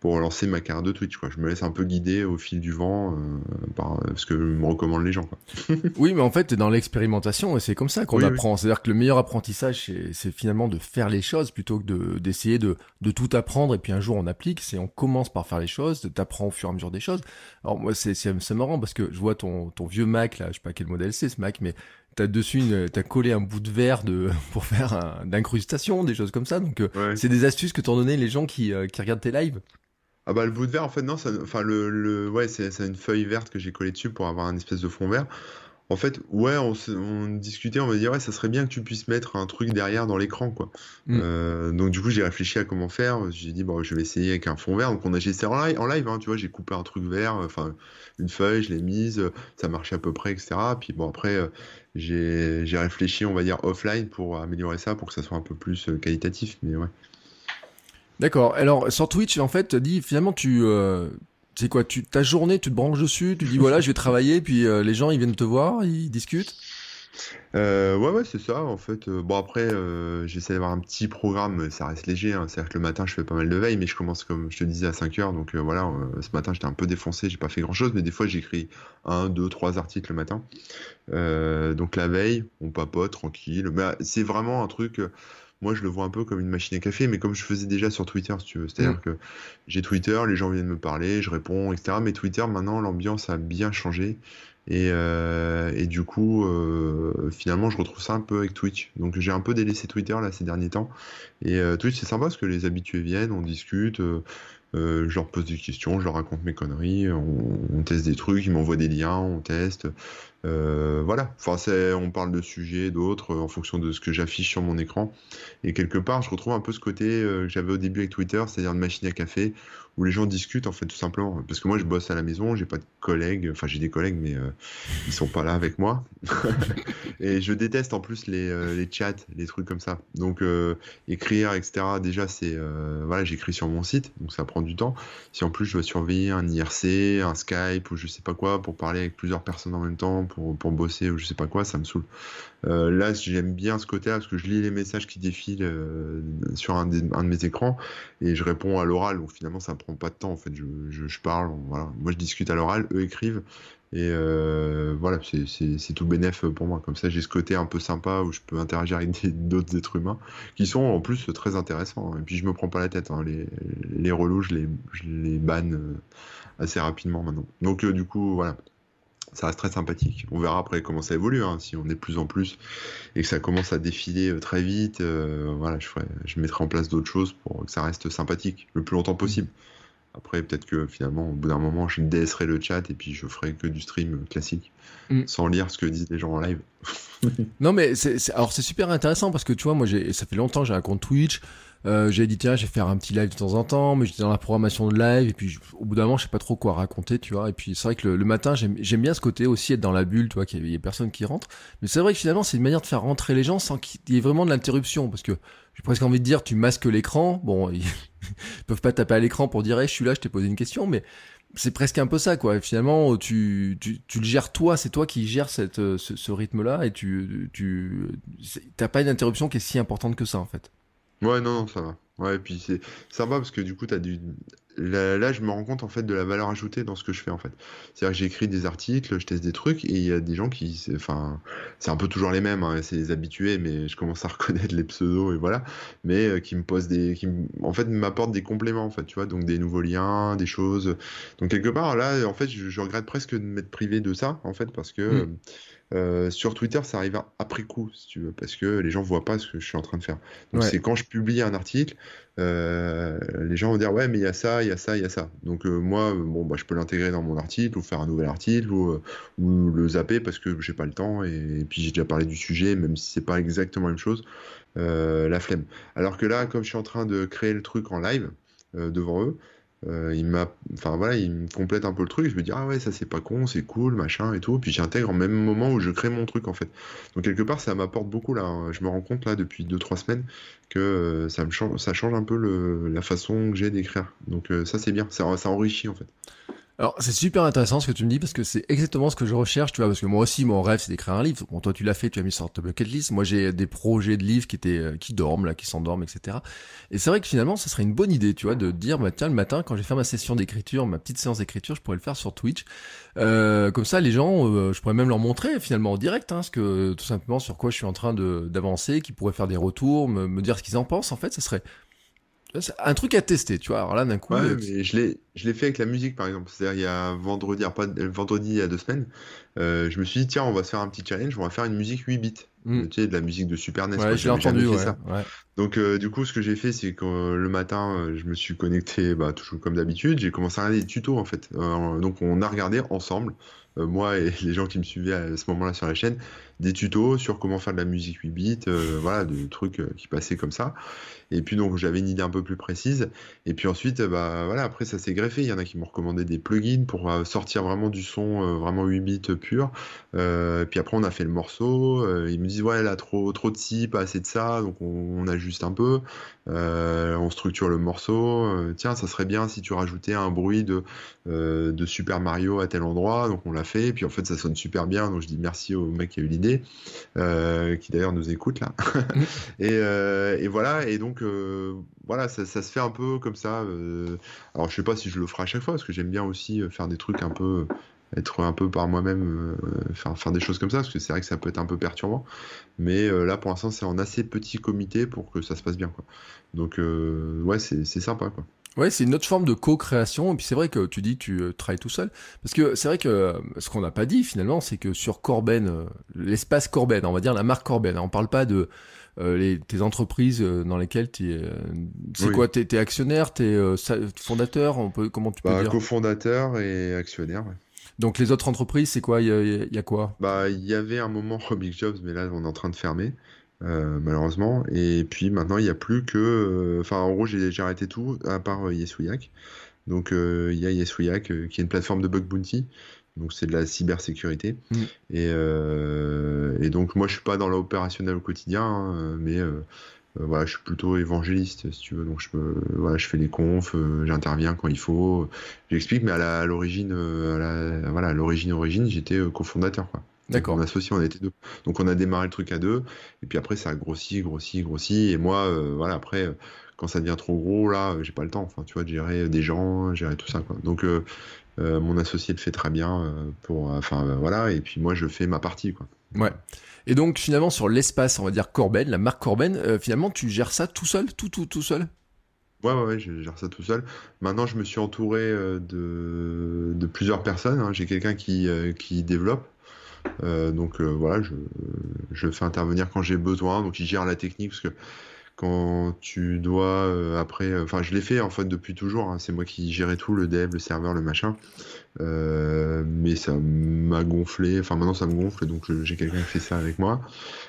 pour lancer ma carrière de Twitch, quoi. Je me laisse un peu guider au fil du vent euh, par ce que me recommandent les gens, quoi. Oui, mais en fait, t'es dans l'expérimentation et c'est comme ça qu'on Oui, apprend. C'est-à-dire que le meilleur apprentissage, c'est, c'est finalement de faire les choses plutôt que de, d'essayer de, de tout apprendre et puis un jour on applique. C'est on commence par faire les choses, t'apprends au fur et à mesure des choses. Alors moi, c'est, c'est, c'est marrant parce que je vois ton, ton vieux Mac, là, je sais pas quel modèle c'est ce Mac, mais t'as dessus, une, t'as collé un bout de verre de, pour faire un, d'incrustation, des choses comme ça. Donc, euh, Ouais. c'est des astuces que t'ont donné les gens qui, euh, qui regardent tes lives. Ah bah le bout de verre en fait non ça, enfin le, le ouais c'est c'est une feuille verte que j'ai collée dessus pour avoir un espèce de fond vert. En fait ouais on, se- on discutait, on m'a dit ouais ça serait bien que tu puisses mettre un truc derrière dans l'écran quoi. Mm. Euh, donc du coup j'ai réfléchi à comment faire, j'ai dit bon je vais essayer avec un fond vert, donc on a j'ai essayé en live, en live hein, tu vois, j'ai coupé un truc vert, enfin une feuille, je l'ai mise, euh, ça marchait à peu près etc. Puis bon après euh, j'ai j'ai réfléchi on va dire offline pour améliorer ça pour que ça soit un peu plus euh, qualitatif mais ouais. D'accord. Alors, sur Twitch, en fait, tu dis, finalement, tu, euh, c'est quoi, tu, ta journée, tu te branches dessus, tu dis, voilà, je vais travailler, puis euh, les gens, ils viennent te voir, ils discutent. Euh, ouais, ouais, c'est ça, en fait. Euh, bon, après, euh, j'essaie d'avoir un petit programme, mais ça reste léger, hein. C'est-à-dire que le matin, je fais pas mal de veille, mais je commence, comme je te disais, à cinq heures. Donc euh, voilà, euh, ce matin, j'étais un peu défoncé, j'ai pas fait grand-chose, mais des fois, j'écris un, deux, trois articles le matin. Euh, donc la veille, on papote, tranquille. Mais euh, c'est vraiment un truc, euh, moi, je le vois un peu comme une machine à café, mais comme je faisais déjà sur Twitter, si tu veux. Mm. C'est-à-dire que j'ai Twitter, les gens viennent me parler, je réponds, et cetera. Mais Twitter, maintenant, l'ambiance a bien changé. Et, euh, et du coup, euh, finalement, je retrouve ça un peu avec Twitch. Donc, j'ai un peu délaissé Twitter là ces derniers temps. Et euh, Twitch, c'est sympa parce que les habitués viennent, on discute, euh, euh, je leur pose des questions, je leur raconte mes conneries, on, on teste des trucs, ils m'envoient des liens, on teste. Euh, voilà. Enfin, c'est, on parle de sujets, d'autres, euh, en fonction de ce que j'affiche sur mon écran. Et quelque part, je retrouve un peu ce côté euh, que j'avais au début avec Twitter, c'est-à-dire une machine à café où les gens discutent en fait tout simplement. Parce que moi, je bosse à la maison, j'ai pas de collègues, enfin j'ai des collègues, mais euh, ils sont pas là avec moi. Et je déteste en plus les, euh, les chats, les trucs comme ça. Donc euh, écrire, et cetera. Déjà, c'est euh, voilà, j'écris sur mon site, donc ça prend du temps. Si en plus je dois surveiller un I R C, un Skype ou je sais pas quoi pour parler avec plusieurs personnes en même temps, pour, pour bosser ou je sais pas quoi, ça me saoule. Euh, là, j'aime bien ce côté-là parce que je lis les messages qui défilent euh, sur un, des- un de mes écrans et je réponds à l'oral. Donc finalement, ça me prend pas de temps. En fait, je, je, je parle. Voilà. Moi, je discute à l'oral, eux écrivent. Et euh, voilà, c'est c'est- c'est tout bénef pour moi. Comme ça, j'ai ce côté un peu sympa où je peux interagir avec des- d'autres êtres humains qui sont en plus très intéressants. Et puis, je me prends pas la tête, hein. Les, les relous, je les, je les banne euh, assez rapidement maintenant. Donc, euh, du coup, voilà. Ça reste très sympathique. On verra après comment ça évolue, hein. Si on est de plus en plus et que ça commence à défiler euh, très vite, euh, voilà, je ferai, je mettrai en place d'autres choses pour que ça reste sympathique le plus longtemps possible. Après, peut-être que finalement, au bout d'un moment, je délaisserai le chat et puis je ferai que du stream euh, classique, Mm. sans lire ce que disent les gens en live. Non, mais c'est, c'est- alors c'est super intéressant parce que tu vois, moi, j'ai, ça fait longtemps que j'ai un compte Twitch. Euh, j'ai dit, tiens, je vais faire un petit live de temps en temps, mais j'étais dans la programmation de live, et puis je- au bout d'un moment, je sais pas trop quoi raconter, tu vois. Et puis c'est vrai que le, le matin, j'aime, j'aime bien ce côté aussi, être dans la bulle, tu vois, qu'il y ait personne qui rentre. Mais c'est vrai que finalement, c'est une manière de faire rentrer les gens sans qu'il y ait vraiment de l'interruption, parce que j'ai presque envie de dire, tu masques l'écran. Bon, ils, ils peuvent pas taper à l'écran pour dire, hey, je suis là, je t'ai posé une question, mais c'est presque un peu ça, quoi. Finalement, tu, tu, tu le gères toi, c'est toi qui gères cette, euh, ce, ce rythme-là, et tu, tu, c'est- t'as pas une interruption qui est si importante que ça, en fait. Ouais, non, non, ça va. Ouais, et puis c'est sympa parce que du coup, t'as du... Là, là, je me rends compte en fait de la valeur ajoutée dans ce que je fais en fait. C'est-à-dire que j'écris des articles, je teste des trucs et il y a des gens qui, c'est- enfin, c'est un peu toujours les mêmes, hein, c'est les habitués, mais je commence à reconnaître les pseudos et voilà, mais euh, qui me posent des, qui me- en fait m'apportent des compléments en fait, tu vois, donc des nouveaux liens, des choses. Donc quelque part là, en fait, je, je regrette presque de m'être privé de ça en fait parce que Mm. euh, sur Twitter, ça arrive a- après coup, si tu veux, parce que les gens voient pas ce que je suis en train de faire. Donc Ouais. c'est quand je publie un article, euh, les gens vont dire ouais, mais il y a ça, il y a ça, il y a ça. Donc euh, moi, euh, bon, bah, je peux l'intégrer dans mon article ou faire un nouvel article ou, euh, ou le zapper parce que j'ai pas le temps et, et puis j'ai déjà parlé du sujet, même si c'est pas exactement la même chose, euh, la flemme. Alors que là, comme je suis en train de créer le truc en live euh, devant eux. Euh, il m'a, enfin voilà, il me complète un peu le truc. Je me dis ah ouais, ça c'est pas con, c'est cool, machin et tout. Puis j'intègre en même moment où je crée mon truc en fait. Donc quelque part ça m'apporte beaucoup là, hein. Je me rends compte là depuis deux trois semaines que euh, ça me change, ça change un peu le, la façon que j'ai d'écrire. Donc euh, ça c'est bien, ça, ça enrichit en fait. Alors, c'est super intéressant ce que tu me dis parce que c'est exactement ce que je recherche, tu vois, parce que moi aussi, mon rêve, c'est d'écrire un livre. Bon, toi, tu l'as fait, tu as mis sur ta bucket list. Moi, j'ai des projets de livres qui étaient, euh, qui dorment, là, qui s'endorment, et cetera. Et c'est vrai que finalement, ça serait une bonne idée, tu vois, de dire, bah, tiens, le matin, quand je vais faire ma session d'écriture, ma petite séance d'écriture, je pourrais le faire sur Twitch. Euh, comme ça, les gens, euh, je pourrais même leur montrer, finalement, en direct, hein, ce que, tout simplement, sur quoi je suis en train de, d'avancer, qui pourraient faire des retours, me, me dire ce qu'ils en pensent. En fait, ça serait c'est un truc à tester, tu vois. Alors là, d'un coup, Ouais, euh, mais je l'ai, je l'ai fait avec la musique, par exemple. C'est-à-dire, il y a vendredi, alors pas, euh, vendredi, il y a deux semaines, euh, je me suis dit, tiens, on va se faire un petit challenge, on va faire une musique huit bits. hmm, Euh, Tu sais, de la musique de Super N E S, ouais, quoi. je l'ai J'avais jamais entendu, fait ouais, ça. ouais. Donc, euh, du coup, ce que j'ai fait, c'est que euh, le matin, euh, je me suis connecté, bah, toujours comme d'habitude. J'ai commencé à regarder des tutos, en fait. Euh, donc, on a regardé ensemble, euh, moi et les gens qui me suivaient à ce moment-là sur la chaîne, des tutos sur comment faire de la musique huit bits, euh, voilà, des trucs euh, qui passaient comme ça. Et puis, donc, j'avais une idée un peu plus précise. Et puis ensuite, euh, bah, voilà, après, ça s'est greffé. Il y en a qui m'ont recommandé des plugins pour euh, sortir vraiment du son, euh, vraiment huit bits pur. Euh, puis après, on a fait le morceau. Euh, ils me disent, ouais, là, trop, trop de ci, pas assez de ça. Donc, on, on ajuste un peu. Euh, on structure le morceau. Euh, tiens, ça serait bien si tu rajoutais un bruit de, euh, de Super Mario à tel endroit. Donc, on l'a fait. Et puis, en fait, ça sonne super bien. Donc, je dis merci au mec qui a eu l'idée, euh, qui d'ailleurs nous écoute là. Hmm. Et, euh, et voilà. Et donc, euh, voilà, ça, ça se fait un peu comme ça. euh. Alors, je sais pas si je le ferai à chaque fois, parce que j'aime bien aussi euh, faire des trucs un peu, être un peu par moi-même, euh, faire, faire des choses comme ça, parce que c'est vrai que ça peut être un peu perturbant. Mais euh, là, pour l'instant, c'est en assez petit comité pour que ça se passe bien, quoi. Donc, euh, ouais, c'est c'est sympa, quoi. Ouais, c'est une autre forme de co-création. Et puis c'est vrai que tu dis que tu euh, travailles tout seul. Parce que c'est vrai que euh, ce qu'on n'a pas dit finalement, c'est que sur Corben, euh, l'espace Corben, on va dire la marque Corben, hein, on parle pas de euh, les, tes entreprises euh, dans lesquelles tu es. Euh, c'est Oui. quoi, t'es, t'es actionnaire, t'es euh, sa- fondateur, on peut, comment tu peux Bah, dire? cofondateur et actionnaire, ouais. Donc les autres entreprises, c'est quoi? Il y a, il y a quoi? Bah, il y avait un moment Big Jobs, mais là, on est en train de fermer, euh, malheureusement. Et puis maintenant, il n'y a plus que. euh, Enfin, en gros, j'ai j'ai arrêté tout, à part euh, Yesouyak. Donc, euh, il y a Yesouyak, euh, qui est une plateforme de bug bounty. Donc, c'est de la cybersécurité. Hmm. Et, euh, et donc, moi, je suis pas dans l'opérationnel au quotidien, hein, mais euh, euh, voilà, je suis plutôt évangéliste, si tu veux. Donc, je, peux, voilà, je fais les confs, euh, j'interviens quand il faut, j'explique, mais à la- à l'origine, euh, à la- voilà, à l'origine, origine, j'étais euh, cofondateur, quoi. Donc, mon D'accord. associé, on était deux. Donc, on a démarré le truc à deux, et puis après, ça a grossi, grossi, grossi. Et moi, euh, voilà, après, euh, quand ça devient trop gros, là, euh, j'ai pas le temps, enfin, tu vois, de gérer des gens, gérer tout ça, quoi. Donc, euh, euh, mon associé le fait très bien, euh, pour, enfin, euh, voilà, et puis moi, je fais ma partie, quoi. Ouais. Et donc finalement sur l'espace, on va dire Corben, la marque Corben, euh, finalement tu gères ça tout seul, tout tout tout seul? Ouais, ouais, ouais, je gère ça tout seul. Maintenant, je me suis entouré euh, de, de plusieurs personnes, hein. J'ai quelqu'un qui, euh, qui développe. Euh, donc euh, voilà, je, je le fais intervenir quand j'ai besoin. Donc il gère la technique, parce que quand tu dois euh, après, euh, enfin je l'ai fait en fait depuis toujours, hein. C'est moi qui gérais tout, le dev, le serveur, le machin. Euh, mais ça m'a gonflé, enfin maintenant ça me gonfle, donc je- j'ai quelqu'un qui fait ça avec moi.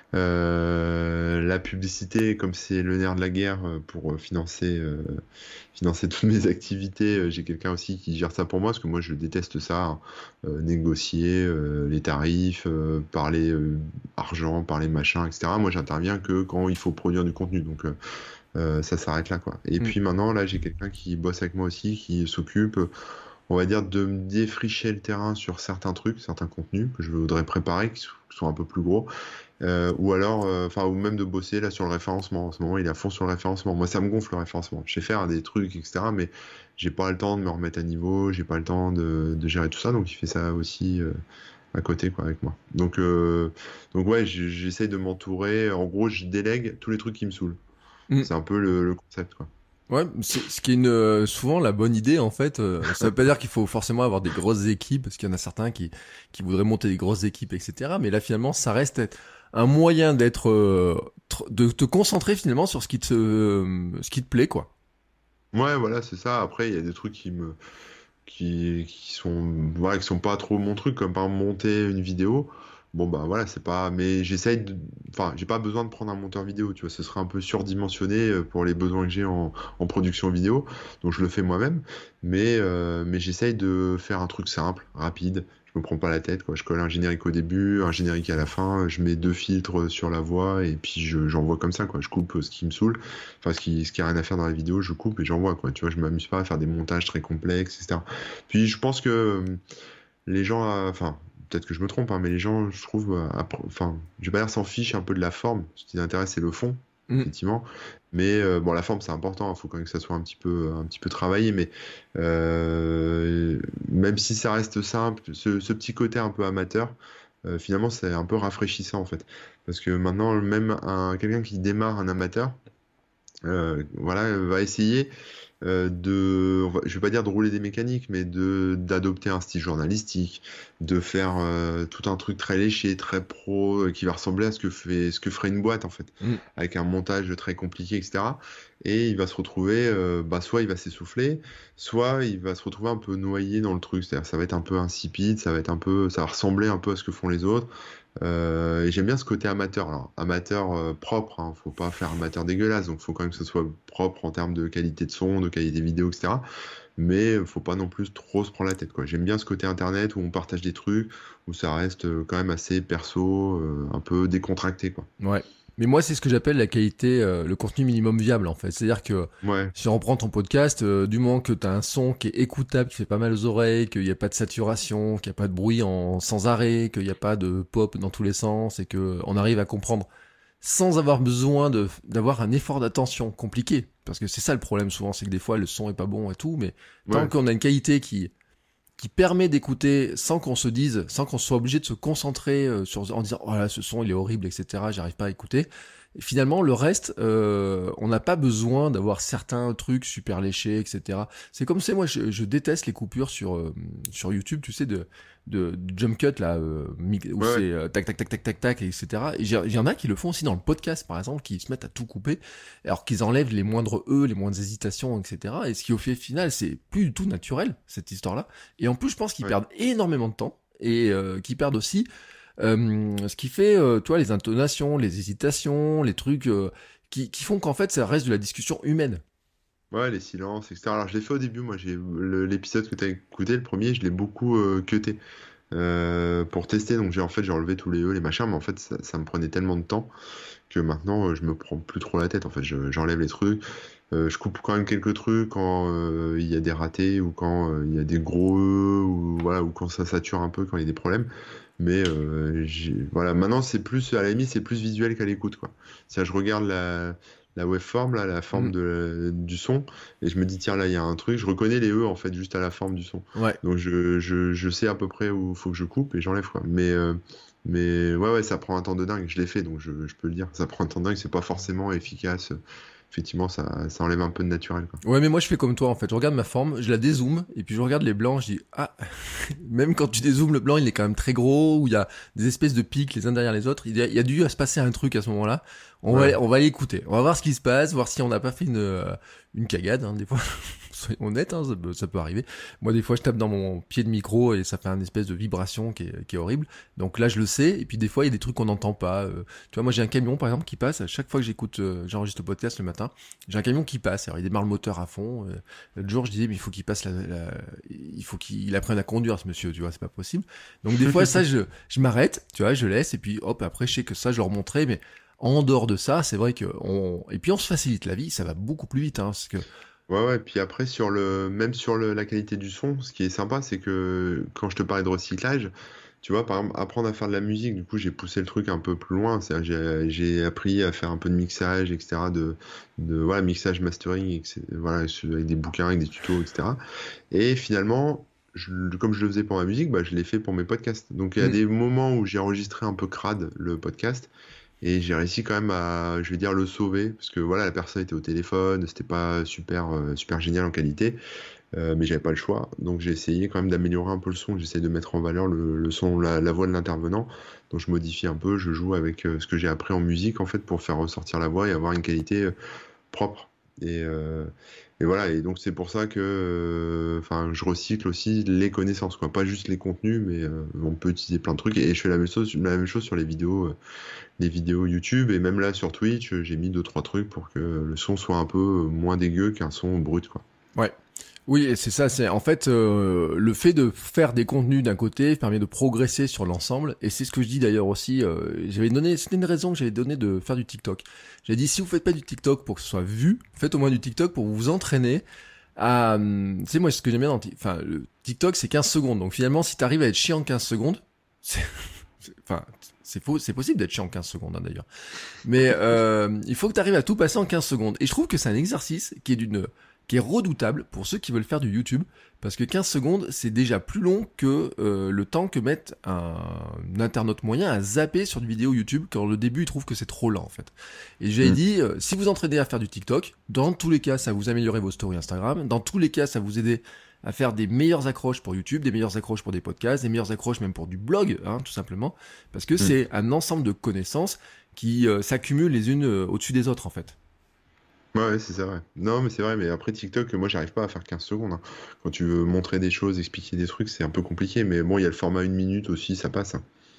Euh, la publicité, comme c'est le nerf de la guerre, euh, pour euh, financer, euh, financer toutes mes activités, euh, j'ai quelqu'un aussi qui gère ça pour moi, parce que moi je déteste ça, hein. Euh, négocier euh, les tarifs, euh, parler euh, argent, parler machin, et cetera. Moi j'interviens que quand il faut produire du contenu, donc euh, euh, ça s'arrête là, quoi. Et Hmm. puis maintenant, là, j'ai quelqu'un qui bosse avec moi aussi, qui s'occupe, euh, on va dire, de me défricher le terrain sur certains trucs, certains contenus que je voudrais préparer, qui sont qui sont un peu plus gros. Euh, ou alors, euh, enfin, ou même de bosser là sur le référencement. En ce moment, il est à fond sur le référencement. Moi, ça me gonfle le référencement. Je sais faire des trucs, et cetera. Mais j'ai pas le temps de me remettre à niveau, j'ai pas le temps de, de gérer tout ça. Donc, il fait ça aussi euh, à côté, quoi, avec moi. Donc, euh, donc ouais, j- j'essaye de m'entourer. En gros, je délègue tous les trucs qui me saoulent. Hmm. C'est un peu le, le concept, quoi. Ouais, c'est ce qui est une, euh, souvent la bonne idée en fait. Euh, ça veut pas dire qu'il faut forcément avoir des grosses équipes, parce qu'il y en a certains qui qui voudraient monter des grosses équipes, et cetera. Mais là finalement, ça reste être un moyen d'être, euh, tr- de te concentrer finalement sur ce qui te, euh, ce qui te plaît quoi. Ouais, voilà, c'est ça. Après, il y a des trucs qui me, qui, qui sont, voilà, qui sont pas trop mon truc, comme par exemple monter une vidéo. Bon, bah voilà, c'est pas. Mais j'essaye de. Enfin, j'ai pas besoin de prendre un monteur vidéo, tu vois. Ce serait un peu surdimensionné euh, pour les besoins que j'ai en, en production vidéo. Donc, je le fais moi-même. Mais, euh, mais j'essaye de faire un truc simple, rapide. me prends pas la tête, quoi. Je colle un générique au début, un générique à la fin, je mets deux filtres sur la voix et puis je, j'envoie comme ça, quoi. Je coupe ce qui me saoule, enfin ce qui, ce qui a rien à faire dans la vidéo, je coupe et j'envoie, quoi. Tu vois, je m'amuse pas à faire des montages très complexes, et cetera. Puis je pense que les gens, enfin, peut-être que je me trompe, hein, mais les gens, je trouve, enfin, je vais pas dire s'en fichent un peu de la forme. Ce qui les intéresse, c'est le fond. Mmh. Effectivement, mais euh, bon, la forme c'est important, il faut quand même que ça soit un petit peu, un petit peu travaillé, mais euh, même si ça reste simple, ce, ce petit côté un peu amateur, euh, finalement c'est un peu rafraîchissant en fait, parce que maintenant même un, quelqu'un qui démarre, un amateur, euh, voilà, va essayer euh, de, je vais pas dire de rouler des mécaniques, mais de d'adopter un style journalistique, de faire euh, tout un truc très léché, très pro, euh, qui va ressembler à ce que fait, ce que ferait une boîte en fait, mmh. avec un montage très compliqué, et cetera. Et il va se retrouver, euh, bah soit il va s'essouffler, soit il va se retrouver un peu noyé dans le truc, c'est-à-dire ça va être un peu insipide, ça va être un peu, ça va ressembler un peu à ce que font les autres. Euh, et j'aime bien ce côté amateur, alors amateur euh, propre, hein, faut pas faire amateur dégueulasse, donc faut quand même que ce soit propre en termes de qualité de son, de qualité vidéo, et cetera. Mais faut pas non plus trop se prendre la tête, quoi. J'aime bien ce côté internet où on partage des trucs, où ça reste quand même assez perso, euh, un peu décontracté, quoi. Ouais. Mais moi, c'est ce que j'appelle la qualité, euh, le contenu minimum viable, en fait. C'est-à-dire que ouais. si on reprend ton podcast, euh, du moment que tu as un son qui est écoutable, qui fait pas mal aux oreilles, qu'il n'y a pas de saturation, qu'il n'y a pas de bruit en sans arrêt, qu'il n'y a pas de pop dans tous les sens, et que on arrive à comprendre sans avoir besoin de d'avoir un effort d'attention compliqué. Parce que c'est ça le problème souvent, c'est que des fois le son est pas bon et tout, mais tant ouais. qu'on a une qualité qui qui permet d'écouter sans qu'on se dise, sans qu'on soit obligé de se concentrer euh, sur, en disant « Oh là, ce son, il est horrible, et cetera, j'arrive pas à écouter ». Et finalement, le reste, euh, on n'a pas besoin d'avoir certains trucs super léchés, et cetera. C'est comme c'est moi, je, je déteste les coupures sur euh, sur YouTube, tu sais, de de, de jump cut là, euh, où ouais. c'est euh, tac tac tac tac tac tac, et cetera. Et il y en a qui le font aussi dans le podcast, par exemple, qui se mettent à tout couper, alors qu'ils enlèvent les moindres e, les moindres hésitations, et cetera. Et ce qui au fait final, c'est plus du tout naturel cette histoire-là. Et en plus, je pense qu'ils ouais. perdent énormément de temps et euh, qu'ils perdent aussi. Euh, ce qui fait, euh, toi, les intonations, les hésitations, les trucs euh, qui, qui font qu'en fait, ça reste de la discussion humaine. Ouais, les silences, et cetera. Alors, je l'ai fait au début, moi, j'ai le, l'épisode que tu as écouté, le premier, je l'ai beaucoup euh, cuté euh, pour tester. Donc, j'ai en fait, j'ai enlevé tous les E, les machins, mais en fait, ça, ça me prenait tellement de temps que maintenant, euh, je me prends plus trop la tête. En fait, je, j'enlève les trucs. Euh, je coupe quand même quelques trucs quand il euh, y a des ratés ou quand il euh, y a des gros E ou, voilà, ou quand ça sature un peu, quand il y a des problèmes. Mais euh, voilà, maintenant c'est plus à la limite, c'est plus visuel qu'à l'écoute, quoi. C'est-à-dire, je regarde la, la waveform, là, la forme mmh. de, du son, et je me dis tiens là il y a un truc, je reconnais les E en fait juste à la forme du son. Ouais. Donc je, je, je sais à peu près où il faut que je coupe et j'enlève, quoi. Mais euh, mais ouais ouais ça prend un temps de dingue. Je l'ai fait donc je, je peux le dire, ça prend un temps de dingue, c'est pas forcément efficace. Effectivement, ça, ça enlève un peu de naturel, quoi. Ouais, mais moi je fais comme toi en fait. Je regarde ma forme, je la dézoome, et puis je regarde les blancs, je dis ah, même quand tu dézoomes le blanc, il est quand même très gros, où il y a des espèces de pics les uns derrière les autres. Il y a, il y a dû se passer un truc à ce moment-là. On ouais. va, on va l'écouter. On va voir ce qui se passe, voir si on n'a pas fait une, euh, une cagade, hein, des fois. Soyons honnêtes, hein, ça, peut, ça peut arriver. Moi, des fois, je tape dans mon pied de micro et ça fait une espèce de vibration qui est, qui est horrible. Donc là, je le sais. Et puis des fois, il y a des trucs qu'on n'entend pas. Euh, tu vois, moi, j'ai un camion, par exemple, qui passe. À chaque fois que j'écoute, euh, j'enregistre le podcast le matin, j'ai un camion qui passe. Alors, il démarre le moteur à fond. Euh, l'autre jour, je disais, mais il faut qu'il passe la, la... il faut qu'il apprenne à conduire, ce monsieur. Tu vois, c'est pas possible. Donc des fois, ça, je, je m'arrête. Tu vois, je laisse. Et puis, hop, après, je sais que ça, je leur montrerai. Mais en dehors de ça, c'est vrai que on... et puis on se facilite la vie. Ça va beaucoup plus vite, hein, parce que Ouais, ouais, puis après, sur le, même sur le, la qualité du son, ce qui est sympa, c'est que quand je te parlais de recyclage, tu vois, par exemple, apprendre à faire de la musique, du coup, j'ai poussé le truc un peu plus loin. C'est-à-dire, j'ai, j'ai appris à faire un peu de mixage, et cetera, de, de voilà, mixage, mastering, et cetera, voilà, avec des bouquins, avec des tutos, et cetera. Et finalement, je, comme je le faisais pour ma musique, bah, je l'ai fait pour mes podcasts. Donc, il y a mmh. des moments où j'ai enregistré un peu crade le podcast. Et j'ai réussi quand même à, je vais dire, le sauver, parce que voilà, la personne était au téléphone, c'était pas super, euh, super génial en qualité, euh, mais j'avais pas le choix. Donc j'ai essayé quand même d'améliorer un peu le son, j'essaie de mettre en valeur le, le son, la, la voix de l'intervenant. Donc je modifie un peu, je joue avec euh, ce que j'ai appris en musique, en fait, pour faire ressortir la voix et avoir une qualité euh, propre. Et, euh, et voilà, et donc c'est pour ça que enfin euh, je recycle aussi les connaissances, quoi, pas juste les contenus, mais euh, on peut utiliser plein de trucs, et je fais la même chose, la même chose sur les vidéos euh, les vidéos YouTube, et même là sur Twitch, j'ai mis deux trois trucs pour que le son soit un peu moins dégueu qu'un son brut, quoi. Ouais. Oui, et c'est ça, c'est en fait euh, le fait de faire des contenus d'un côté permet de progresser sur l'ensemble, et c'est ce que je dis d'ailleurs aussi, euh, j'avais donné, c'était une raison que j'avais donné de faire du TikTok. J'ai dit si vous faites pas du TikTok pour que ce soit vu, faites au moins du TikTok pour vous entraîner à, hum, tu sais moi ce que j'aime bien dans Tik- enfin le TikTok c'est quinze secondes, donc finalement si t'arrives à être chiant en quinze secondes, c'est, c'est- enfin c'est faux, c'est possible d'être chiant en quinze secondes hein, d'ailleurs, mais euh, il faut que t'arrives à tout passer en quinze secondes, et je trouve que c'est un exercice qui est d'une qui est redoutable pour ceux qui veulent faire du YouTube, parce que quinze secondes, c'est déjà plus long que euh, le temps que met un, un internaute moyen à zapper sur une vidéo YouTube, quand au début, il trouve que c'est trop lent, en fait. Et j'avais Mm. dit, euh, si vous entraînez à faire du TikTok, dans tous les cas, ça vous améliorer vos stories Instagram, dans tous les cas, ça vous aider à faire des meilleures accroches pour YouTube, des meilleures accroches pour des podcasts, des meilleures accroches même pour du blog, hein, tout simplement, parce que Mm. c'est un ensemble de connaissances qui euh, s'accumulent les unes euh, au-dessus des autres, en fait. Ouais, ouais, c'est c'est vrai. Non, mais c'est vrai, mais après TikTok, moi, j'arrive pas à faire quinze secondes, hein. Quand tu veux montrer des choses, expliquer des trucs, c'est un peu compliqué, mais bon, il y a le format une minute aussi, ça passe, hein.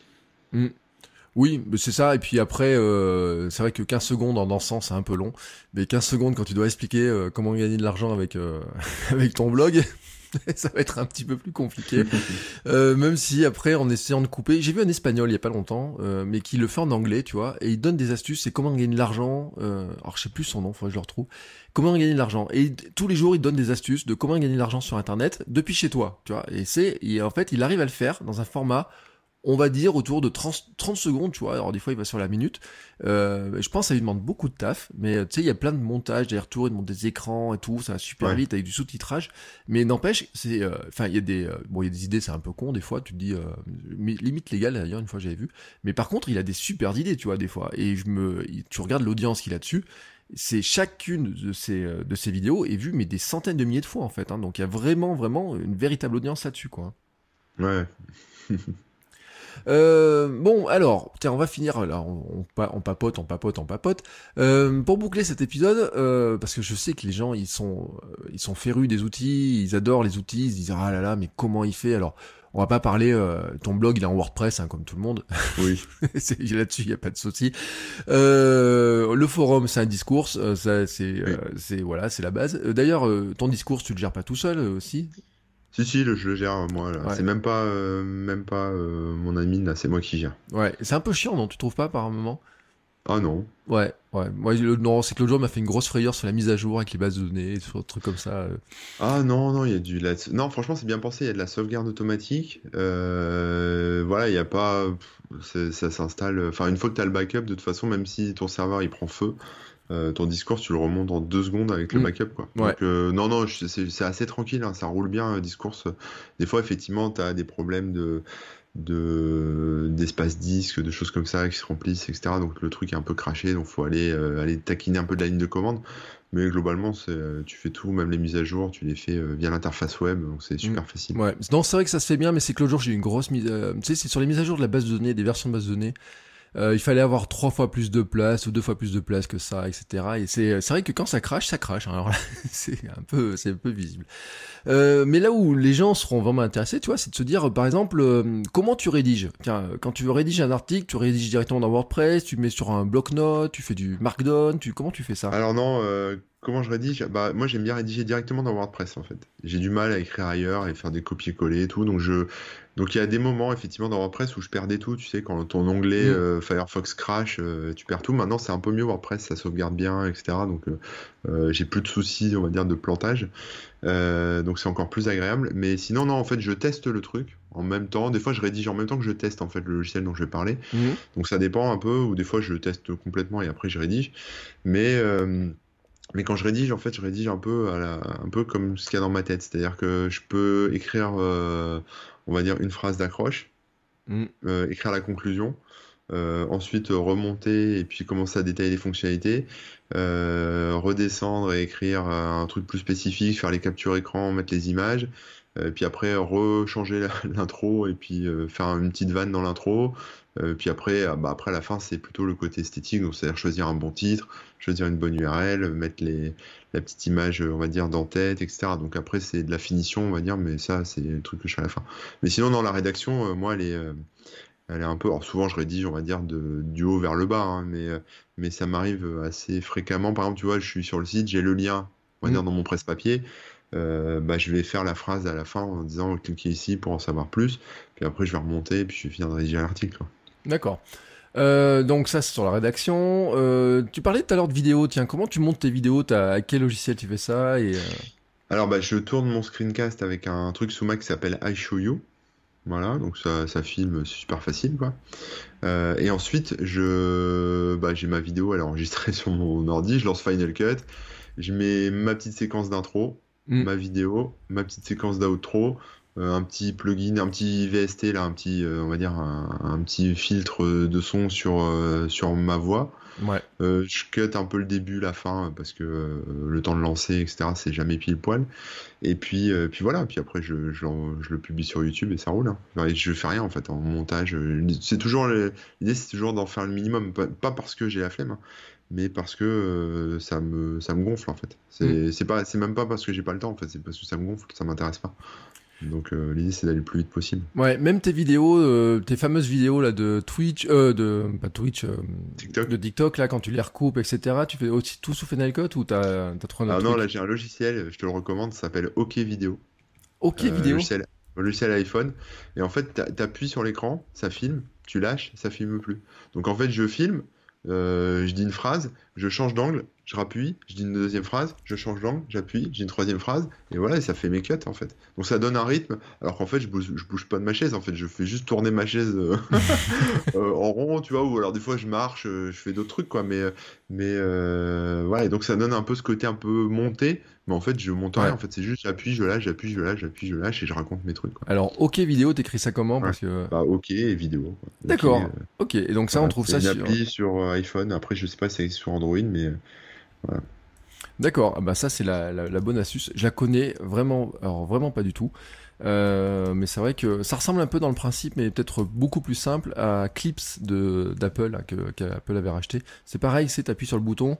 Mm. Oui, mais c'est ça. Et puis après, euh, c'est vrai que quinze secondes en dansant, c'est un peu long. Mais quinze secondes quand tu dois expliquer euh, comment gagner de l'argent avec euh, avec ton blog, ça va être un petit peu plus compliqué. Euh, même si après, en essayant de couper, j'ai vu un espagnol il y a pas longtemps, euh, mais qui le fait en anglais, tu vois, et il donne des astuces. C'est comment gagner de l'argent. Euh, alors je sais plus son nom, faudrait que je le retrouve. Comment gagner de l'argent. Et t- tous les jours, il donne des astuces de comment gagner de l'argent sur Internet depuis chez toi, tu vois. Et c'est, et en fait, il arrive à le faire dans un format, on va dire autour de trente, trente secondes, tu vois. Alors des fois, il va sur la minute. Euh, je pense que ça lui demande beaucoup de taf, mais euh, tu sais, il y a plein de montages, des retours, il monte des écrans et tout, ça va super Ouais. vite avec du sous-titrage. Mais n'empêche, c'est, euh, enfin, il y a des, euh, bon, il y a des idées, c'est un peu con des fois. Tu te dis, euh, mi- limite légal d'ailleurs, une fois j'avais vu. Mais par contre, il a des super idées, tu vois, des fois. Et je me, il- tu regardes l'audience qu'il a dessus. C'est chacune de ces euh, de ces vidéos est vue mais des centaines de milliers de fois en fait. Hein. Donc il y a vraiment vraiment une véritable audience là-dessus quoi. Ouais. Euh, bon, alors, tiens, on va finir, là, on, on, pa- on papote, on papote, on papote. Euh, pour boucler cet épisode, euh, parce que je sais que les gens, ils sont, euh, ils sont férus des outils, ils adorent les outils, ils se disent, ah là là, mais comment il fait? Alors, on va pas parler, euh, ton blog, il est en WordPress, hein, comme tout le monde. Oui. C'est- Là-dessus, il y a pas de souci. Euh, le forum, c'est un discours, euh, ça, c'est, euh, Oui. c'est, voilà, c'est la base. Euh, D'ailleurs, euh, ton discours, tu le gères pas tout seul euh, aussi? Si, si, le- je le gère, moi, là. Ouais. C'est même pas, euh, même pas euh, mon admin, là, c'est moi qui gère. Ouais, c'est un peu chiant, non? Tu trouves pas par un moment? Ah non. Ouais, ouais. Moi, le, non, c'est que l'autre jour, il m'a fait une grosse frayeur sur la mise à jour avec les bases de données, sur des trucs comme ça. euh. Ah non, non, il y a du... la- Non, franchement, c'est bien pensé, il y a de la sauvegarde automatique. Euh, Voilà, il n'y a pas... c'est- Ça s'installe... Enfin, une fois que tu as le backup, de toute façon, même si ton serveur, il prend feu, euh, ton Discourse, tu le remontes en deux secondes avec le Mm. backup, quoi. Ouais. Donc, euh, non, non, je- c'est c'est assez tranquille, hein, ça roule bien, euh, Discourse. Des fois, effectivement, tu as des problèmes de... de d'espace disque, de choses comme ça qui se remplissent, et cetera. Donc le truc est un peu craché, donc faut aller euh, aller taquiner un peu de la ligne de commande. Mais globalement, c'est, euh, tu fais tout, même les mises à jour, tu les fais euh, via l'interface web, donc c'est super facile. Ouais. Non, c'est vrai que ça se fait bien, mais c'est que l'autre jour, j'ai eu une grosse mise. euh, tu sais, c'est sur les mises à jour de la base de données, des versions de base de données. Euh, il fallait avoir trois fois plus de place ou deux fois plus de place que ça, et cetera. Et c'est, c'est vrai que quand ça crache, ça crache. Hein. Alors là, c'est un peu, c'est un peu visible. Euh, mais là où les gens seront vraiment intéressés, tu vois, c'est de se dire, par exemple, euh, comment tu rédiges. Tiens, quand tu veux rédiger un article, tu rédiges directement dans WordPress, tu mets sur un bloc-notes, tu fais du Markdown, tu, comment tu fais ça? Alors non, euh, comment je rédige? Bah moi j'aime bien rédiger directement dans WordPress en fait. J'ai du mal à écrire ailleurs et faire des copier-coller et tout, donc je donc il y a des moments effectivement dans WordPress où je perdais tout, tu sais, quand ton onglet Mm. euh, Firefox crash, euh, tu perds tout. Maintenant c'est un peu mieux WordPress, ça sauvegarde bien, et cetera. Donc euh, euh, j'ai plus de soucis, on va dire, de plantage. Euh, donc c'est encore plus agréable. Mais sinon non, en fait je teste le truc en même temps. Des fois je rédige en même temps que je teste en fait le logiciel dont je vais parler. Mhm. Donc ça dépend un peu, ou des fois je teste complètement et après je rédige. Mais euh, mais quand je rédige, en fait, je rédige un peu, à la- un peu comme ce qu'il y a dans ma tête. C'est-à-dire que je peux écrire, euh, on va dire, une phrase d'accroche, Mm. euh, écrire la conclusion, euh, ensuite euh, remonter et puis commencer à détailler les fonctionnalités, euh, redescendre et écrire euh, un truc plus spécifique, faire les captures écran, mettre les images, euh, puis après rechanger la- l'intro et puis euh, faire une petite vanne dans l'intro. Euh, puis après, ah, bah, après à la fin, c'est plutôt le côté esthétique, donc c'est-à-dire choisir un bon titre, choisir une bonne U R L, mettre les, la petite image, on va dire, d'en-tête, et cetera. Donc après, c'est de la finition, on va dire, mais ça, c'est le truc que je fais à la fin. Mais sinon, dans la rédaction, euh, moi, elle est, euh, elle est un peu... Alors souvent, je rédige, on va dire, de, du haut vers le bas, hein, mais, euh, mais ça m'arrive assez fréquemment. Par exemple, tu vois, je suis sur le site, j'ai le lien, on va Mm. dire, dans mon presse-papier. euh, bah, je vais faire la phrase à la fin en disant cliquez ici pour en savoir plus. Puis après, je vais remonter et puis je vais finir de rédiger l'article, quoi. D'accord. Euh, donc ça c'est sur la rédaction. Euh, tu parlais tout à l'heure de vidéo. Tiens, comment tu montes tes vidéos? T'as, à quel logiciel tu fais ça et, euh... Alors, bah, je tourne mon screencast avec un truc sous Mac qui s'appelle iShowU. Voilà, donc ça, ça filme, c'est super facile, quoi. Euh, et ensuite, je, bah, j'ai ma vidéo, elle est enregistrée sur mon ordi, je lance Final Cut, je mets ma petite séquence d'intro, mm. ma vidéo, ma petite séquence d'outro, euh, un petit plugin, un petit V S T, là, un petit, euh, on va dire, un, un petit filtre de son sur, euh, sur ma voix. Ouais. Euh, je cut un peu le début, la fin, parce que euh, le temps de lancer, et cetera, c'est jamais pile poil. Et puis, euh, puis voilà, puis après, je, je, je le publie sur YouTube et ça roule. Hein. Enfin, je fais rien en fait en montage. C'est toujours le, l'idée, c'est toujours d'en faire le minimum, pas, pas parce que j'ai la flemme, hein, mais parce que euh, ça me, ça me gonfle en fait. C'est, mm. c'est pas, c'est même pas parce que j'ai pas le temps en fait, c'est parce que ça me gonfle, ça m'intéresse pas. Donc euh, l'idée c'est d'aller le plus vite possible. Ouais, même tes vidéos, euh, tes fameuses vidéos là de Twitch, euh, de pas Twitch, euh, TikTok. de TikTok là quand tu les recoupes, et cetera. Tu fais aussi tout sous Final Cut ou t'as, t'as trouvé un autre Ah non, truc? là j'ai un logiciel, je te le recommande, ça s'appelle OK Vidéo. OK Euh, Vidéo. logiciel, logiciel iPhone. Et en fait, t'a- t'appuies sur l'écran, ça filme, tu lâches, ça filme plus. Donc en fait, je filme, euh, je dis une phrase, je change d'angle, je rappuie, je dis une deuxième phrase, je change d'angle, j'appuie, je dis une troisième phrase, et voilà, et ça fait mes cuts en fait. Donc ça donne un rythme, alors qu'en fait, je bouge, je bouge pas de ma chaise, en fait, je fais juste tourner ma chaise euh, euh, en rond, tu vois, ou alors des fois je marche, euh, je fais d'autres trucs, quoi, mais, mais euh, voilà, et donc ça donne un peu ce côté un peu monté, mais en fait, je monte rien, Ouais. en fait, c'est juste j'appuie, je lâche, j'appuie, je lâche, j'appuie, je lâche, et je raconte mes trucs, quoi. Alors OK Vidéo, t'écris ça comment? Ouais. Parce que Bah, ok, et vidéo, quoi. Ok, d'accord. euh, Ok. Et donc ça, on voilà, trouve c'est ça une sur. appli sur euh, iPhone, après, je sais pas si c'est sur Android, mais euh, voilà. D'accord. Ah bah ça c'est la, la, la bonne astuce. Je la connais vraiment, alors vraiment pas du tout. Euh, mais c'est vrai que ça ressemble un peu dans le principe, mais peut-être beaucoup plus simple à Clips de d'Apple là, que qu'Apple avait racheté. C'est pareil, c'est t'appuies sur le bouton,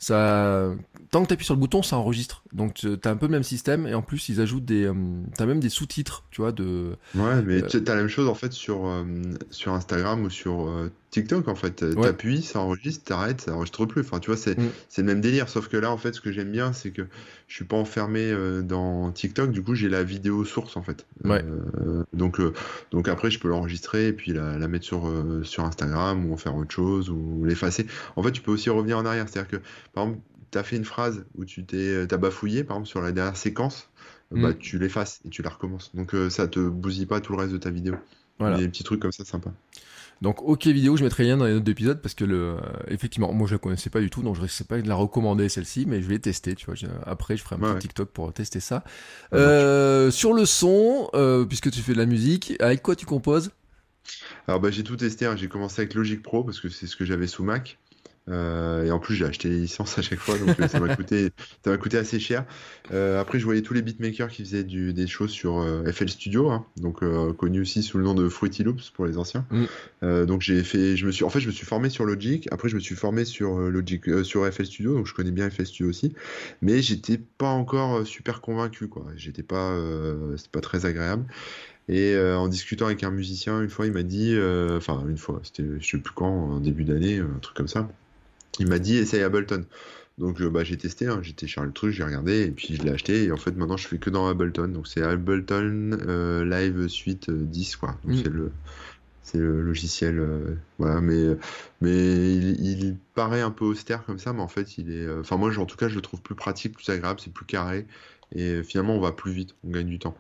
ça, tant que t'appuies sur le bouton, ça enregistre. Donc tu- t'as un peu le même système et en plus ils ajoutent des, euh, t'as même des sous-titres, tu vois, de. Ouais, mais Euh, tu as la même chose en fait sur, euh, sur Instagram ou sur euh, TikTok en fait. ouais. T'appuies, ça enregistre, t'arrêtes, ça enregistre plus. Enfin, tu vois, c'est Mm. c'est le même délire. Sauf que là, en fait, ce que j'aime bien, c'est que je suis pas enfermé euh, dans TikTok. Du coup, j'ai la vidéo source en fait. Ouais. Euh, donc, euh, donc après, je peux l'enregistrer et puis la, la mettre sur, euh, sur Instagram ou en faire autre chose ou l'effacer. En fait, tu peux aussi revenir en arrière. C'est-à-dire que, par exemple, t'as fait une phrase où tu t'es, t'as bafouillé, par exemple, sur la dernière séquence. Bah, Mm. tu l'effaces et tu la recommences. Donc euh, ça te bousille pas tout le reste de ta vidéo. Voilà. Des petits trucs comme ça sympa. Donc OK Vidéo, je mettrai le lien dans les notes d'épisode parce que le, euh, effectivement, moi je la connaissais pas du tout, donc je risquais pas de la recommander celle-ci, mais je vais tester, tu vois. je- Après, je ferai un Ouais, petit ouais. TikTok pour tester ça. Ça marche. Euh, sur le son, euh, puisque tu fais de la musique, avec quoi tu composes? Alors bah, j'ai tout testé, hein. J'ai commencé avec Logic Pro parce que c'est ce que j'avais sous Mac. Euh, et en plus j'ai acheté les licences à chaque fois, donc euh, ça m'a coûté, ça m'a coûté assez cher. Euh, après je voyais tous les beatmakers qui faisaient du, des choses sur euh, F L Studio, hein, donc euh, connu aussi sous le nom de Fruity Loops pour les anciens. Mm. Euh, donc j'ai fait, je me suis, en fait je me suis formé sur Logic. Après je me suis formé sur euh, Logic, euh, sur F L Studio, donc je connais bien F L Studio aussi. Mais j'étais pas encore euh, super convaincu, quoi. J'étais pas, euh, c'était pas très agréable. Et euh, en discutant avec un musicien, une fois, il m'a dit, euh, enfin une fois, c'était je sais plus quand, en début d'année, un truc comme ça. Il m'a dit essaye Ableton. Donc euh, bah, j'ai testé, hein, j'ai téléchargé le truc, j'ai regardé et puis je l'ai acheté. Et en fait maintenant je fais que dans Ableton. Donc c'est Ableton euh, Live Suite euh, dix, quoi. Donc Mm. c'est le c'est le logiciel, euh, voilà. Mais mais il, il paraît un peu austère comme ça, mais en fait il est, enfin moi en tout cas je le trouve plus pratique, plus agréable, c'est plus carré et finalement on va plus vite, on gagne du temps.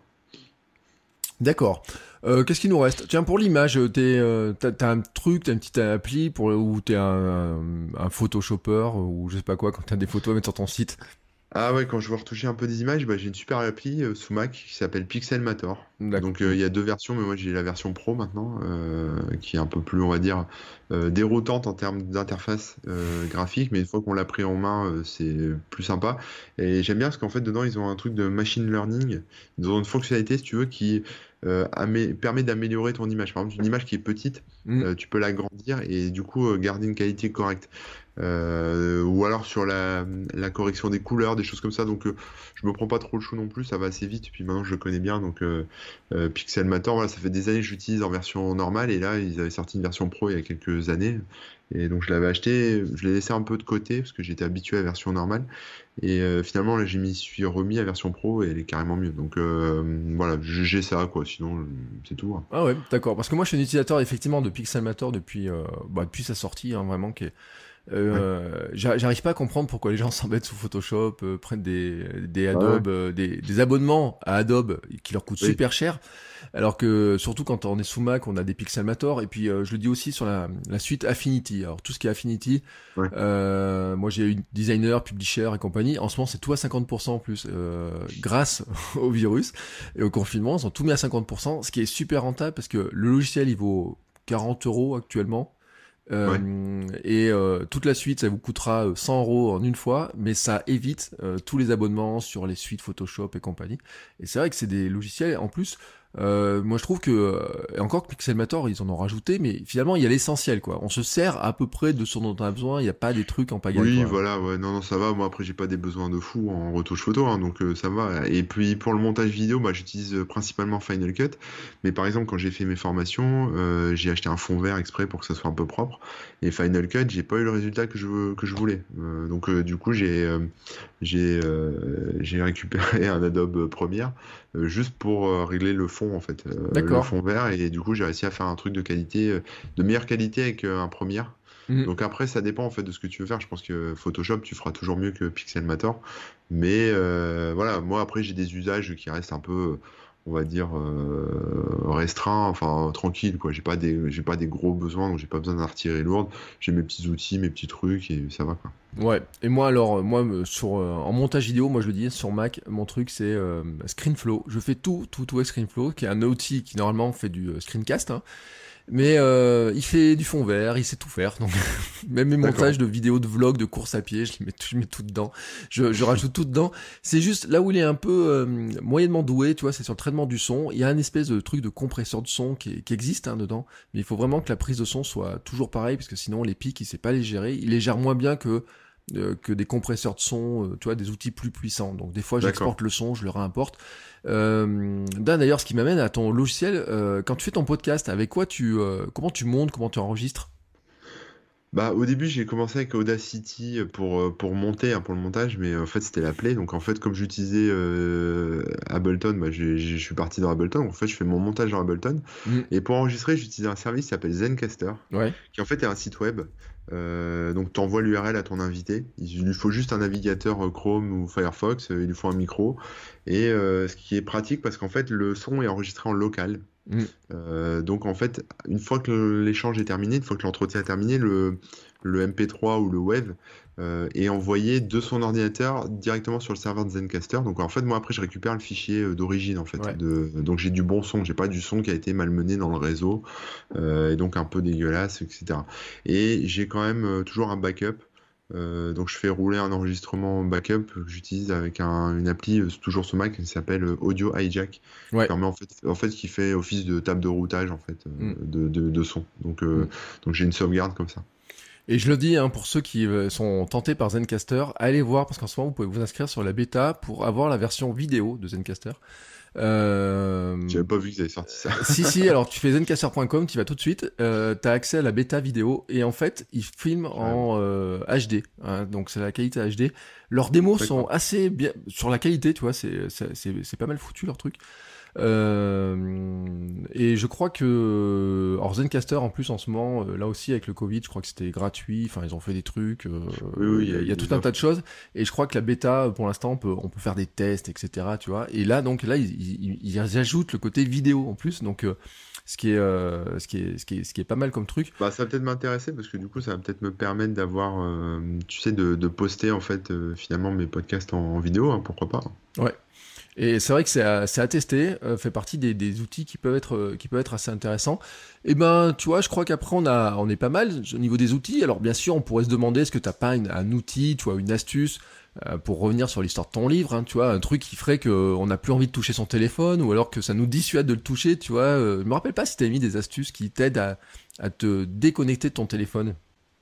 D'accord. Euh, qu'est-ce qu'il nous reste? Tiens, pour l'image, t'es, euh, t'as, t'as un truc, t'as une petite appli pour où t'es un, un, un photoshopper ou je sais pas quoi quand t'as des photos à mettre sur ton site. Ah ouais, quand je veux retoucher un peu des images, bah, j'ai une super appli euh, sous Mac qui s'appelle Pixelmator. D'accord. Donc euh, il y a deux versions, mais moi j'ai la version Pro maintenant, euh, qui est un peu plus, on va dire, euh, déroutante en termes d'interface euh, graphique, mais une fois qu'on l'a pris en main, euh, c'est plus sympa. Et j'aime bien parce qu'en fait dedans ils ont un truc de machine learning, ils ont une fonctionnalité, si tu veux, qui euh, amé- permet d'améliorer ton image. Par exemple, une image qui est petite, Mm. euh, tu peux l'agrandir et du coup euh, garder une qualité correcte. Euh, ou alors sur la, la correction des couleurs, des choses comme ça. Donc, euh, je me prends pas trop le chou non plus, ça va assez vite. Et puis maintenant, je le connais bien. Donc, euh, euh, Pixelmator, voilà, ça fait des années que j'utilise en version normale. Et là, ils avaient sorti une version pro il y a quelques années. Et donc, je l'avais acheté, je l'ai laissé un peu de côté parce que j'étais habitué à la version normale. Et euh, finalement, là, je m'y suis remis à version pro et elle est carrément mieux. Donc, euh, voilà, j'ai ça, quoi. Sinon, c'est tout. Hein. Ah ouais, d'accord. Parce que moi, je suis un utilisateur effectivement de Pixelmator depuis, euh, bah, depuis sa sortie, hein, vraiment, qui est. Euh, ouais. J'arrive pas à comprendre pourquoi les gens s'embêtent sous Photoshop, euh, prennent des, des Adobe, ouais. euh, des, des abonnements à Adobe qui leur coûtent oui. super cher, alors que surtout quand on est sous Mac, on a des Pixelmator. Et puis euh, je le dis aussi sur la, la suite Affinity. Alors tout ce qui est Affinity, ouais. euh, moi j'ai eu designer, publisher et compagnie. En ce moment c'est tout à cinquante pour cent en plus, euh, grâce au virus et au confinement, ils ont tout mis à cinquante pour cent, ce qui est super rentable parce que le logiciel il vaut quarante euros actuellement. Euh, ouais. Et euh, toute la suite ça vous coûtera cent euros en une fois, mais ça évite euh, tous les abonnements sur les suites Photoshop et compagnie. Et c'est vrai que c'est des logiciels en plus. Euh, moi je trouve que euh, encore que Pixelmator ils en ont rajouté, mais finalement il y a l'essentiel quoi. On se sert à peu près de ce dont on a besoin. Il n'y a pas des trucs en pagaille. Oui quoi. voilà ouais non non ça va. Moi après j'ai pas des besoins de fou en retouche photo hein, donc euh, ça va. Et puis pour le montage vidéo bah j'utilise principalement Final Cut. Mais par exemple quand j'ai fait mes formations euh, j'ai acheté un fond vert exprès pour que ça soit un peu propre. Et Final Cut j'ai pas eu le résultat que je que je voulais. Euh, donc euh, du coup j'ai euh, j'ai euh, j'ai récupéré un Adobe Premiere euh, juste pour euh, régler le fond en fait, euh, le fond vert, et du coup j'ai réussi à faire un truc de qualité, euh, de meilleure qualité avec euh, un Premiere. Mmh. Donc après ça dépend en fait de ce que tu veux faire. Je pense que Photoshop tu feras toujours mieux que Pixelmator, mais euh, voilà moi après j'ai des usages qui restent un peu on va dire euh, restreints, enfin tranquille quoi. J'ai pas des j'ai pas des gros besoins donc j'ai pas besoin d'artillerie lourde. J'ai mes petits outils, mes petits trucs et ça va quoi. Ouais. Et moi alors moi sur euh, en montage vidéo moi je le dis sur Mac mon truc c'est euh, ScreenFlow. Je fais tout tout tout avec ScreenFlow qui est un outil qui normalement fait du euh, screencast. Hein. Mais euh, il fait du fond vert, il sait tout faire. Donc même mes montages de vidéos, de vlogs, de course à pied, je les mets, je mets tout dedans. Je, je rajoute tout dedans. C'est juste là où il est un peu euh, moyennement doué, tu vois, c'est sur le traitement du son. Il y a un espèce de truc de compresseur de son qui, qui existe hein, dedans, mais il faut vraiment que la prise de son soit toujours pareille, parce que sinon les pics, il sait pas les gérer. Il les gère moins bien que Euh, que des compresseurs de son, euh, tu vois, des outils plus puissants. Donc des fois j'exporte le son, je le réimporte. Euh, d'ailleurs, ce qui m'amène à ton logiciel, euh, quand tu fais ton podcast, avec quoi tu, euh, comment tu montes, comment tu enregistres ? Bah au début j'ai commencé avec Audacity pour pour monter hein, pour le montage, mais en fait c'était la Play. Donc en fait comme j'utilisais euh, Ableton, bah je suis parti dans Ableton. En fait je fais mon montage dans Ableton mmh. et pour enregistrer j'utilise un service qui s'appelle Zencastr, ouais. qui en fait est un site web. Euh, donc tu envoies l'U R L à ton invité, il lui faut juste un navigateur Chrome ou Firefox, il lui faut un micro et euh, ce qui est pratique parce qu'en fait le son est enregistré en local. Mmh. Euh, donc en fait une fois que l'échange est terminé, une fois que l'entretien est terminé, le, le M P trois ou le WAV euh, est envoyé de son ordinateur directement sur le serveur de Zencastr. Donc en fait moi après je récupère le fichier d'origine en fait, ouais. de, donc j'ai du bon son, j'ai pas du son qui a été malmené dans le réseau euh, et donc un peu dégueulasse, etc. Et j'ai quand même euh, toujours un backup. Euh, donc je fais rouler un enregistrement backup que j'utilise avec un, une appli euh, toujours sur Mac qui s'appelle Audio Hijack, ouais. qui permet en fait, en fait qui fait office de table de routage en fait euh, mm. de, de, de son. Donc euh, mm. donc j'ai une sauvegarde comme ça. Et je le dis hein, pour ceux qui sont tentés par Zencastr, allez voir parce qu'en ce moment vous pouvez vous inscrire sur la bêta pour avoir la version vidéo de Zencastr. Euh... J'avais pas vu qu'ils avaient sorti ça. si si, alors tu fais zencastr point com, tu vas tout de suite, euh, t'as accès à la bêta vidéo et en fait ils filment en euh, H D, hein, donc c'est la qualité H D. Leurs démos D'accord. sont assez bien sur la qualité, tu vois, c'est c'est c'est, c'est pas mal foutu leur truc. Euh, et je crois que alors Zencastr en plus en ce moment là aussi avec le Covid je crois que c'était gratuit, enfin ils ont fait des trucs euh, oui, oui, il y a, il y a tout un tas de choses et je crois que la bêta pour l'instant on peut, on peut faire des tests etc tu vois et là donc là ils, ils, ils ajoutent le côté vidéo en plus donc euh, ce qui est euh, ce qui est ce qui est ce qui est pas mal comme truc. Bah ça va peut-être m'intéresser parce que du coup ça va peut-être me permettre d'avoir euh, tu sais de, de poster en fait euh, finalement mes podcasts en, en vidéo hein, pourquoi pas. Ouais. Et c'est vrai que c'est à, c'est à tester, euh, fait partie des, des outils qui peuvent être euh, qui peuvent être assez intéressants. Et ben, tu vois, je crois qu'après on a on est pas mal au niveau des outils. Alors bien sûr, on pourrait se demander est-ce que t'as pas une, un outil, tu vois, une astuce euh, pour revenir sur l'histoire de ton livre, hein, tu vois, un truc qui ferait que on n'a plus envie de toucher son téléphone ou alors que ça nous dissuade de le toucher, tu vois. Euh, je me rappelle pas si t'avais mis des astuces qui t'aident à à te déconnecter de ton téléphone.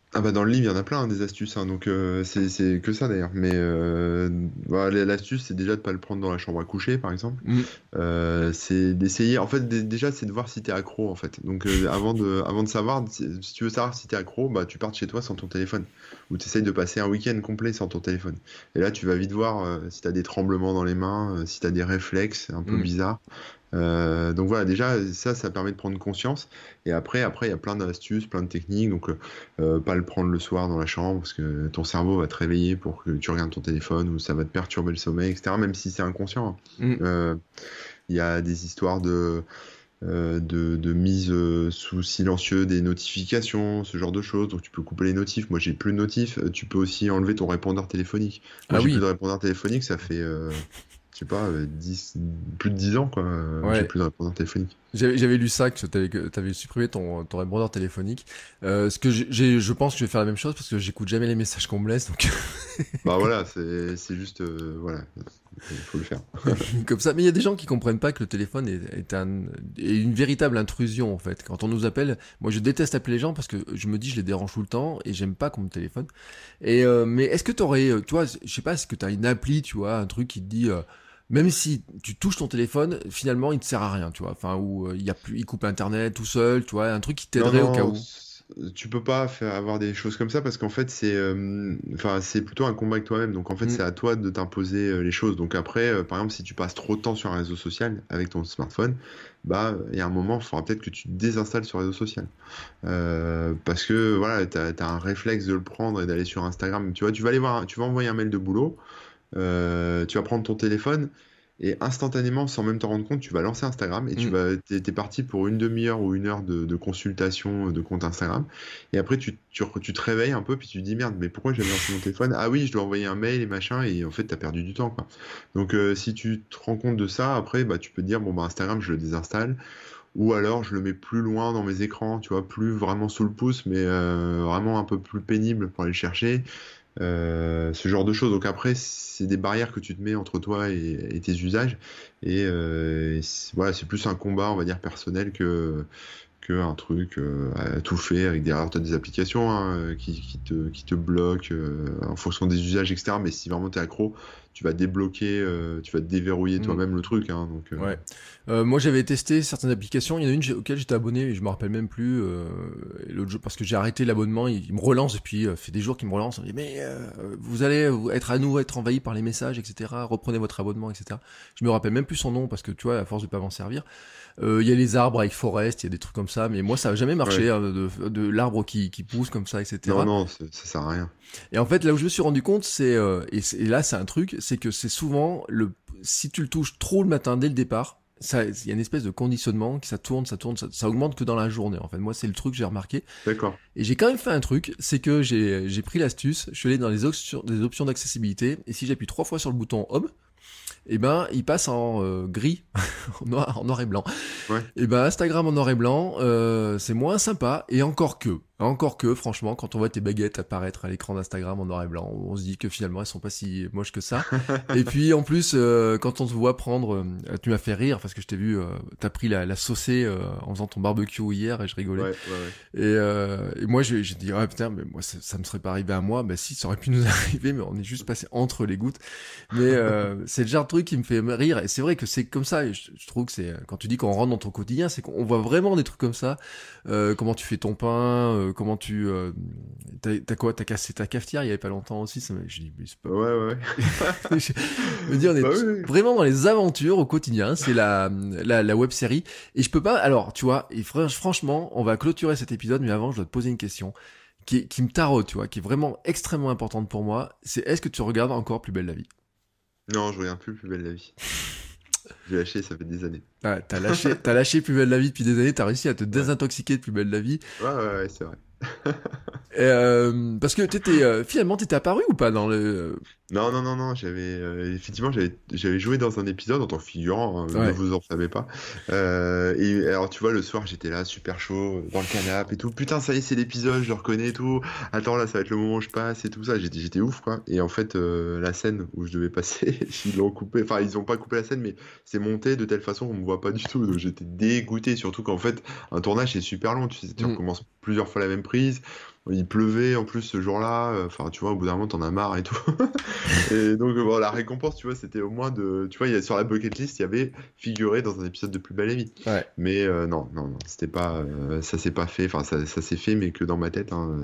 Ah bah dans le livre, il y en a plein hein, des astuces, hein, donc euh, c'est c'est que ça d'ailleurs. Mais euh, bah, l- l'astuce, c'est déjà de pas le prendre dans la chambre à coucher, par exemple. Mm. Euh, c'est d'essayer. En fait, dé- déjà, c'est de voir si t'es accro, en fait. Donc euh, avant de avant de savoir, si, si tu veux savoir si t'es accro, bah tu pars de chez toi sans ton téléphone, ou t'essayes de passer un week-end complet sans ton téléphone. Et là, tu vas vite voir euh, si t'as des tremblements dans les mains, euh, si t'as des réflexes un peu Mm. bizarres. Euh, donc voilà, déjà ça, ça permet de prendre conscience. Et après, après, il y a plein d'astuces, plein de techniques. Donc, euh, euh, pas le prendre le soir dans la chambre parce que ton cerveau va te réveiller pour que tu regardes ton téléphone ou ça va te perturber le sommeil, et cetera. Même si c'est inconscient. Mm. Euh, Il y a des histoires de, euh, de, de mise euh, sous silencieux des notifications, ce genre de choses. Donc, tu peux couper les notifs. Moi, j'ai plus de notifs. Euh, Tu peux aussi enlever ton répondeur téléphonique. Moi, Ah j'ai plus oui, de répondeur téléphonique. Ça fait, euh, je sais pas, euh, dix, plus de dix ans, quoi. euh, J'ai ouais. plus de répondeur téléphonique. J'avais j'avais lu ça, que t'avais, que t'avais supprimé ton, ton répondeur téléphonique. Euh, ce que j'ai, j'ai- je pense que je vais faire la même chose parce que j'écoute jamais les messages qu'on me laisse, donc Bah voilà, c'est c'est juste, euh, voilà, il faut le faire. comme ça. Mais il y a des gens qui comprennent pas que le téléphone est, est, un, est une véritable intrusion en fait. Quand on nous appelle, moi je déteste appeler les gens parce que je me dis je les dérange tout le temps et j'aime pas qu'on me téléphone. Et euh, mais est-ce que t'aurais, euh, tu vois, je sais pas, est-ce que t'as une appli, tu vois, un truc qui te dit euh, même si tu touches ton téléphone, finalement il te sert à rien, tu vois. Enfin où euh, il y a plus, il coupe internet tout seul, tu vois, un truc qui Non, t'aiderait au cas non, où. c- tu peux pas faire avoir des choses comme ça parce qu'en fait c'est, euh, enfin c'est plutôt un combat avec toi-même. Donc en fait Mm. c'est à toi de t'imposer euh, les choses. Donc après, euh, par exemple, si tu passes trop de temps sur un réseau social avec ton smartphone, bah il y a un moment, il faudra peut-être que tu te désinstalles sur le réseau social. Euh, parce que voilà, t'as, t'as un réflexe de le prendre et d'aller sur Instagram. Tu vois, tu vas aller voir, un- tu vas envoyer un mail de boulot. Euh, tu vas prendre ton téléphone et instantanément, sans même t'en rendre compte, tu vas lancer Instagram et tu Mm. vas, t'es, t'es parti pour une demi-heure ou une heure de, de consultation de compte Instagram. Et après, tu, tu, tu te réveilles un peu puis tu te dis merde, mais pourquoi j'avais lancé mon téléphone? Ah oui, je dois envoyer un mail et machin. Et en fait, t'as perdu du temps, quoi. Donc, euh, si tu te rends compte de ça, après, bah, tu peux te dire bon, bah, Instagram, je le désinstalle. Ou alors, je le mets plus loin dans mes écrans, tu vois, plus vraiment sous le pouce, mais euh, vraiment un peu plus pénible pour aller le chercher. Euh, ce genre de choses. Donc après, c'est des barrières que tu te mets entre toi et, et tes usages. Et euh, c'est- voilà, c'est plus un combat, on va dire, personnel que, que un truc euh, à tout fait avec des, alors, t'as des applications hein, qui, qui te, qui te bloquent euh, en fonction des usages, et cetera. Mais si vraiment t'es accro, tu vas débloquer, euh, tu vas déverrouiller Mm. toi-même le truc. Hein, donc, euh, Ouais. Euh, moi, j'avais testé certaines applications. Il y en a une j'ai- auquel j'étais abonné, et je me rappelle même plus. Euh, et l'autre jour, parce que j'ai arrêté l'abonnement, il, il me relance depuis. Euh, fait des jours qu'il me relance. Il me dit mais euh, vous allez vous- être à nous, être envahi par les messages, et cetera. Reprenez votre abonnement, et cetera. Je me rappelle même plus son nom parce que tu vois, à force de pas m'en servir. Euh, Il y a les arbres avec Forest, il y a des trucs comme ça. Mais moi, ça a jamais ouais. marché hein, de, de l'arbre qui, qui pousse comme ça, Non, et cetera. non, ça, ça sert à rien. Et en fait, là où je me suis rendu compte, c'est euh, et, c'est- et là, c'est un truc, c'est que c'est souvent le si tu le touches trop le matin dès le départ, ça, il y a une espèce de conditionnement qui ça tourne, ça tourne, ça, ça augmente que dans la journée. En fait, moi, c'est le truc que j'ai remarqué. D'accord. Et j'ai quand même fait un truc, c'est que j'ai j'ai pris l'astuce, je suis allé dans les options, des options d'accessibilité, et si j'appuie trois fois sur le bouton Home, et ben, il passe en euh, gris, en noir, en noir et blanc. Ouais. Et ben Instagram en noir et blanc, euh, c'est moins sympa. Et encore que, encore que, franchement, quand on voit tes baguettes apparaître à l'écran d'Instagram en noir et blanc, on se dit que finalement elles sont pas si moches que ça. Et puis en plus, euh, quand on te voit prendre, euh, tu m'as fait rire parce que je t'ai vu, euh, t'as pris la, la saucée euh, en faisant ton barbecue hier et je rigolais. Ouais, ouais, ouais. Et, euh, et moi j'ai j'ai dit ah putain mais moi ça, ça me serait pas arrivé à moi. Bah si, ça aurait pu nous arriver, mais on est juste passé entre les gouttes. Mais euh, c'est le genre de truc qui me fait rire et c'est vrai que c'est comme ça. Et je, je trouve que c'est quand tu dis qu'on rentre dans ton quotidien, c'est qu'on voit vraiment des trucs comme ça. Euh, comment tu fais ton pain, euh, comment tu euh, t'as, t'as quoi, t'as cassé ta cafetière il y avait pas longtemps aussi. Ça m'a- je dis mais c'est pas. Ouais, ouais, ouais. je veux dire on est Bah oui, oui. vraiment dans les aventures au quotidien. C'est la la, la web série et je peux pas. Alors tu vois, et fr- franchement, on va clôturer cet épisode, mais avant je dois te poser une question qui, qui me taraude, tu vois, qui est vraiment extrêmement importante pour moi. C'est est-ce que tu regardes encore Plus belle la vie? Non, je regarde plus Plus belle la vie. J'ai lâché, ça fait des années. Ah, t'as lâché, t'as lâché Plus belle la vie depuis des années, t'as réussi à te désintoxiquer de Plus belle la vie. Ouais, ouais, ouais, c'est vrai. Et, euh, parce que t'étais, euh, finalement, t'étais apparu ou pas dans le... Non, non, non, non, j'avais euh, effectivement j'avais j'avais joué dans un épisode en tant que figurant, hein, Ouais. ne vous en savez pas. Euh, et alors tu vois le soir j'étais là super chaud dans le canapé et tout. Putain ça y est c'est l'épisode, je le reconnais et tout. Attends là ça va être le moment où je passe et tout ça. J'étais j'étais ouf quoi. Et en fait euh, la scène où je devais passer ils l'ont coupé. Enfin ils ont pas coupé la scène mais c'est monté de telle façon qu'on me voit pas du tout. Donc j'étais dégoûté surtout qu'en fait un tournage c'est super long. Tu sais tu Mm. recommences plusieurs fois la même prise. il pleuvait en plus ce jour-là. Enfin, tu vois, au bout d'un moment, t'en as marre et tout. Et donc, bon, la récompense, tu vois, c'était au moins de. Tu vois, il y a, sur la bucket list, il y avait figuré dans un épisode de Plus belle la vie. Ouais. Mais euh, non, non, non, c'était pas. Euh, ça s'est pas fait. Enfin, ça, ça s'est fait, mais que dans ma tête. Hein,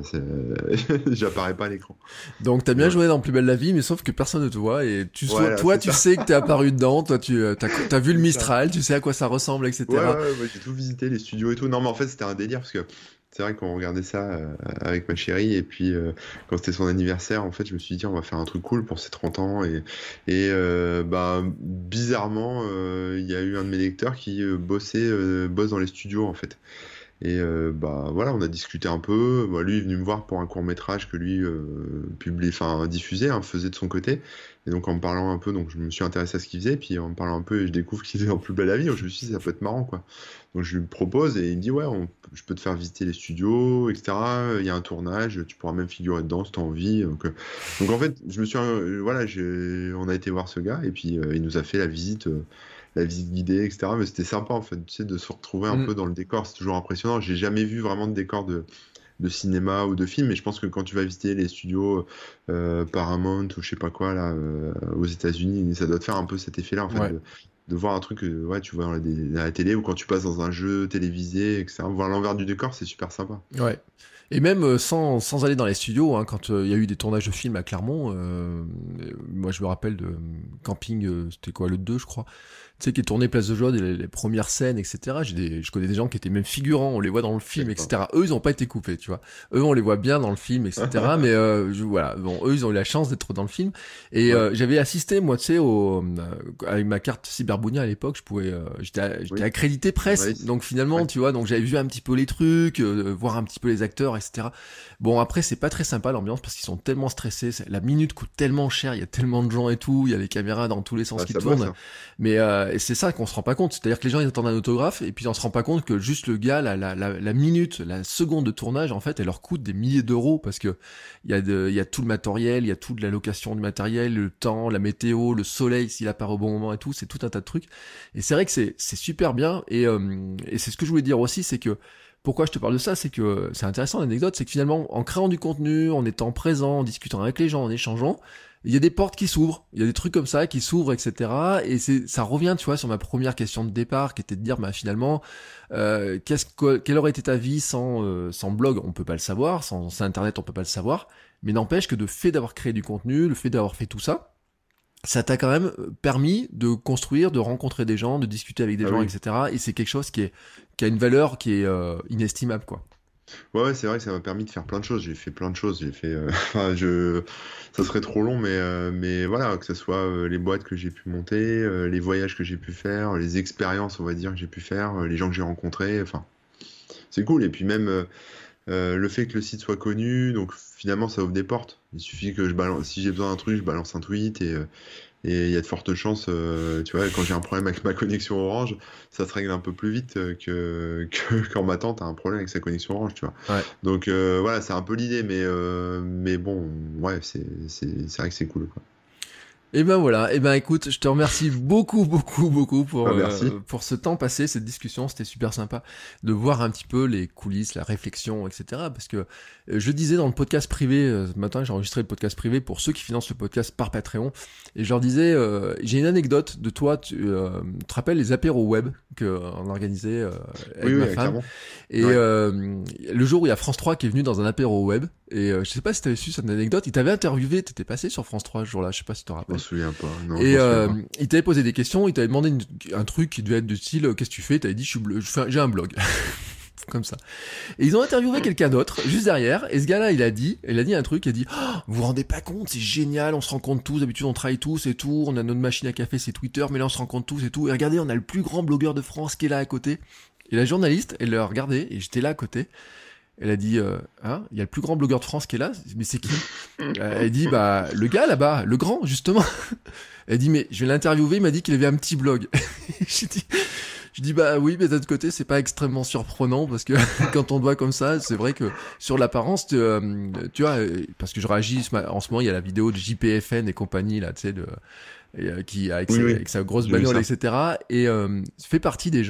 j'apparais pas à l'écran. Donc, t'as bien ouais. joué dans Plus belle la vie, mais sauf que personne ne te voit. Et tu sois, Voilà, toi, tu ça. sais que t'es apparu dedans. Toi, tu t'as, t'as vu le Mistral, tu sais à quoi ça ressemble, et cetera. Ouais, ouais, ouais, j'ai tout visité, les studios et tout. Non, mais en fait, c'était un délire parce que. C'est vrai qu'on regardait ça euh, avec ma chérie et puis euh, quand c'était son anniversaire, en fait, je me suis dit on va faire un truc cool pour ses trente ans et, et euh, bah, bizarrement, il euh, y a eu un de mes lecteurs qui euh, bossait, euh, bosse dans les studios en fait. Et euh, bah voilà, on a discuté un peu. Bah, lui est venu me voir pour un court métrage que lui euh, publie, enfin diffusait, hein, faisait de son côté. Et donc en me parlant un peu, donc je me suis intéressé à ce qu'il faisait. Puis en me parlant un peu, et je découvre qu'il faisait en Plus belle la vie. Donc je me suis dit ça peut être marrant quoi. Donc je lui propose et il me dit ouais, on, je peux te faire visiter les studios, et cetera. Il y a un tournage, tu pourras même figurer dedans si t'as envie. Donc, euh, donc en fait, je me suis, euh, voilà, j'ai, on a été voir ce gars et puis euh, il nous a fait la visite. Euh, la visite guidée, et cetera. Mais c'était sympa, en fait, tu sais, de se retrouver un Mm. peu dans le décor. C'est toujours impressionnant. J'ai jamais vu vraiment de décor de, de cinéma ou de film, mais je pense que quand tu vas visiter les studios euh, Paramount ou je sais pas quoi, là, euh, aux États-Unis, ça doit te faire un peu cet effet-là, en fait, Ouais. de, de voir un truc que ouais, tu vois à la, à la télé ou quand tu passes dans un jeu télévisé, et cetera. Voir l'envers du décor, c'est super sympa. Ouais. Et même euh, sans, sans aller dans les studios, hein, quand il euh, y a eu des tournages de films à Clermont, euh, moi je me rappelle de Camping, euh, c'était quoi, le deux je crois, tu sais, qui est tourné Place de Jaude, les, les premières scènes, et cetera. J'ai des, je connais des gens qui étaient même figurants, on les voit dans le film, et cetera. Eux, ils ont pas été coupés, tu vois. Eux, on les voit bien dans le film, et cetera. Mais euh, je, voilà, bon, eux, ils ont eu la chance d'être dans le film. Et Ouais. euh, j'avais assisté, moi, tu sais, au, euh, avec ma carte Cyberbounia à l'époque, je pouvais, euh, j'étais, j'étais Oui. accrédité presse, Ouais. donc finalement, Ouais. tu vois, donc j'avais vu un petit peu les trucs, euh, voir un petit peu les acteurs, et cetera. Bon, après, c'est pas très sympa l'ambiance parce qu'ils sont tellement stressés, c'est- la minute coûte tellement cher, il y a tellement de gens et tout, il y a les caméras dans tous les sens Ah, qui ça tournent. bosse, hein. Mais euh, et c'est ça qu'on se rend pas compte, c'est-à-dire que les gens ils attendent un autographe et puis on se rend pas compte que juste le gars, la, la, la, la minute, la seconde de tournage, en fait, elle leur coûte des milliers d'euros parce que il y a de, il y a tout le matériel, il y a toute la location du matériel, le temps, la météo, le soleil s'il apparaît au bon moment et tout, c'est tout un tas de trucs. Et c'est vrai que c'est c'est super bien et euh, et c'est ce que je voulais dire aussi, c'est que pourquoi je te parle de ça, c'est que c'est intéressant l'anecdote, c'est que finalement, en créant du contenu, en étant présent, en discutant avec les gens, en échangeant, il y a des portes qui s'ouvrent, il y a des trucs comme ça qui s'ouvrent, et cetera. Et c'est, ça revient, tu vois, sur ma première question de départ, qui était de dire, bah finalement, euh, qu'est-ce que, quelle aurait été ta vie sans, euh, sans blog, on peut pas le savoir, sans, sans internet, on peut pas le savoir. Mais n'empêche que le fait d'avoir créé du contenu, le fait d'avoir fait tout ça, ça t'a quand même permis de construire, de rencontrer des gens, de discuter avec des Ah gens, oui. et cetera. Et c'est quelque chose qui est, qui a une valeur qui est euh, inestimable, quoi. Ouais, ouais, c'est vrai que ça m'a permis de faire plein de choses. J'ai fait plein de choses. J'ai fait, euh, enfin, je, ça serait trop long, mais, euh, mais voilà, que ce soit euh, les boîtes que j'ai pu monter, euh, les voyages que j'ai pu faire, les expériences, on va dire, que j'ai pu faire, euh, les gens que j'ai rencontrés. Enfin, c'est cool. Et puis même euh, euh, le fait que le site soit connu, donc finalement, ça ouvre des portes. Il suffit que je balance, si j'ai besoin d'un truc, je balance un tweet et euh, et il y a de fortes chances, euh, tu vois, quand j'ai un problème avec ma connexion Orange, ça se règle un peu plus vite euh, que, que quand ma tante a un problème avec sa connexion Orange, tu vois. Ouais. Donc euh, voilà, c'est un peu l'idée, mais, euh, mais bon, ouais, c'est, c'est, c'est vrai que c'est cool, quoi. Et ben voilà, et ben écoute, je te remercie beaucoup, beaucoup, beaucoup pour, Ah, merci. euh, pour ce temps passé, cette discussion, c'était super sympa de voir un petit peu les coulisses, la réflexion, et cetera. Parce que euh, je disais dans le podcast privé, euh, ce matin j'ai enregistré le podcast privé pour ceux qui financent le podcast par Patreon, et je leur disais, euh, j'ai une anecdote de toi, tu euh, te rappelles les apéros web qu'on organisait euh, avec Oui, ma oui, femme, clairement. et Ouais. euh, le jour où il y a France trois qui est venu dans un apéro web, et euh, je sais pas si t'avais su cette anecdote, il t'avait interviewé, t'étais passé sur France trois ce jour-là, je sais pas si tu te Je rappelles. m'en souviens pas. Non, Et je m'en euh, souviens il t'avait posé des questions, il t'avait demandé une- un truc qui devait être du style, qu'est-ce que tu fais? T'avais dit, je suis blo- je fais un- j'ai un blog. Comme ça. Et ils ont interviewé quelqu'un d'autre, juste derrière, et ce gars-là, il a dit, il a dit un truc, il a dit, oh, vous vous rendez pas compte, c'est génial, on se rencontre tous, d'habitude on travaille tous et tout, on a notre machine à café, c'est Twitter, mais là on se rencontre tous et tout, et regardez, on a le plus grand blogueur de France qui est là à côté. Et la journaliste, elle l'a regardé, et j'étais là à côté, elle a dit, euh, hein, il y a le plus grand blogueur de France qui est là, mais c'est qui? Euh, Elle dit, bah, le gars là-bas, le grand, justement. Elle dit, mais je vais l'interviewer, il m'a dit qu'il avait un petit blog. J'ai dit, je dis, bah oui, mais d'un autre côté, c'est pas extrêmement surprenant, parce que quand on te voit comme ça, c'est vrai que sur l'apparence, tu, euh, tu vois, euh, parce que je réagis, ce ma- en ce moment, il y a la vidéo de J P F N et compagnie, là, tu sais, de, et, euh, qui, avec, Oui, ses- oui. avec sa grosse J'ai vu bagnole, ça. et cetera. Et euh, fait partie des gens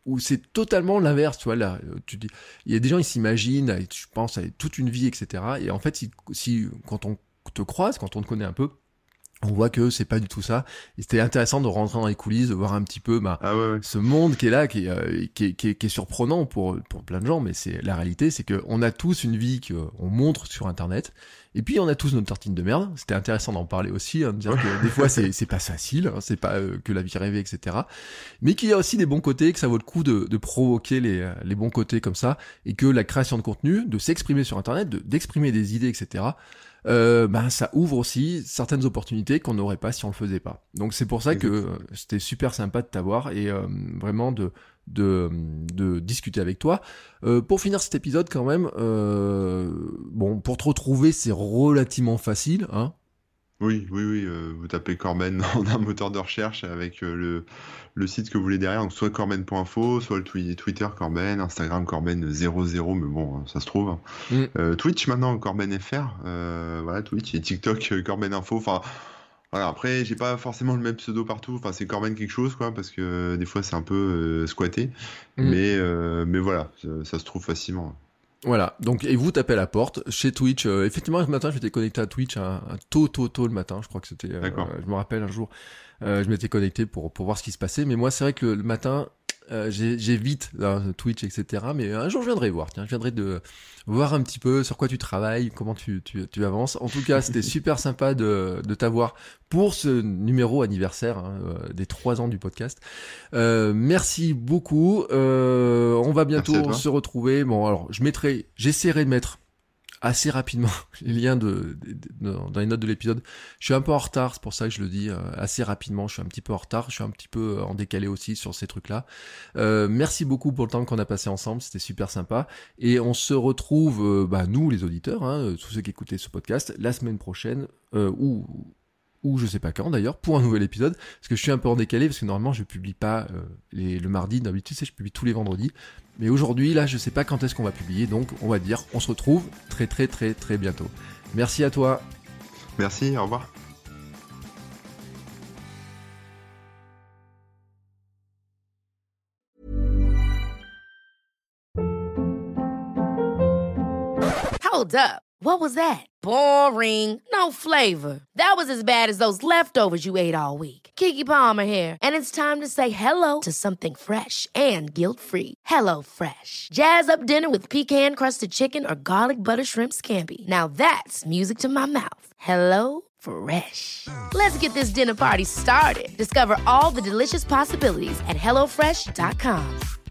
où c'est totalement l'inverse, tu vois, là, tu dis, il y a des gens, ils s'imaginent, je pense, à toute une vie, et cetera. Et en fait, si, si, quand on te croise, quand on te connaît un peu, on voit que c'est pas du tout ça. Et c'était intéressant de rentrer dans les coulisses, de voir un petit peu bah, ah ouais, ouais. ce monde qui est là, qui est, euh, qui est, qui est, qui est surprenant pour, pour plein de gens, mais c'est la réalité, c'est qu'on a tous une vie qu'on montre sur Internet, et puis on a tous notre tartine de merde. C'était intéressant d'en parler aussi, hein, de dire que des fois c'est, c'est pas facile, hein, c'est pas euh, que la vie rêvée, et cetera. Mais qu'il y a aussi des bons côtés, que ça vaut le coup de, de provoquer les, les bons côtés comme ça, et que la création de contenu, de s'exprimer sur Internet, de, d'exprimer des idées, et cetera, Euh, ben ça ouvre aussi certaines opportunités qu'on n'aurait pas si on le faisait pas. Donc c'est pour ça que euh, c'était super sympa de t'avoir et euh, vraiment de de de discuter avec toi. Euh, pour finir cet épisode quand même, euh, bon pour te retrouver c'est relativement facile, hein. Oui, oui, oui, euh, vous tapez Corben dans un moteur de recherche avec euh, le, le site que vous voulez derrière, donc soit corben point info, soit le twi- Twitter Corben, Instagram Corben zéro zéro, mais bon, ça se trouve. Mm. Euh, Twitch maintenant, Corben F R, euh, voilà, Twitch, et TikTok, euh, Corben Info, enfin... Voilà, après, j'ai pas forcément le même pseudo partout, enfin c'est Corben quelque chose, quoi, parce que euh, des fois c'est un peu euh, squatté, Mm. mais, euh, mais voilà, ça, ça se trouve facilement. Voilà, donc et vous tapez à la porte chez Twitch. Euh, effectivement, ce matin, j'étais connecté à Twitch un, un tôt, tôt, tôt le matin. Je crois que c'était. Euh, D'accord. je me rappelle un jour, euh, je m'étais connecté pour pour voir ce qui se passait. Mais moi, c'est vrai que le, le matin, euh, j'ai, j'évite là, Twitch, et cetera. Mais un jour, je viendrai voir. Tiens, je viendrai de voir un petit peu sur quoi tu travailles, comment tu tu, tu avances. En tout cas, c'était super sympa de de t'avoir pour ce numéro anniversaire hein, euh, des trois ans du podcast. Euh, merci beaucoup. Euh, on va bientôt se retrouver. Bon, alors je mettrai, j'essaierai de mettre assez rapidement les liens de, de, de dans les notes de l'épisode. Je suis un peu en retard, c'est pour ça que je le dis euh, assez rapidement. Je suis un petit peu en retard. Je suis un petit peu en décalé aussi sur ces trucs-là. Euh, merci beaucoup pour le temps qu'on a passé ensemble. C'était super sympa. Et on se retrouve, euh, bah, nous les auditeurs, hein, tous ceux qui écoutaient ce podcast, la semaine prochaine euh, ou ou je sais pas quand d'ailleurs, pour un nouvel épisode, parce que je suis un peu en décalé, parce que normalement je publie pas euh, les, le mardi, d'habitude c'est je publie tous les vendredis, mais aujourd'hui là je sais pas quand est-ce qu'on va publier, donc on va dire on se retrouve très très très très bientôt. Merci à toi. Merci, au revoir. Hold up. What was that? Boring. No flavor. That was as bad as those leftovers you ate all week. Keke Palmer here, and it's time to say hello to something fresh and guilt-free. Hello Fresh. Jazz up dinner with pecan-crusted chicken or garlic butter shrimp scampi. Now that's music to my mouth. Hello Fresh. Let's get this dinner party started. Discover all the delicious possibilities at hello fresh dot com.